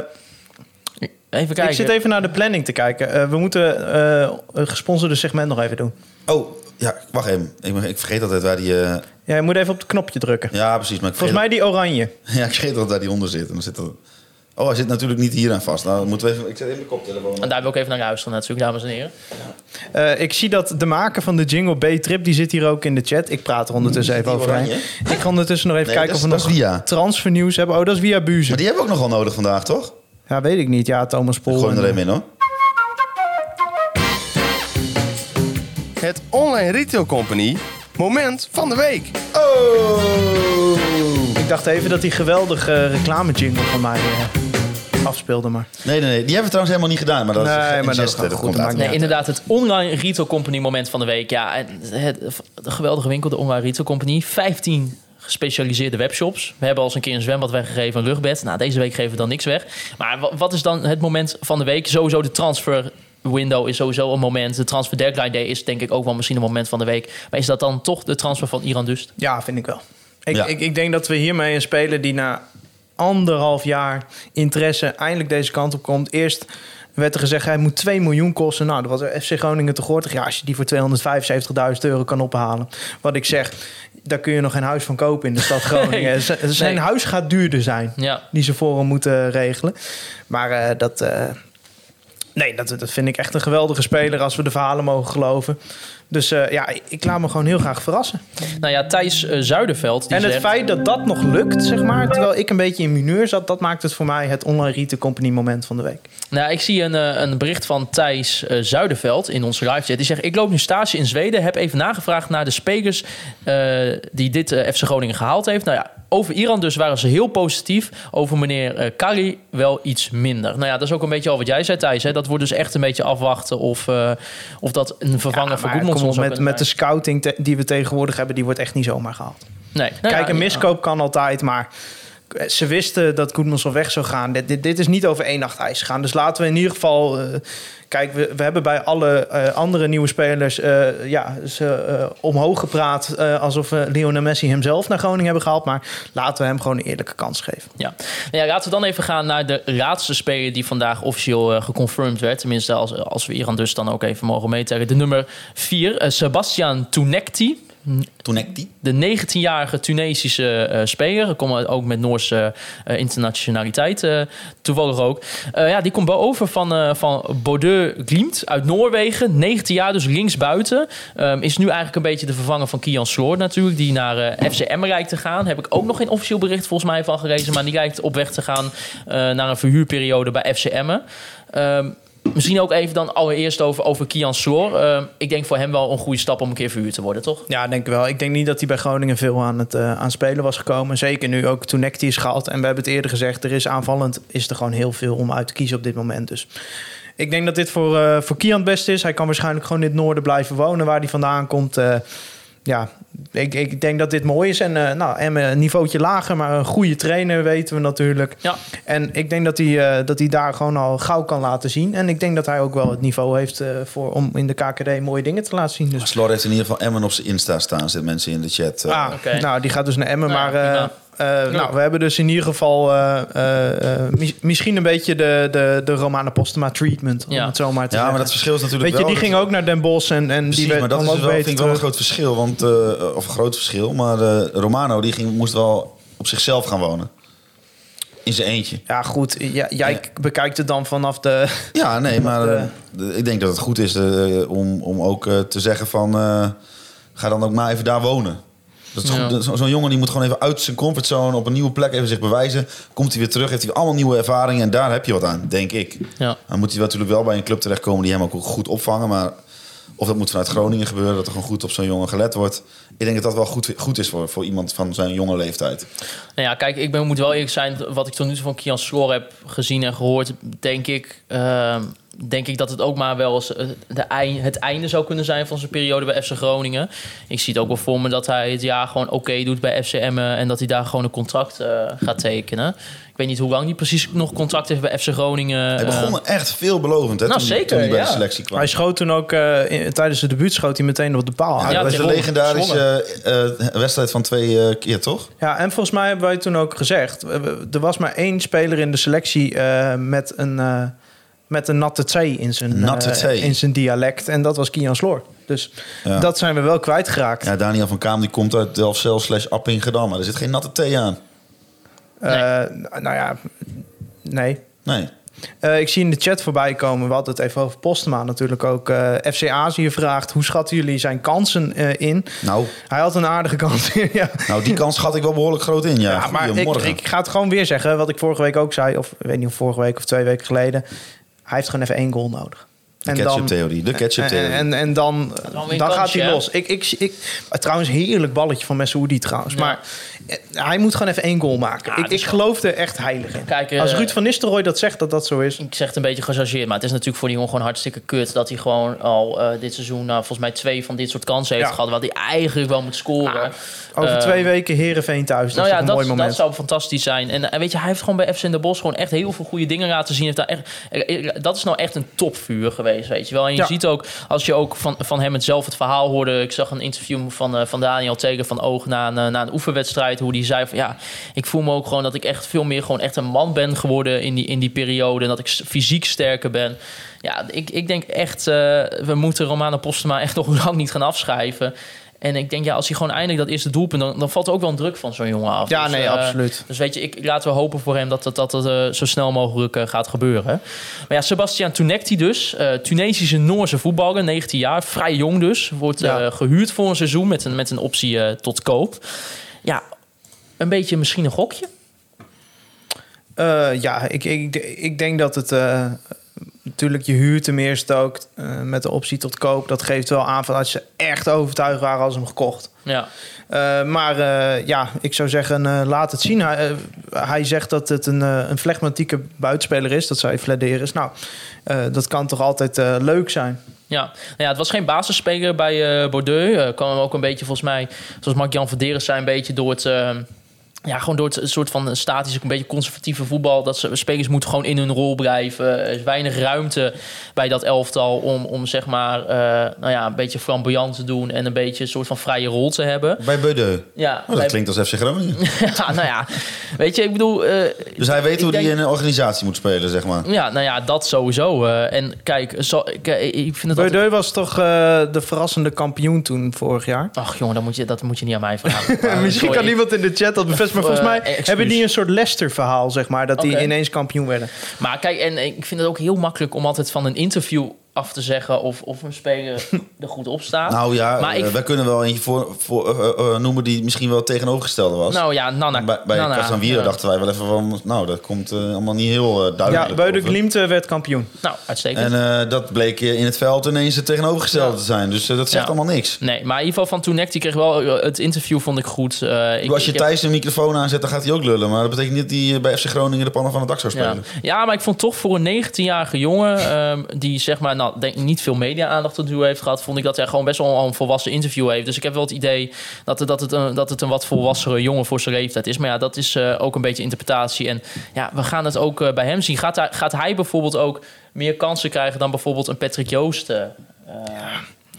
S5: even kijken.
S1: ik zit even naar de planning te kijken. Uh, we moeten uh, een gesponsorde segment nog even doen.
S6: Oh, ja, wacht even. Ik, ik vergeet altijd waar die... Uh...
S1: Ja, je moet even op het knopje drukken.
S6: Ja, precies. Maar ik
S1: Volgens mij die oranje.
S6: Ja, ik vergeet altijd waar die onder zit. En dan zit er... Oh, hij zit natuurlijk niet hier aan vast. Nou, dan moeten we even... Ik zet even de koptelefoon.
S5: En daar hebben we ook even naar luisteren natuurlijk, dames en heren.
S1: Uh, ik zie dat de maker van de jingle B-Trip, die zit hier ook in de chat. Ik praat er ondertussen even
S6: Die
S1: overheen.
S6: oranje?
S1: Ik ga ondertussen nog even
S6: Nee,
S1: kijken
S6: dat
S1: of
S6: is-
S1: we nog
S6: dat is Via.
S1: transfernieuws hebben. Oh, dat is via Buzen.
S6: Maar die hebben we ook nog wel nodig vandaag, toch?
S1: Ja, weet ik niet. Ja, Thomas Pol.
S6: Gooi hem er
S1: en-
S6: even in, hoor.
S11: Het Online Retail Company moment van de week.
S6: Oh!
S1: Ik dacht even dat die geweldige reclame jingle van mij uh, afspeelde, maar...
S6: Nee, nee, nee. Die hebben we trouwens helemaal niet gedaan. Maar dat
S1: Nee,
S6: is
S1: maar
S6: een
S1: dat
S6: geste,
S1: gaat
S6: dat
S1: goed,
S6: komt
S1: dat
S6: uit.
S1: maakt
S5: Nee, inderdaad, het Online Retail Company moment van de week. Ja, en het, de geweldige winkel, de Online Retail Company. vijftien gespecialiseerde webshops. We hebben al eens een keer een zwembad weggegeven, een luchtbed. Nou, deze week geven we dan niks weg. Maar wa- wat is dan het moment van de week? Sowieso de transfer window is sowieso een moment. De transfer deadline day is denk ik ook wel misschien een moment van de week. Maar is dat dan toch de transfer van Iran Dust?
S1: Ja, vind ik wel. Ik,
S6: Ja.
S1: ik, ik denk dat we hiermee een speler die na anderhalf jaar interesse eindelijk deze kant op komt. Eerst werd er gezegd, hij moet twee miljoen kosten. Nou, dat was F C Groningen te gortig. Ja, als je die voor tweehonderdvijfenzeventigduizend euro kan ophalen. Wat ik zeg, daar kun je nog geen huis van kopen in de stad Groningen. nee. Zijn nee. huis gaat duurder zijn,
S5: ja.
S1: die ze voor hem moeten regelen. Maar uh, dat... Uh, nee, dat, dat vind ik echt een geweldige speler als we de verhalen mogen geloven. Dus uh, ja, ik laat me gewoon heel graag verrassen.
S5: Nou ja, Thijs uh, Zuiderveld... Die
S1: en het
S5: zegt...
S1: feit dat dat nog lukt, zeg maar... terwijl ik een beetje in mineur zat... dat maakt het voor mij het Online Retail Company moment van de week.
S5: Nou, ik zie een, uh, een bericht van Thijs uh, Zuiderveld in onze live chat. Die zegt, ik loop nu stage in Zweden. Heb even nagevraagd naar de spelers uh, die dit uh, F C Groningen gehaald heeft. Nou ja, over Iran dus waren ze heel positief. Over meneer uh, Kali wel iets minder. Nou ja, dat is ook een beetje al wat jij zei, Thijs. Hè? Dat wordt dus echt een beetje afwachten... of, uh, of dat een vervanger ja, voor Goedmanson
S1: met, met de scouting te, die we tegenwoordig hebben... die wordt echt niet zomaar gehaald.
S5: Nee.
S1: Kijk,
S5: nou ja,
S1: een miskoop kan altijd, maar... ze wisten dat Goedmanson weg zou gaan. Dit, dit, dit is niet over één nacht ijs gegaan. Dus laten we in ieder geval... Uh, kijk, we, we hebben bij alle uh, andere nieuwe spelers... Uh, ja, ze uh, omhoog gepraat... Uh, alsof uh, Lionel Messi hemzelf naar Groningen hebben gehaald. Maar laten we hem gewoon een eerlijke kans geven.
S5: Ja. Ja, laten we dan even gaan naar de laatste speler... die vandaag officieel uh, geconfirmed werd. Tenminste, als, als we Iran dus dan ook even mogen meetellen. De nummer vier, uh, Sebastian Tounekti.
S6: Tounekti?
S5: De negentienjarige Tunesische uh, speler. Komt ook met Noorse uh, internationaliteit uh, toevallig ook. Uh, ja, die komt over van, uh, van Bodø Glimt uit Noorwegen. negentien jaar, dus linksbuiten. Um, is nu eigenlijk een beetje de vervanger van Kian Sloor natuurlijk. Die naar uh, F C Emmen lijkt te gaan. Heb ik ook nog geen officieel bericht volgens mij van gelezen. Maar die lijkt op weg te gaan uh, naar een verhuurperiode bij F C Emmen. Um, Misschien ook even dan allereerst over, over Kian Sloor. Uh, ik denk voor hem wel een goede stap om een keer verhuurd te worden, toch?
S1: Ja, denk ik wel. Ik denk niet dat hij bij Groningen veel aan het uh, aan spelen was gekomen. Zeker nu ook Tounekti is gehaald. En we hebben het eerder gezegd, er is aanvallend is er gewoon heel veel om uit te kiezen op dit moment. Dus ik denk dat dit voor, uh, voor Kian het beste is. Hij kan waarschijnlijk gewoon in het noorden blijven wonen waar hij vandaan komt. Uh, ja, ik, ik denk dat dit mooi is. En uh, nou, een niveautje lager, maar een goede trainer weten we natuurlijk.
S5: Ja.
S1: En ik denk dat hij, uh, dat hij daar gewoon al gauw kan laten zien. En ik denk dat hij ook wel het niveau heeft uh, voor, om in de K K D mooie dingen te laten zien. Dus.
S6: Slor heeft in ieder geval Emmen op zijn Insta staan, zitten mensen in de chat. Uh.
S1: Ah, okay. Nou, die gaat dus naar Emmen,
S5: nou,
S1: maar... Uh, Uh, nou, we hebben dus in ieder geval uh, uh, uh, mis, misschien een beetje de, de, de Romana Postema treatment. Om
S5: ja.
S1: het zo maar te
S6: ja,
S1: zeggen.
S6: maar dat verschil is natuurlijk
S1: Weet je,
S6: wel...
S1: die ging ook naar Den Bosch en, en
S6: Precies,
S1: die werd
S6: maar dat is
S1: ook
S6: wel,
S1: beter.
S6: vind ik wel een groot verschil. Want, uh, of een groot verschil, maar uh, Romano die ging, moest wel op zichzelf gaan wonen. In zijn eentje.
S1: Ja, goed. Ja, jij ja. bekijkt het dan vanaf de...
S6: Ja, nee, maar de... Uh, ik denk dat het goed is uh, om, om ook uh, te zeggen van... Uh, ga dan ook maar even daar wonen. Dat is ja. Zo'n zo jongen die moet gewoon even uit zijn comfortzone... op een nieuwe plek even zich bewijzen. Komt hij weer terug, heeft hij allemaal nieuwe ervaringen... en daar heb je wat aan, denk ik.
S5: Ja.
S6: Dan moet hij natuurlijk wel bij een club terechtkomen... die hem ook goed opvangen, maar... of dat moet vanuit Groningen gebeuren... dat er gewoon goed op zo'n jongen gelet wordt. Ik denk dat dat wel goed, goed is voor, voor iemand van zijn jonge leeftijd.
S5: Nou ja, kijk, ik ben, moet wel eerlijk zijn... wat ik tot nu toe van Kian Sloor heb gezien en gehoord... denk ik... Uh, denk ik dat het ook maar wel eens de eind, het einde zou kunnen zijn van zijn periode bij F C Groningen. Ik zie het ook wel voor me dat hij het jaar gewoon oké okay doet bij F C Emmen... en dat hij daar gewoon een contract uh, gaat tekenen. Ik weet niet hoe lang hij precies nog contract heeft bij F C Groningen.
S6: Hij begon uh, echt veelbelovend, hè,
S5: nou,
S6: toen,
S5: zeker,
S6: toen hij bij
S5: ja.
S6: de selectie kwam.
S1: Hij schoot toen ook, uh, in, tijdens de debuut schoot hij meteen op de paal.
S6: Ja,
S1: ja,
S6: dat was de legendarische uh, wedstrijd van twee uh, keer, toch?
S1: Ja, en volgens mij hebben wij toen ook gezegd... er was maar één speler in de selectie uh, met een... Uh, met een natte zee in zijn, uh, in zijn dialect. En dat was Kian Sloor. Dus ja. dat zijn we wel kwijtgeraakt.
S6: Ja, Daniel van Kaam die komt uit Delfzijl slash Appingedam. Maar er zit geen natte thee aan.
S1: Nee. Uh, nou ja, nee.
S6: Nee.
S1: Uh, ik zie in de chat voorbij komen, we hadden het even over Postema natuurlijk ook. Uh, F C Azië vraagt, hoe schatten jullie zijn kansen uh, in?
S6: Nou.
S1: Hij had een aardige kans in, ja.
S6: Nou, die kans schat ik wel behoorlijk groot in, ja.
S1: ja maar ik, ik ga het gewoon weer zeggen, wat ik vorige week ook zei. Of ik weet niet of vorige week of twee weken geleden. Hij heeft gewoon even één goal nodig.
S6: De ketchup-theorie, de ketchup-theorie.
S1: En, en, en dan, dan, dan gaat hij los. Ik, ik, ik, trouwens, heerlijk balletje van Messoudi trouwens. Ja. Maar hij moet gewoon even één goal maken. Ja, ik, ik geloof er echt heilig in. Kijk, uh, Als Ruud van Nistelrooy dat zegt, dat dat zo is.
S5: Ik zeg het een beetje gechargeerd. Maar het is natuurlijk voor die jongen gewoon hartstikke kut... dat hij gewoon al uh, dit seizoen... Nou, volgens mij twee van dit soort kansen heeft ja. gehad... wat hij eigenlijk wel moet scoren. Ja.
S1: Over uh, twee weken Heerenveen thuis. Dat nou ja, is een
S5: dat,
S1: mooi moment.
S5: Dat zou fantastisch zijn. En, en weet je, hij heeft gewoon bij F C Den Bosch... gewoon echt heel veel goede dingen laten zien. Heeft daar echt, dat is nou echt een topvuur geweest, weet je wel. En je ja. ziet ook, als je ook van, van hem het zelf het verhaal hoorde... ik zag een interview van, uh, van Daniel Tegen van Oog... na een, na een oefenwedstrijd wedstrijd, hoe hij zei van ja, ik voel me ook gewoon dat ik echt veel meer gewoon echt een man ben geworden in die, in die periode. En dat ik fysiek sterker ben. Ja, ik, ik denk echt, uh, we moeten Romano Postema echt nog lang niet gaan afschrijven. En ik denk, ja, als hij gewoon eindelijk dat eerste doelpunt... dan, dan valt er ook wel een druk van zo'n jongen af.
S1: Ja,
S5: dus,
S1: nee,
S5: uh,
S1: absoluut.
S5: Dus weet je, ik, laten we hopen voor hem dat dat, dat, dat uh, zo snel mogelijk uh, gaat gebeuren. Maar ja, Sebastian Tounekti dus. Uh, Tunesische Noorse voetballer, negentien jaar. Vrij jong dus. Wordt uh, ja. gehuurd voor een seizoen met een, met een optie uh, tot koop. Ja, een beetje misschien een gokje?
S1: Uh, ja, ik, ik, ik denk dat het... Uh, natuurlijk, je huurt hem eerst ook uh, met de optie tot koop. Dat geeft wel aan van als ze echt overtuigd waren als ze hem gekocht.
S5: Ja.
S1: Uh, maar uh, ja, ik zou zeggen, uh, laat het zien. Hij, uh, hij zegt dat het een, uh, een flegmatieke buitenspeler is. Dat zei Vladeris. Nou, uh, dat kan toch altijd uh, leuk zijn.
S5: Ja. Nou ja, het was geen basisspeler bij uh, Bordeaux. Uh, kwam hem ook een beetje, volgens mij, zoals Mark-Jan Vladeris zei, een beetje door het... Uh, Ja, gewoon door het soort van statisch, een beetje conservatieve voetbal. Dat ze, spelers moeten gewoon in hun rol blijven. Er is weinig ruimte bij dat elftal om, om zeg maar, uh, nou ja, een beetje flamboyant te doen en een beetje een soort van vrije rol te hebben.
S6: Bij Bordeaux?
S5: Ja.
S6: Oh, dat
S5: bij...
S6: klinkt als F C Groningen.
S5: Ja, nou ja, weet je, ik bedoel... Uh,
S6: dus hij weet hoe hij
S5: denk...
S6: in een organisatie moet spelen, zeg maar.
S5: Ja, nou ja, dat sowieso. Uh, en kijk, zo, ik, ik vind het
S1: Bordeaux
S5: altijd...
S1: was toch uh, de verrassende kampioen toen vorig jaar?
S5: Ach jongen, dat moet je, dat moet je niet aan mij vragen.
S1: Uh, Misschien kan iemand in de chat dat bevestigen, maar volgens mij... Uh, hebben die een soort Leicester-verhaal, zeg maar, dat die okay. ineens kampioen werden.
S5: Maar kijk, en ik vind het ook heel makkelijk om altijd van een interview af te zeggen of, of een speler er goed op staat.
S6: Nou ja,
S5: maar
S6: uh, ik... wij kunnen wel eentje voor, voor uh, uh, noemen die misschien wel tegenovergestelde was.
S5: Nou ja, Nana.
S6: Bij, bij Casanvier ja. dachten wij wel even van, nou, dat komt uh, allemaal niet heel uh, duidelijk.
S1: Ja, Beude Glimt werd kampioen.
S5: Nou, uitstekend.
S6: En uh, dat bleek in het veld ineens het tegenovergestelde ja. te zijn. Dus uh, dat zegt ja. allemaal niks.
S5: Nee, maar in ieder geval van Tounekti, die kreeg wel uh, het interview, vond ik goed. Uh, ik,
S6: Als je
S5: ik
S6: Thijs
S5: heb...
S6: een microfoon aanzet, dan gaat hij ook lullen. Maar dat betekent niet dat hij bij F C Groningen de pannen van het dak zou spelen.
S5: Ja, ja maar ik vond toch voor een negentienjarige jongen, um, die zeg maar, nou, denk niet veel media-aandacht tot nu heeft gehad, vond ik dat hij gewoon best wel een volwassen interview heeft. Dus ik heb wel het idee dat het, dat het, een, dat het een wat volwassere jongen voor zijn leeftijd is. Maar ja, dat is uh, ook een beetje interpretatie. En ja, we gaan het ook uh, bij hem zien. Gaat hij, gaat hij bijvoorbeeld ook meer kansen krijgen dan bijvoorbeeld een Patrick Joosten? Uh,
S1: ja.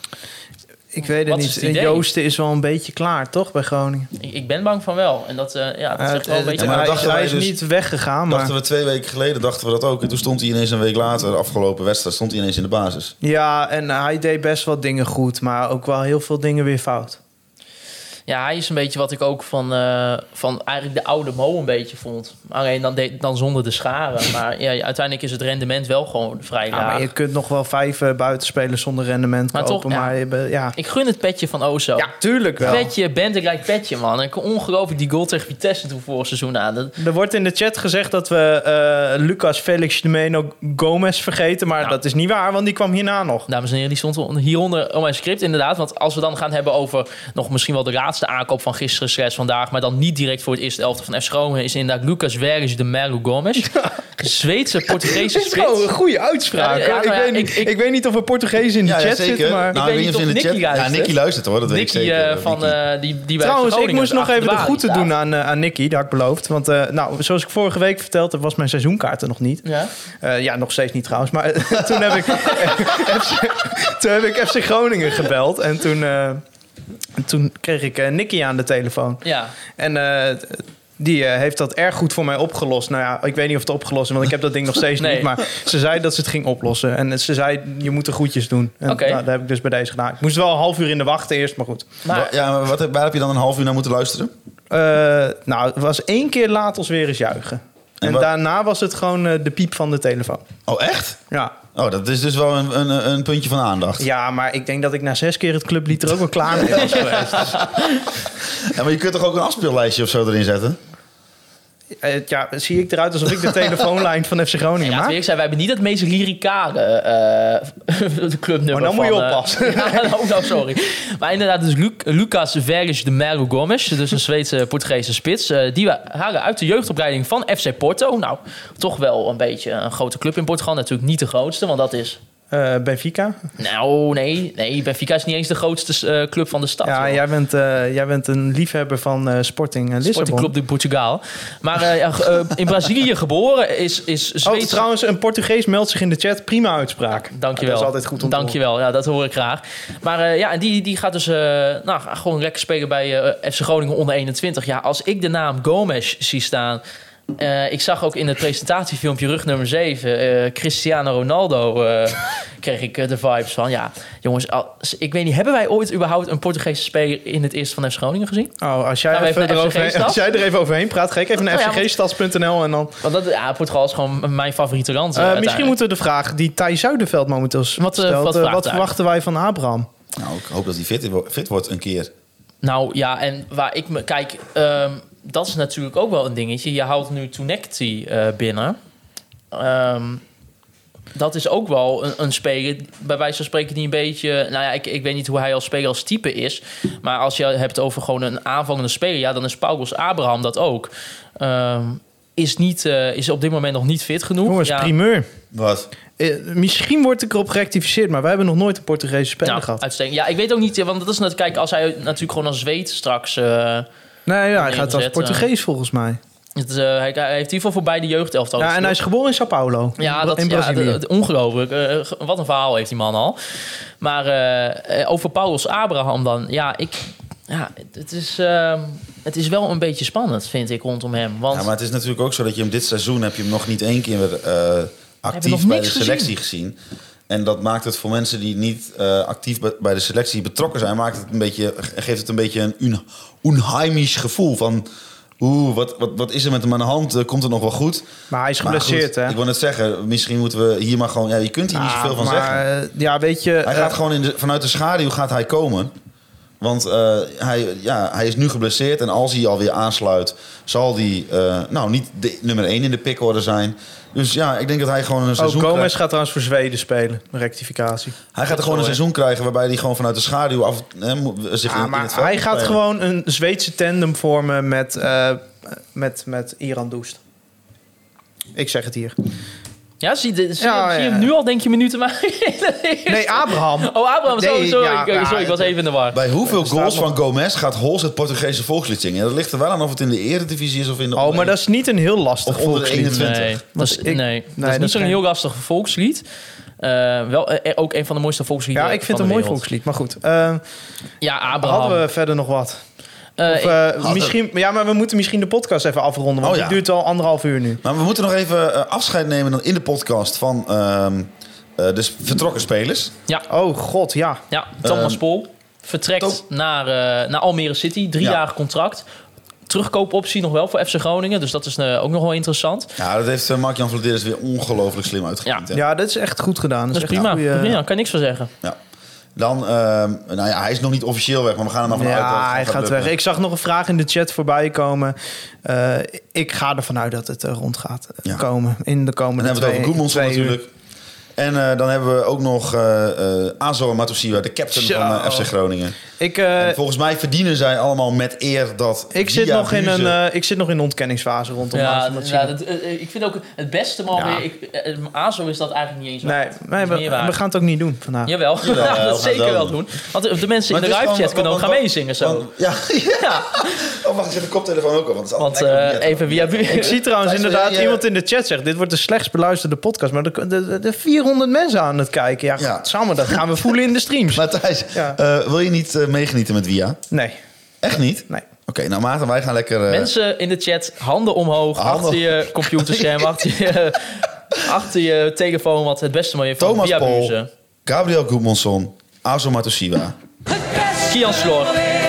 S1: Ik weet het niet. Joosten is wel een beetje klaar, toch, bij Groningen?
S5: Ik, ik ben bang van wel. En dat, uh, ja, dat
S1: uh,
S5: zegt wel een beetje...
S6: Ja, maar
S1: hij, hij is
S6: dus,
S1: niet weggegaan.
S6: Dachten
S1: maar...
S6: we twee weken geleden, dachten we dat ook. En toen stond hij ineens een week later, de afgelopen wedstrijd, stond hij ineens in de basis.
S1: Ja, en hij deed best wel dingen goed, maar ook wel heel veel dingen weer fout.
S5: Ja, hij is een beetje wat ik ook van, uh, van eigenlijk de oude Mo een beetje vond. Alleen dan, de, dan zonder de scharen. Maar ja, uiteindelijk is het rendement wel gewoon vrij laag.
S1: Ja, maar je kunt nog wel vijf uh, buitenspelers zonder rendement
S5: maar
S1: kopen.
S5: Toch,
S1: maar
S5: ja.
S1: je, ja.
S5: Ik gun het petje van Ozo.
S1: Ja, tuurlijk wel.
S5: Petje, Bentegelijk petje, man. Ik ongelooflijk die goal tegen Vitesse toen vorig seizoen aan. Dat...
S1: Er wordt in de chat gezegd dat we uh, Lucas Felix de Meno Gomez vergeten. Maar nou, dat is niet waar, want die kwam hierna nog.
S5: Dames en heren, die stond hieronder op mijn script inderdaad. Want als we dan gaan hebben over nog misschien wel de laatste aankoop van gisteren slash vandaag, maar dan niet direct voor het eerste elftal van F C Groningen, is inderdaad Lucas Verges de Melo Gomes. Zweedse, Portugese spits.
S1: Dat is een goede uitspraak. Ja, ja, nou ja, ik, weet niet, ik, ik weet niet of er Portugezen in de ja, chat ja, zitten, maar...
S6: Nou,
S1: ik weet niet of
S6: Nicky luistert. Ja, Nicky luistert hoor, dat
S5: Nicky,
S6: weet ik zeker.
S5: Uh, van, uh, die, die
S1: Trouwens, ik moest nog even de groeten doen aan, uh, aan Nicky, dat had ik beloofd. Want uh, nou, zoals ik vorige week vertelde, was mijn seizoenkaart er nog niet.
S5: Ja,
S1: uh, ja nog steeds niet trouwens. Maar toen, heb ik, F C, toen heb ik F C Groningen gebeld en toen... Uh, En toen kreeg ik uh, Nicky aan de telefoon.
S5: Ja.
S1: En uh, die uh, heeft dat erg goed voor mij opgelost. Nou ja, ik weet niet of het opgelost is, want ik heb dat ding nog steeds nee. niet. Maar ze zei dat ze het ging oplossen. En ze zei, je moet de groetjes doen. En
S5: okay.
S1: nou, dat heb ik dus bij deze gedaan. Ik moest wel een half uur in de wachten eerst, maar goed.
S6: Maar, ja, maar wat, waar heb je dan een half uur naar moeten luisteren?
S1: Uh, nou, het was één keer laat ons weer eens juichen. En, en daarna was het gewoon uh, de piep van de telefoon.
S6: Oh, echt?
S1: Ja.
S6: Oh, dat is dus wel een, een, een puntje van aandacht.
S1: Ja, maar ik denk dat ik na zes keer het clublied er ook wel klaar mee was geweest. Dus.
S6: Ja, maar je kunt toch ook een afspeellijstje of zo erin zetten?
S1: Uh, ja, zie ik eruit alsof ik de telefoonlijn van F C Groningen
S5: ja,
S1: maak?
S5: Ik zei, wij hebben niet het meest lyricale uh, clubnummer.
S1: Maar dan
S5: van,
S1: moet je oppassen.
S5: Uh, ja, nou, nou, sorry. Maar inderdaad, dus Lu- Lucas Verges de Melo Gomes, dus een Zweedse Portugese spits, uh, die we halen uit de jeugdopleiding van F C Porto. Nou, toch wel een beetje een grote club in Portugal. Natuurlijk niet de grootste, want dat is...
S1: Uh, Benfica.
S5: Nou, nee. nee. Benfica is niet eens de grootste uh, club van de stad.
S1: Ja, jij bent, uh, jij bent een liefhebber van uh, Sporting uh, Lissabon.
S5: Sporting Club de Portugal. Maar uh, uh, in Brazilië geboren is, is Zweeds...
S1: Oh, trouwens, een Portugees meldt zich in de chat. Prima uitspraak.
S5: Dankjewel.
S1: Ja, dat is altijd goed om te
S5: Dankjewel, ja, dat hoor ik graag. Maar uh, ja, die, die gaat dus uh, nou, gewoon lekker spelen bij uh, F C Groningen onder eenentwintig. Ja, als ik de naam Gomes zie staan... Uh, ik zag ook in het presentatiefilmpje rug nummer zeven... Uh, Cristiano Ronaldo uh, kreeg ik uh, de vibes van. Ja, jongens, als, ik weet niet... hebben wij ooit überhaupt een Portugese speler... in het eerste van F C Groningen gezien?
S1: Oh, als jij, even eroverheen, als jij er even overheen praat... ga ik even naar
S5: oh, ja,
S1: f c g stads punt n l en dan...
S5: Want dat, ja, Portugal is gewoon mijn favoriete land.
S1: Uh, misschien moeten we de vraag die Thijs Zuiderveld momenteel
S5: wat, uh,
S1: stelt...
S5: wat,
S1: uh, wat verwachten wij van Abraham?
S6: Nou, ik hoop dat hij fit, fit wordt een keer.
S5: Nou ja, en waar ik me... Kijk... Um, dat is natuurlijk ook wel een dingetje. Je houdt nu Toenekti uh, binnen. Um, dat is ook wel een, een speler... bij wijze van spreken die een beetje... Nou ja, ik, ik weet niet hoe hij als speler als type is. Maar als je het over gewoon een aanvallende speler... ja, dan is Paulos Abraham dat ook. Um, is, niet, uh, is op dit moment nog niet fit genoeg.
S1: Jongens,
S5: ja.
S1: primeur.
S6: Wat?
S1: Uh, misschien wordt ik erop gerectificeerd... maar wij hebben nog nooit een Portugese speler
S5: nou,
S1: gehad.
S5: Uitstekend. Ja, ik weet ook niet... want dat is net... Kijk, als hij natuurlijk gewoon als Zweed straks... Uh,
S1: Nee, ja, hij gaat als Portugees uh, volgens mij.
S5: Het, uh, hij, hij heeft in ieder geval voor beide jeugdelftal.
S1: Ja, en hij is geboren in Sao Paulo.
S5: Ja,
S1: in,
S5: dat,
S1: in
S5: ja, dat, ongelooflijk. Uh, wat een verhaal heeft die man al. Maar uh, over Paulos Abraham dan. Ja, ik, ja het, is, uh, het is wel een beetje spannend, vind ik, rondom hem. Want,
S6: ja, maar het is natuurlijk ook zo dat je hem dit seizoen... heb je hem nog niet één keer uh, actief bij de selectie gezien. gezien. En dat maakt het voor mensen die niet uh, actief bij de selectie betrokken zijn... Maakt het een beetje, geeft het een beetje een un, onheimisch gevoel van... Oeh, wat, wat, wat is er met hem aan de hand? Uh, komt het nog wel goed?
S1: Maar hij is geblesseerd, hè?
S6: Ik wil net zeggen, misschien moeten we hier maar gewoon... Ja, je kunt hier ah, niet zoveel van
S1: maar,
S6: zeggen.
S1: Ja, weet je...
S6: Hij gaat uh, gewoon in de, vanuit de schaduw gaat hij komen... Want uh, hij, ja, hij is nu geblesseerd en als hij alweer aansluit... zal hij uh, nou, niet de nummer één in de pickorde zijn. Dus ja, ik denk dat hij gewoon een seizoen...
S1: Oh, Gomez krijgt... gaat trouwens voor Zweden spelen. Rectificatie.
S6: Hij gaat er gewoon een seizoen krijgen waarbij hij gewoon vanuit de schaduw... af hè, zich
S1: ja,
S6: in,
S1: maar
S6: in het veld
S1: hij gaat
S6: spelen.
S1: gewoon een Zweedse tandem vormen met, uh, met, met Iran Doest. Ik zeg het hier.
S5: Ja, zie, zie,
S1: ja,
S5: zie je
S1: ja.
S5: hem nu al denk je minuten maken?
S1: Nee, Abraham.
S5: Oh, Abraham,
S1: nee,
S5: sorry,
S1: ja,
S5: sorry,
S1: ja,
S5: sorry, ik was even in de war.
S6: Bij hoeveel goals van Gomez gaat Hols het Portugese volkslied zingen? Ja, dat ligt er wel aan of het in de eredivisie is of in de...
S1: Oh, maar dat is niet een heel lastig
S6: of onder de
S1: volkslied.
S6: eenentwintig.
S5: Nee, dat is,
S1: ik,
S5: nee,
S1: nee,
S5: dat is
S1: dat
S5: niet zo'n
S1: geen...
S5: heel lastig volkslied. Uh, wel uh, ook een van de mooiste volkslieden.
S1: Ja, ik vind het een mooi volkslied, maar goed. Uh,
S5: ja, Abraham.
S1: Hadden we verder nog wat?
S5: Uh,
S1: of, uh, misschien, ja, maar we moeten misschien de podcast even afronden. Want
S6: oh, ja.
S1: die duurt al anderhalf uur nu.
S6: Maar we moeten nog even uh, afscheid nemen dan in de podcast van uh, uh, de vertrokken spelers.
S5: Ja.
S1: Oh god, ja.
S5: Ja, Thomas
S6: uh,
S5: Pol vertrekt
S6: to-
S5: naar, uh, naar Almere City. Drie
S6: ja.
S5: jaar contract. Terugkoopoptie nog wel voor F C Groningen. Dus dat is uh, ook nog wel interessant.
S6: Ja, dat heeft uh, Mark-Jan Vladeris weer ongelooflijk slim uitgepikt.
S5: Ja.
S1: ja, dat is echt goed gedaan.
S5: Dat is,
S1: dat
S5: is prima.
S1: Goeie...
S5: prima. Daar kan je niks van zeggen.
S6: Ja. Dan, uh, nou ja, hij is nog niet officieel weg, maar we gaan er maar vanuit.
S1: Ja,
S6: dat het
S1: hij gaat, gaat weg. Ik zag nog een vraag in de chat voorbij komen. Uh, ik ga ervan uit dat het er rond gaat ja. komen in de komende
S6: Dan hebben we het over Goedmondson natuurlijk.
S1: Uur.
S6: En uh, dan hebben we ook nog uh, uh, Azor Matusiwa, de captain Zo. van uh, F C Groningen.
S1: Ik, uh,
S6: en volgens mij verdienen zij allemaal met eer dat...
S1: Ik zit, nog in een, uh, ik zit nog in een ontkenningsfase rondom
S5: ja,
S1: Azor Matusiwa.
S5: Ja, dat, uh, ik vind ook het beste man ja. weer... Ik, uh, Azor is dat eigenlijk niet eens
S1: nee, nee, we, we gaan het ook niet doen vandaag.
S5: Jawel, Jawel ja, dat zeker wel, wel doen. Want de mensen in de live chat kunnen ook gaan meezingen zo.
S6: Want, ja, ja. Oh, wacht, ik zet de koptelefoon ook op. Want,
S5: want uh, even via...
S1: Ik zie trouwens inderdaad ja, iemand in de chat zegt... dit wordt de slechtst beluisterde podcast. Maar er vierhonderd mensen aan het kijken. Ja, ja. Samen, dat gaan we voelen in de streams.
S6: Maar Thijs, ja. uh, wil je niet uh, meegenieten met Via?
S1: Nee.
S6: Echt niet?
S1: Nee.
S6: Oké, okay, nou Maarten, wij gaan lekker... Uh...
S5: Mensen in de chat, handen omhoog, handen. achter je computerscherm, achter je, achter je telefoon, wat het beste mooie van
S6: Thomas
S5: Via
S6: Pol,
S5: Buze.
S6: Gabriel Goedmondson, Azor Matusiwa.
S5: Kian Slor.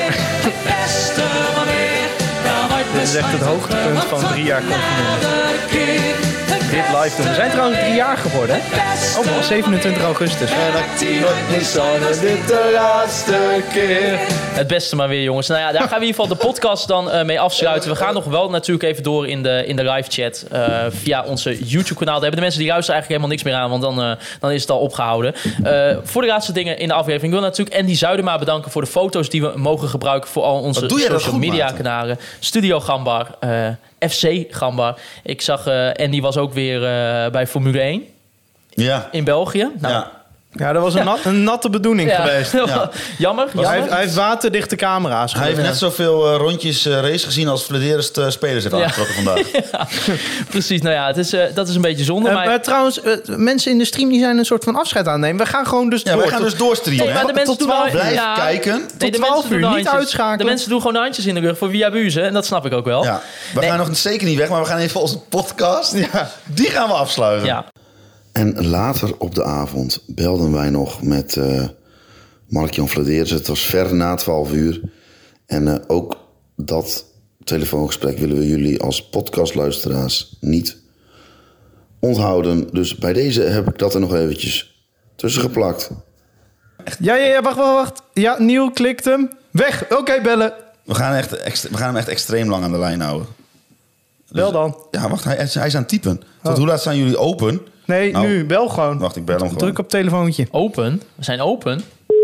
S1: Dit is echt het hoogtepunt van drie jaar confineren. Dit live doen. We zijn trouwens drie jaar geworden, hè? Oh, man, zevenentwintig augustus.
S2: Dit de laatste keer.
S5: Het beste maar weer, jongens. Nou ja, daar gaan we in ieder geval de podcast dan uh, mee afsluiten. We gaan nog wel natuurlijk even door in de, in de live chat uh, via onze YouTube-kanaal. Daar hebben de mensen die luisteren eigenlijk helemaal niks meer aan, want dan, uh, dan is het al opgehouden. Uh, voor de laatste dingen in de aflevering. Ik wil natuurlijk Andy Zuidema bedanken voor de foto's die we mogen gebruiken voor al onze social media kanalen. Studio Gambar, uh, F C Gambar. Ik zag, uh, Andy was ook weer uh, bij Formule één.
S6: Ja.
S5: In België. Nou,
S6: ja.
S1: Ja, dat was een, nat, een natte bedoeling
S5: Ja.
S1: geweest.
S5: Ja.
S1: Ja.
S5: Jammer,
S1: Hij,
S5: jammer.
S1: heeft, hij heeft waterdichte camera's.
S6: Hij heeft net zoveel uh, rondjes uh, race gezien als Vladeris uh, spelers heeft
S5: Ja.
S6: aangetrokken vandaag.
S5: Ja, precies, nou ja, het is, uh, dat is een beetje zonde.
S1: Uh,
S5: maar...
S1: maar trouwens, uh, mensen in de stream die zijn een soort van afscheid aan het nemen. We gaan gewoon dus
S6: Ja,
S1: door.
S6: we gaan
S1: tot-
S6: dus doorstreamen.
S5: Nee, maar de mensen
S1: Tot
S5: doen
S1: twaalf
S5: nou-
S6: Blijf
S5: ja.
S6: kijken.
S5: Nee, de
S1: twaalf
S5: mensen doen
S1: uur,
S5: nou
S1: niet
S5: handjes-
S1: uitschakelen.
S5: De mensen doen gewoon de handjes in de rug voor wie abusen. En dat snap ik ook wel.
S6: Ja, we
S5: Nee.
S6: gaan nog zeker niet weg, maar we gaan even onze podcast.
S1: Ja.
S6: Die gaan we afsluiten.
S5: Ja.
S6: En later op de avond belden wij nog met uh, Mark-Jan Vladeris. Het was ver na twaalf uur. En uh, ook dat telefoongesprek willen we jullie als podcastluisteraars niet onthouden. Dus bij deze heb ik dat er nog eventjes tussen geplakt.
S1: Ja, ja, ja, wacht, wacht, wacht. Ja, Niel klikt hem. Weg. Oké, okay, bellen.
S6: We gaan, echt ext- we gaan hem echt extreem lang aan de lijn houden.
S1: Bel dan.
S6: Ja, wacht, hij, hij is aan het typen. Tot
S1: Oh.
S6: hoe laat zijn jullie open?
S1: Nee,
S6: Nou,
S1: nu. Bel gewoon.
S6: Wacht, ik bel hem gewoon.
S1: Druk op het telefoontje.
S5: Open? We zijn open.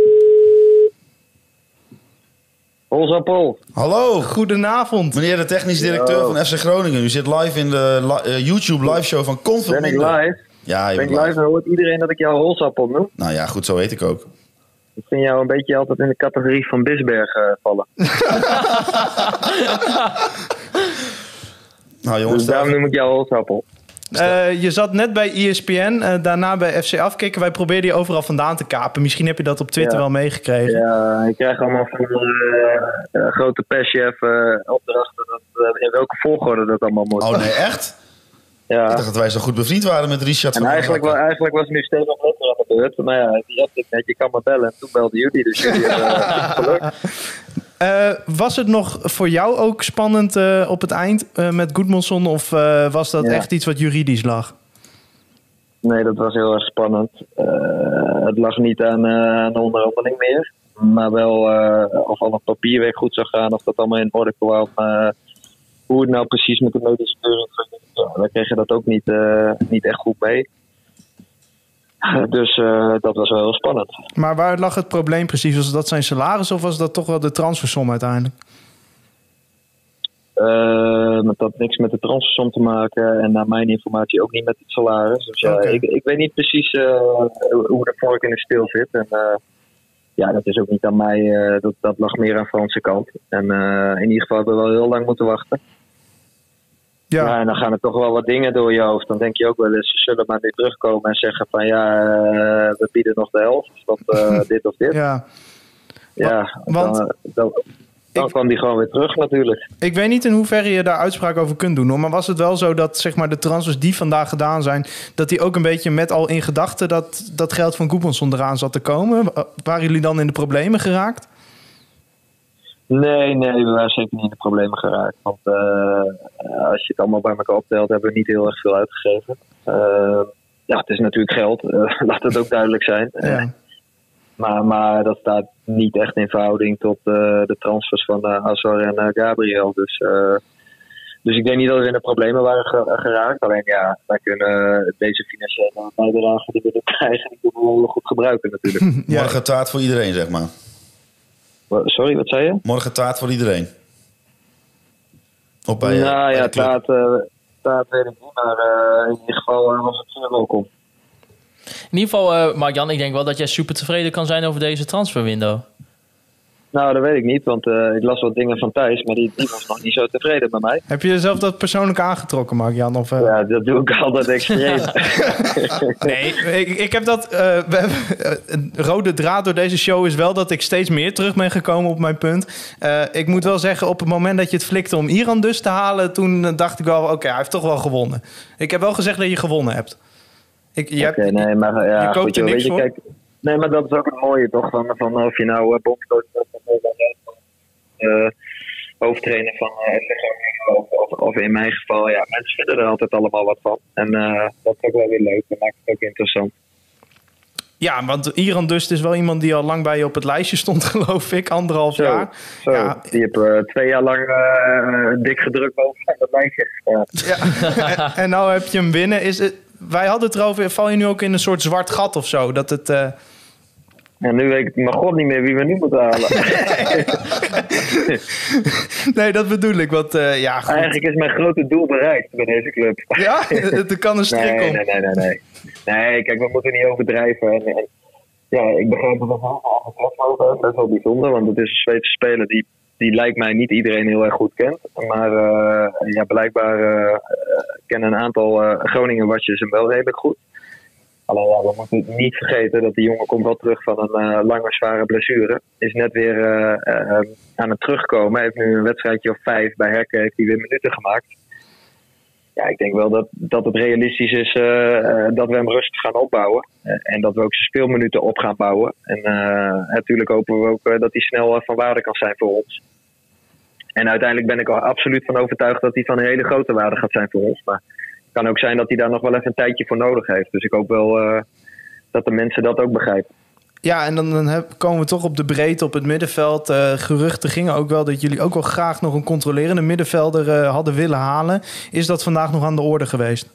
S7: Holzappel.
S6: Hallo,
S1: Goedenavond.
S6: meneer de technisch directeur
S7: Hallo.
S6: van F C Groningen. U zit live in de li- uh, YouTube live show van Confident.
S7: Ben ik live?
S6: Ja, je
S7: Ben ik
S6: bent
S7: live en hoort iedereen dat ik jou Holzappel noem?
S6: Nou ja, goed, zo heet ik ook.
S7: Ik vind jou een beetje altijd in de categorie van Bisberg uh, vallen.
S6: Nou jongens,
S7: Dus daarom noem ik jou Holzappel.
S1: Uh, je zat net bij E S P N, uh, daarna bij F C Afkikken. Wij probeerden je overal vandaan te kapen. Misschien heb je dat op Twitter
S7: Ja.
S1: wel meegekregen.
S7: Ja, ik krijg allemaal van de uh, grote perschef uh, opdrachten dat, uh, in welke volgorde dat allemaal moet.
S6: Oh nee, echt?
S7: Ja.
S6: Ik dacht dat wij zo goed bevriend waren met Richard
S7: En
S6: van
S7: eigenlijk, wa-
S6: Zakken.
S7: eigenlijk was nu Stefan Letter aan de beurt. Maar ja, die had ik net, je kan me bellen. En toen belden jullie, dus jullie hebben uh, geluk.
S1: Uh, was het nog voor jou ook spannend uh, op het eind uh, met Goedmanson? Of uh, was dat
S7: Ja.
S1: echt iets wat juridisch lag?
S7: Nee, dat was heel erg spannend. Uh, het lag niet aan, uh, aan de onderhandeling meer. Maar wel uh, of al het papierwerk goed zou gaan. Of dat allemaal in orde kwam. Uh, hoe het nou precies met de medische keuring ging. Ja, wij kregen dat ook niet, uh, niet echt goed mee. Uh, dus uh, dat was wel heel spannend.
S1: Maar waar lag het probleem precies? Was dat zijn salaris of was dat toch wel de transfersom uiteindelijk?
S7: Uh, met dat niks met de transfersom te maken. En naar mijn informatie ook niet met het salaris. Dus ja,
S1: Oké.
S7: ik, ik weet niet precies uh, hoe de vork in de steel zit. En uh, ja, dat is ook niet aan mij. Uh, dat, dat lag meer aan Franse kant. En uh, in ieder geval hebben we wel heel lang moeten wachten.
S1: Ja.
S7: Ja, en dan gaan er toch wel wat dingen door je hoofd. Dan denk je ook wel eens, ze zullen maar nu terugkomen en zeggen van ja, uh, we bieden nog de helft. Of uh, dit of dit.
S1: Ja.
S7: Ja,
S1: want-
S7: dan, dan, dan kwam die gewoon weer terug natuurlijk.
S1: Ik weet niet in hoeverre je daar uitspraak over kunt doen. Hoor. Maar was het wel zo dat zeg maar, de transfers die vandaag gedaan zijn... dat die ook een beetje met al in gedachten... dat dat geld van Goedmanson eraan zat te komen? Waren jullie dan in de problemen geraakt?
S7: Nee, nee, we waren zeker niet in de problemen geraakt. Want uh, als je het allemaal bij elkaar optelt, hebben we niet heel erg veel uitgegeven. Uh, ja, het is natuurlijk geld. Uh, laat het ook duidelijk zijn.
S1: Ja.
S7: Maar, maar dat staat niet echt in verhouding tot uh, de transfers van uh, Azar en uh, Gabriel. Dus, uh, dus ik denk niet dat we in de problemen waren ge- geraakt. Alleen ja, wij kunnen deze financiële bijdrage die we er krijgen, die kunnen we wel goed gebruiken natuurlijk.
S1: Ja.
S6: Morgen taart voor iedereen, zeg maar.
S7: Sorry, wat zei je?
S6: Morgen taart voor iedereen. Op bij, uh,
S7: nou
S6: bij
S7: ja,
S6: de club.
S7: taart, uh, taart weet ik niet, maar uh, in ieder geval uh, was het zeer welkom.
S5: In ieder geval, uh, Mark-Jan, ik denk wel dat jij super tevreden kan zijn over deze transferwindow.
S7: Nou, dat weet ik niet, want uh, ik las wat dingen van Thijs, maar die, die was nog niet zo tevreden met mij.
S1: Heb je jezelf dat persoonlijk aangetrokken, Mark-Jan? Of, uh...
S7: Ja, dat doe ik altijd extreem.
S1: Nee, ik, ik heb dat... Uh, we hebben, uh, een rode draad door deze show is wel dat ik steeds meer terug ben gekomen op mijn punt. Uh, ik moet wel zeggen, op het moment dat je het flikte om Iran dus te halen... toen uh, dacht ik wel, oké, okay, hij heeft toch wel gewonnen. Ik heb wel gezegd dat je gewonnen hebt. Ik, je,
S7: Oké,
S1: hebt,
S7: nee, maar ja,
S1: je koopt
S7: goed,
S1: er
S7: joh,
S1: niks
S7: weet je,
S1: voor.
S7: kijk, nee, maar dat is ook het mooie toch, van, van of je nou uh, bondscoach bent of uh, hoofdtrainer van uh, F C Groningen of, of, of in mijn geval, ja, mensen vinden er altijd allemaal wat van. En uh, dat is ook wel weer leuk, dat maakt het ook interessant.
S1: Ja, want Iran dus is wel iemand die al lang bij je op het lijstje stond, geloof ik. Anderhalf
S7: Zo,
S1: jaar.
S7: zo.
S1: Ja.
S7: Die heb uh, twee jaar lang uh, dik gedrukt boven dat lijstje. Uh,
S1: Ja. en, en nou heb je hem binnen. Is het, wij hadden het erover, val je nu ook in een soort zwart gat of zo? Dat het... Uh...
S7: En nu weet ik mijn god niet meer wie we nu moeten halen.
S1: Nee, dat bedoel ik. Want, uh, ja, goed.
S7: Eigenlijk is mijn grote doel bereikt bij deze club.
S1: Ja? Er kan een strik
S7: nee,
S1: om.
S7: nee, nee, nee, nee. Nee, kijk, we moeten niet overdrijven. En, en
S10: ja, ik begrijp dat we al geklapt over. Best wel bijzonder, want het is een Zweedse speler die, die lijkt mij niet iedereen heel erg goed kent. Maar uh, ja, blijkbaar uh, kennen een aantal uh, Groningen-watjes hem wel redelijk goed. Alleen ja, we moeten niet vergeten dat die jongen komt wel terug van een uh, lange, zware blessure. Is net weer uh, uh, aan het terugkomen. Hij heeft nu een wedstrijdje of vijf bij Herken, heeft hij weer minuten gemaakt. Ja, ik denk wel dat, dat het realistisch is uh, uh, dat we hem rustig gaan opbouwen. Uh, en dat we ook zijn speelminuten op gaan bouwen. En uh, natuurlijk hopen we ook uh, dat hij snel uh, van waarde kan zijn voor ons. En uiteindelijk ben ik er absoluut van overtuigd dat hij van een hele grote waarde gaat zijn voor ons. Maar het kan ook zijn dat hij daar nog wel even een tijdje voor nodig heeft. Dus ik hoop wel uh, dat de mensen dat ook begrijpen.
S1: Ja, en dan, dan heb, komen we toch op de breedte op het middenveld. Uh, geruchten gingen ook wel dat jullie ook wel graag nog een controlerende middenvelder uh, hadden willen halen. Is dat vandaag nog aan de orde geweest?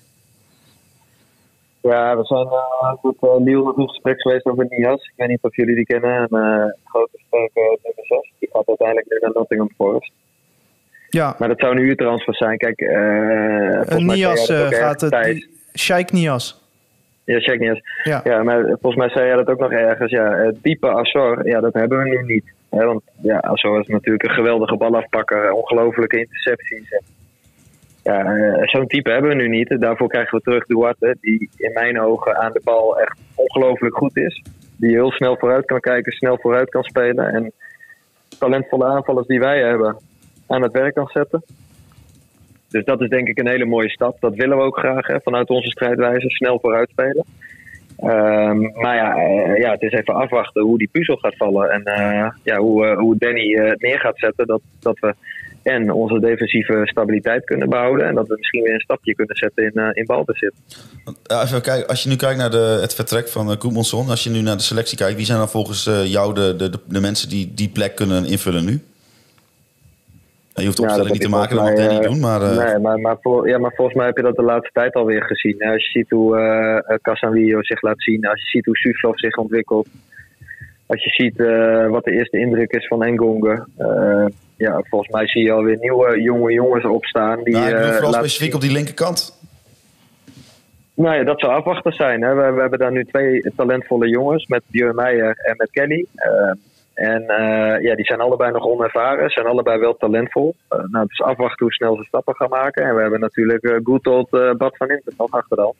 S10: Ja, we zijn uh, met uh, Liel nog in gesprek geweest over Nias. Ik weet niet of jullie die kennen. Een uh, grote sterke nummer zes. Die gaat uiteindelijk nu naar Nottingham Forest.
S1: Ja.
S10: Maar dat zou een huurtransfer zijn. Kijk, uh, volgens mij
S1: Nias uh, gaat het.
S10: tijd.
S1: Sheikh Nias.
S10: Ja, Sheikh Nias.
S1: Ja.
S10: ja, maar volgens mij zei jij dat ook nog ergens. Ja, het type Azor, ja, dat hebben we nu niet. Hè? Want ja, Azor is natuurlijk een geweldige balafpakker. Ongelofelijke intercepties. Ja, uh, zo'n type hebben we nu niet. Daarvoor krijgen we terug Duarte, die in mijn ogen aan de bal echt ongelooflijk goed is. Die heel snel vooruit kan kijken, snel vooruit kan spelen. En talentvolle aanvallers die wij hebben aan het werk kan zetten. Dus dat is denk ik een hele mooie stap. Dat willen we ook graag, hè, vanuit onze strijdwijze. Snel vooruit spelen. Um, maar ja, uh, ja, het is even afwachten hoe die puzzel gaat vallen. En uh, ja, hoe, uh, hoe Danny uh, neer gaat zetten. Dat, dat we en onze defensieve stabiliteit kunnen behouden. En dat we misschien weer een stapje kunnen zetten in, uh, in balbezit.
S6: Even kijken, als je nu kijkt naar de, het vertrek van uh, Gudmundsson. Als je nu naar de selectie kijkt. Wie zijn dan volgens uh, jou de, de, de mensen die die plek kunnen invullen nu? Je hoeft de opstelling ja, niet te maken, dat mag Danny uh, doen. Maar, uh...
S10: Nee, maar, maar, voor, ja, maar volgens mij heb je dat de laatste tijd alweer gezien. Als je ziet hoe uh, Casanvillo zich laat zien. Als je ziet hoe Suslov zich ontwikkelt. Als je ziet uh, wat de eerste indruk is van Engonge. Uh, ja, volgens mij zie je alweer nieuwe jonge jongens opstaan. Die,
S6: nou, ik bedoel vooral
S10: uh,
S6: specifiek zien. Op die linkerkant.
S10: Nou ja, dat zou afwachten zijn. Hè. We, we hebben daar nu twee talentvolle jongens. Met Björn Meijer en met Kelly. Uh, En uh, ja, die zijn allebei nog onervaren. Zijn allebei wel talentvol. Uh, nou, het is afwachten hoe snel ze stappen gaan maken. En we hebben natuurlijk uh, goed old uh, Bad van Inter nog achteraf.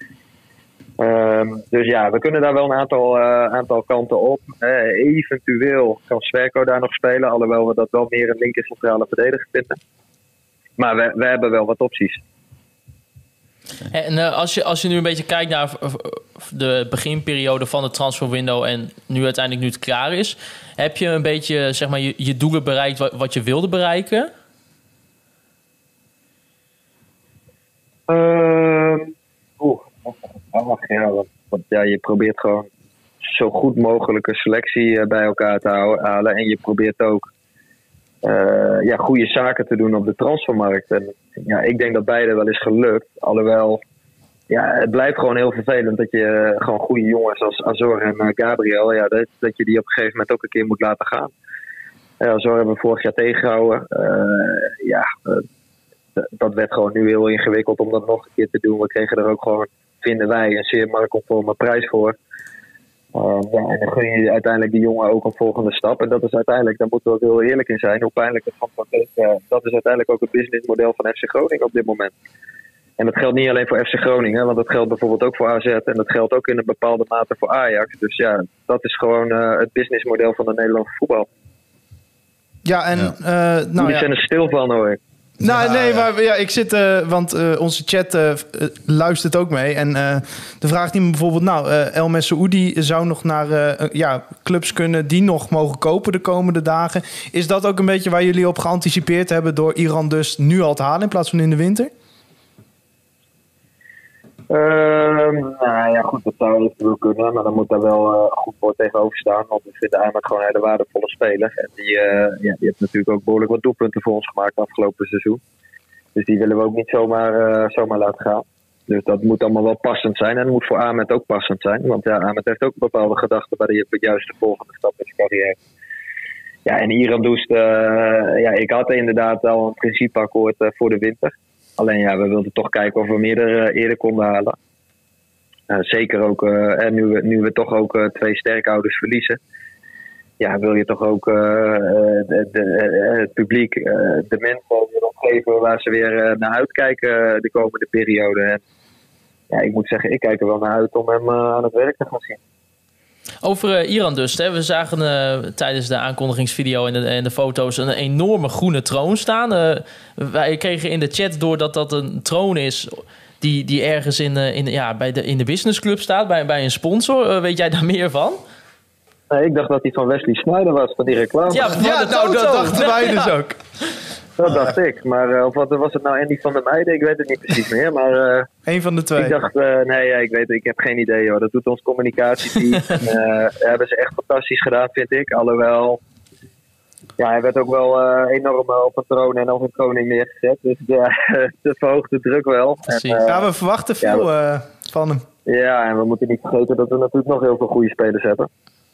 S10: Um, dus ja, we kunnen daar wel een aantal, uh, aantal kanten op. Uh, eventueel kan Sverko daar nog spelen. Alhoewel we dat wel meer een linker centrale verdediger vinden. Maar we, we hebben wel wat opties.
S5: En uh, als, je, als je nu een beetje kijkt naar de beginperiode van de transferwindow en nu uiteindelijk nu het klaar is, heb je een beetje zeg maar, je, je doelen bereikt wat, wat je wilde bereiken?
S10: Uh, Oeh, ja, want, want ja, je probeert gewoon zo goed mogelijk een selectie bij elkaar te halen en je probeert ook Uh, ja, goede zaken te doen op de transfermarkt. En ja, ik denk dat beide wel is gelukt. Alhoewel, ja, het blijft gewoon heel vervelend dat je uh, gewoon goede jongens als Azor en uh, Gabriel, ja, dat, dat je die op een gegeven moment ook een keer moet laten gaan. Uh, Azor hebben we vorig jaar tegengehouden. Uh, ja, uh, d- dat werd gewoon nu heel ingewikkeld om dat nog een keer te doen. We kregen er ook gewoon, vinden wij, een zeer marktconforme prijs voor. Uh, ja, en dan gun je uiteindelijk die jongen ook een volgende stap. En dat is uiteindelijk, daar moeten we ook heel eerlijk in zijn, hoe pijnlijk het van is. Uh, dat is uiteindelijk ook het businessmodel van F C Groningen op dit moment. En dat geldt niet alleen voor F C Groningen, want dat geldt bijvoorbeeld ook voor A Z. En dat geldt ook in een bepaalde mate voor Ajax. Dus ja, dat is gewoon uh, het businessmodel van het Nederlandse voetbal.
S1: Ja, en ja. Uh, nou
S10: Jullie
S1: ja.
S10: zijn er stil van, hoor.
S1: Nou,
S6: Ja,
S1: nee,
S6: ja.
S1: maar ja, ik zit, uh, want uh, onze chat uh, luistert ook mee. En uh, de vraag die me bijvoorbeeld, nou, uh, El Messoudi zou nog naar uh, ja, clubs kunnen die nog mogen kopen de komende dagen. Is dat ook een beetje waar jullie op geanticipeerd hebben door Iran dus nu al te halen in plaats van in de winter?
S10: Uh, nou ja, goed, dat zou eventueel kunnen, maar dan moet daar wel uh, goed voor tegenover staan. Want we vinden Ahmed gewoon een hele waardevolle speler. En die, uh, ja, die heeft natuurlijk ook behoorlijk wat doelpunten voor ons gemaakt afgelopen seizoen. Dus die willen we ook niet zomaar, uh, zomaar laten gaan. Dus dat moet allemaal wel passend zijn. En dat moet voor Ahmed ook passend zijn. Want ja, Ahmed heeft ook bepaalde gedachten waar hij op het juiste volgende stap in zijn carrière. Ja, en Iran Doest, uh, ja, ik had inderdaad al een principeakkoord uh, voor de winter. Alleen ja, we wilden toch kijken of we meerdere eerder konden halen. Uh, zeker ook, uh, en nu we, nu we toch ook uh, twee sterkouders verliezen. Ja, wil je toch ook uh, de, de, uh, het publiek, uh, de mensen weer opgeven waar ze weer uh, naar uitkijken de komende periode. En ja, ik moet zeggen, ik kijk er wel naar uit om hem uh, aan het werk te gaan zien.
S5: Over uh, Iran dus. Hè. We zagen uh, tijdens de aankondigingsvideo en de, en de foto's een enorme groene troon staan. Uh, wij kregen in de chat door dat dat een troon is die, die ergens in, uh, in, ja, bij de, in de businessclub staat, bij, bij een sponsor. Uh, weet jij daar meer van?
S10: Nee, ik dacht dat die van Wesley Sneijder was, van die reclame.
S5: Ja,
S1: ja nou, dat dachten wij dus ook.
S10: Dat dacht ik. Maar uh, of wat was het nou, Andy van der Meijden? Ik weet het niet precies meer. Maar uh,
S1: Eén van de twee.
S10: Ik dacht, uh, nee, ja, ik weet, ik heb geen idee hoor. Dat doet ons communicatieteam. uh, hebben ze echt fantastisch gedaan, vind ik. Alhoewel, ja, hij werd ook wel uh, enorm uh, op een troon en op een koning neergezet. Dus ja, de verhoogde druk wel.
S1: En, uh, ja, we verwachten veel ja, uh, van hem.
S10: Ja, en we moeten niet vergeten dat we natuurlijk nog heel veel goede spelers hebben.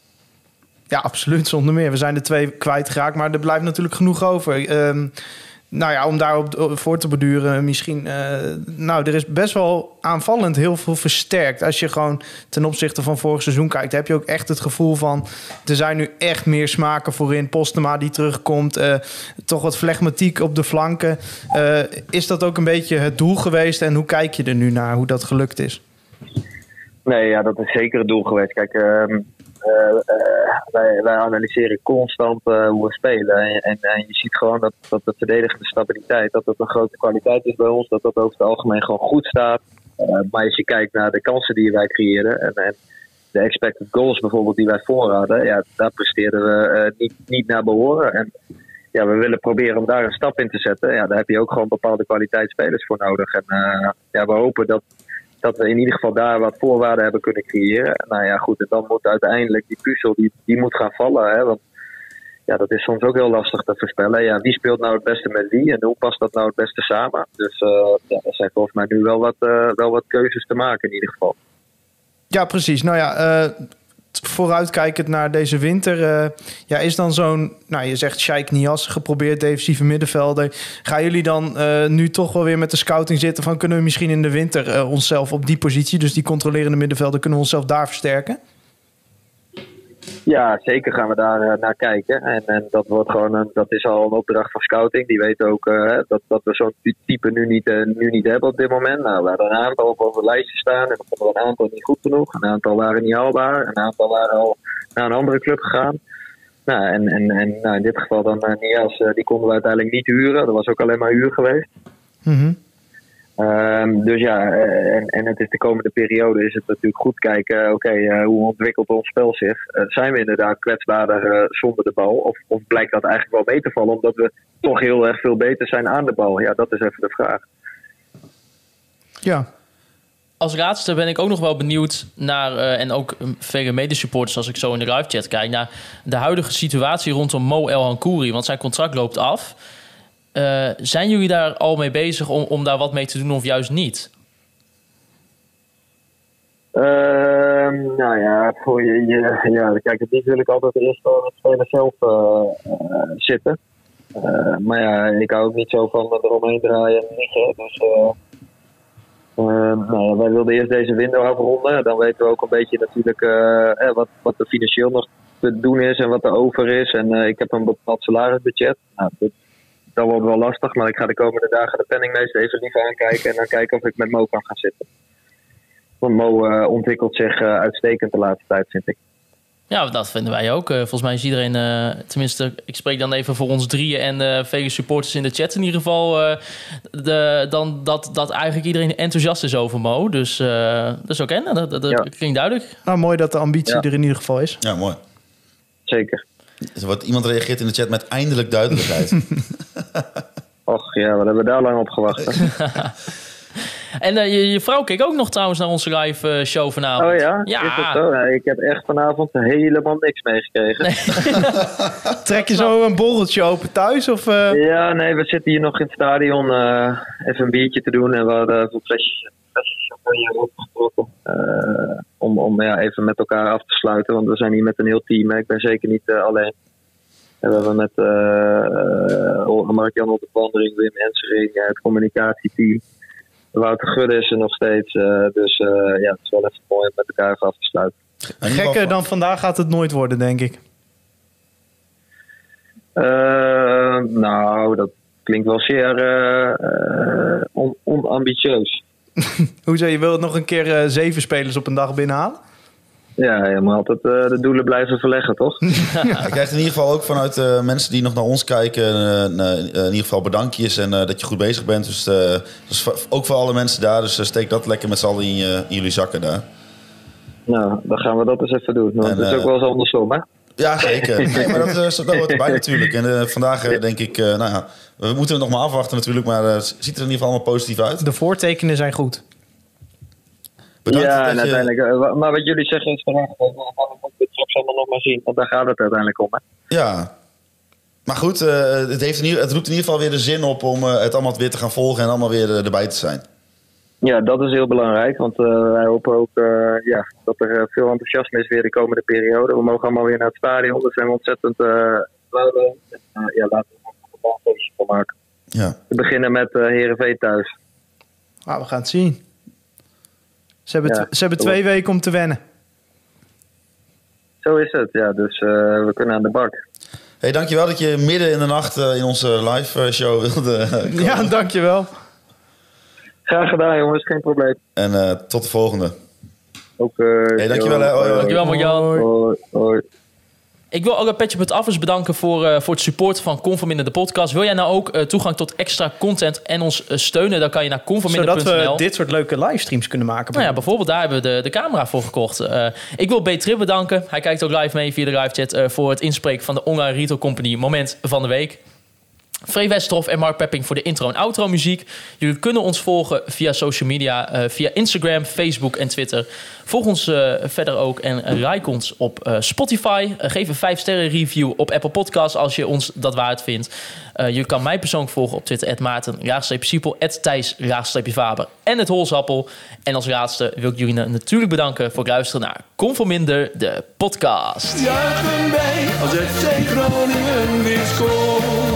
S1: Ja, absoluut, zonder meer. We zijn er twee kwijtgeraakt, maar er blijft natuurlijk genoeg over. Um, nou ja, om daarop voor te borduren, misschien... Uh, nou, er is best wel aanvallend heel veel versterkt. Als je gewoon ten opzichte van vorig seizoen kijkt, heb je ook echt het gevoel van... er zijn nu echt meer smaken voorin. Postema die terugkomt, uh, toch wat flegmatiek op de flanken. Uh, is dat ook een beetje het doel geweest? En hoe kijk je er nu naar, hoe dat gelukt is?
S10: Nee, ja, dat is zeker het doel geweest. Kijk... Uh... Uh, uh, wij, wij analyseren constant uh, hoe we spelen. En, en, en je ziet gewoon dat, dat de verdedigende stabiliteit, dat dat een grote kwaliteit is bij ons. Dat dat over het algemeen gewoon goed staat. Uh, maar als je kijkt naar de kansen die wij creëerden. En, en de expected goals bijvoorbeeld die wij voor hadden. Ja, daar presteerden we uh, niet, niet naar behoren. En ja, we willen proberen om daar een stap in te zetten. Ja, daar heb je ook gewoon bepaalde kwaliteitsspelers voor nodig. En uh, ja, we hopen dat... dat we in ieder geval daar wat voorwaarden hebben kunnen creëren. Nou ja, goed, en dan moet uiteindelijk die puzzel, die, die moet gaan vallen. Hè? Want ja, dat is soms ook heel lastig te voorspellen. Ja, wie speelt nou het beste met wie en hoe past dat nou het beste samen? Dus uh, ja, er zijn volgens mij nu wel wat, uh, wel wat keuzes te maken in ieder geval.
S1: Ja, precies. Nou ja, uh, vooruitkijkend naar deze winter... Uh, ja, is dan zo'n, nou je zegt Sheikh Niasse geprobeerd, defensieve middenvelder. Gaan jullie dan uh, nu toch wel weer met de scouting zitten van... kunnen we misschien in de winter uh, onszelf op die positie... dus die controlerende middenvelder, kunnen we onszelf daar versterken?
S10: Ja, zeker gaan we daar uh, naar kijken. En, en dat wordt gewoon een, dat is al een opdracht van scouting. Die weten ook uh, dat, dat we zo'n type nu niet, uh, nu niet hebben op dit moment. Nou, we hadden een aantal op onze lijstje staan. En dan vonden we een aantal niet goed genoeg. Een aantal waren niet haalbaar. Een aantal waren al naar een andere club gegaan. Nou, en, en, en nou, in dit geval dan uh, Niasse, uh, die konden we uiteindelijk niet huren. Dat was ook alleen maar huur geweest.
S1: Mm-hmm.
S10: Um, dus ja, en, en het is de komende periode is het natuurlijk goed kijken, oké, okay, uh, hoe ontwikkelt ons spel zich? Uh, zijn we inderdaad kwetsbaarder uh, zonder de bal? Of, of blijkt dat eigenlijk wel mee te vallen, omdat we toch heel erg veel beter zijn aan de bal? Ja, dat is even de vraag.
S1: Ja.
S5: Als laatste ben ik ook nog wel benieuwd naar, uh, en ook vele medesupporters als ik zo in de live chat kijk, naar de huidige situatie rondom Mo El Hankouri, want zijn contract loopt af. Uh, zijn jullie daar al mee bezig om, om daar wat mee te doen of juist niet?
S10: Uh, nou ja, voor je, je, ja, kijk, het liefst wil ik altijd eerst wel met de speler zelf uh, uh, zitten. Uh, maar ja, ik hou ook niet zo van eromheen draaien en liggen. Dus uh, uh, nou ja, wij wilden eerst deze window afronden. Dan weten we ook een beetje natuurlijk uh, eh, wat, wat er financieel nog te doen is en wat er over is. En uh, ik heb een bepaald salarisbudget. Nou, dat, Dat wordt wel lastig, maar ik ga de komende dagen de penningmeester even liever aankijken en dan kijken of ik met Mo kan gaan zitten. Want Mo uh, ontwikkelt zich uh, uitstekend de laatste tijd, vind ik.
S5: Ja, dat vinden wij ook. Uh, volgens mij is iedereen, uh, tenminste, ik spreek dan even voor ons drieën en uh, vele supporters in de chat in ieder geval, uh, de, dan dat, dat eigenlijk iedereen enthousiast is over Mo. Dus uh, dat is oké, okay. dat, dat, dat ja. klinkt duidelijk.
S1: Nou, mooi dat de ambitie ja. er in ieder geval is.
S6: Ja, mooi.
S10: Zeker.
S6: Er wordt, iemand reageert in de chat met eindelijk duidelijkheid.
S10: Och ja, wat hebben we daar lang op gewacht.
S5: En uh, je, je vrouw keek ook nog trouwens naar onze live uh, show vanavond.
S10: Oh ja?
S5: Ja.
S10: Is dat zo? Ja, ik heb echt vanavond helemaal niks meegekregen.
S5: Nee.
S1: Trek je zo een borreltje open thuis? Of, uh...
S10: Ja, nee, we zitten hier nog in het stadion uh, even een biertje te doen. En we hadden een flesje champagne opgetrokken. Uh, om om ja, even met elkaar af te sluiten. Want we zijn hier met een heel team. Hè. Ik ben zeker niet uh, alleen. En we hebben met uh, uh, Mark-Jan op de Wandering, Wim Ensering, het communicatieteam. Wouter Gudde is er nog steeds. Uh, dus uh, ja, het is wel even mooi om met elkaar even af te sluiten.
S1: Gekker dan vandaag gaat het nooit worden, denk ik.
S10: Uh, nou, dat klinkt wel zeer uh, uh, on- onambitieus.
S1: Hoezo, je wilt nog een keer uh, zeven spelers op een dag binnenhalen?
S10: Ja, je moet altijd uh, de doelen blijven verleggen, toch?
S6: Ja, je krijgt in ieder geval ook vanuit uh, mensen die nog naar ons kijken... Uh, uh, in ieder geval bedankjes en uh, dat je goed bezig bent. Dus, uh, dus ook voor alle mensen daar. Dus uh, steek dat lekker met z'n allen in, uh, in jullie zakken daar.
S10: Nou, dan gaan we dat eens even doen. Want en, het is uh, ook wel eens andersom, hè?
S6: Ja, zeker. Nee, maar dat, uh, dat hoort erbij natuurlijk. En uh, vandaag uh, denk ik... Uh, nou ja, we moeten het nog maar afwachten natuurlijk. Maar uh, het ziet er in ieder geval allemaal positief uit.
S1: De voortekenen zijn goed.
S6: Bedankt
S10: ja, en
S6: je...
S10: uiteindelijk. Maar wat jullie zeggen is vandaag, we moeten het straks allemaal nog maar zien. Want daar gaat het uiteindelijk om, hè?
S6: Ja. Maar goed, uh, het, heeft in ieder, het roept in ieder geval weer de zin op om uh, het allemaal weer te gaan volgen en allemaal weer uh, erbij te zijn.
S10: Ja, dat is heel belangrijk. Want uh, wij hopen ook uh, ja, dat er uh, veel enthousiasme is weer de komende periode. We mogen allemaal weer naar het stadion. Daar zijn we ontzettend uh, blij mee. Uh, ja, laten we er een foto's van maken.
S6: Ja.
S10: We beginnen met uh, Heerenveen thuis.
S1: Ah, we gaan het zien. Ze hebben,
S10: ja,
S1: t- ze hebben twee weken om te wennen.
S10: Zo is het, ja. Dus uh, we kunnen aan de bak.
S6: Hey, dankjewel dat je midden in de nacht uh, in onze live show wilde uh, komen.
S1: Ja, dankjewel.
S10: Graag gedaan, jongens. Geen probleem.
S6: En uh, tot de volgende.
S10: Ook, uh,
S6: hey, dankjewel. Hè. Hoi, hoi.
S5: Dankjewel, Mark-Jan.
S10: Hoi, hoi.
S5: Ik wil ook een Petje Punt Affers bedanken voor, uh, voor het supporten van Conforminder de podcast. Wil jij nou ook uh, toegang tot extra content en ons uh, steunen? Dan kan je naar conforminder punt n l.
S1: Zodat we dit soort leuke livestreams kunnen maken.
S5: Nou ja, bijvoorbeeld daar hebben we de, de camera voor gekocht. Uh, ik wil B-Trip bedanken. Hij kijkt ook live mee via de live chat uh, voor het inspreken van de Online Retail Company Moment van de Week. Free Westerhof en Mark Pepping voor de intro en outro muziek. Jullie kunnen ons volgen via social media, uh, via Instagram, Facebook en Twitter. Volg ons uh, verder ook en like ons op uh, Spotify. Uh, geef een vijf sterren review op Apple Podcasts als je ons dat waard vindt. Uh, je kan mij persoonlijk volgen op Twitter, at Maarten, raagstreepje Siepel, at Thijs, raagstreepje Faber en het Holsappel. En als laatste wil ik jullie natuurlijk bedanken voor het luisteren naar Conforminder, de podcast.
S2: Juichen wij als F C Groningen weer scoort.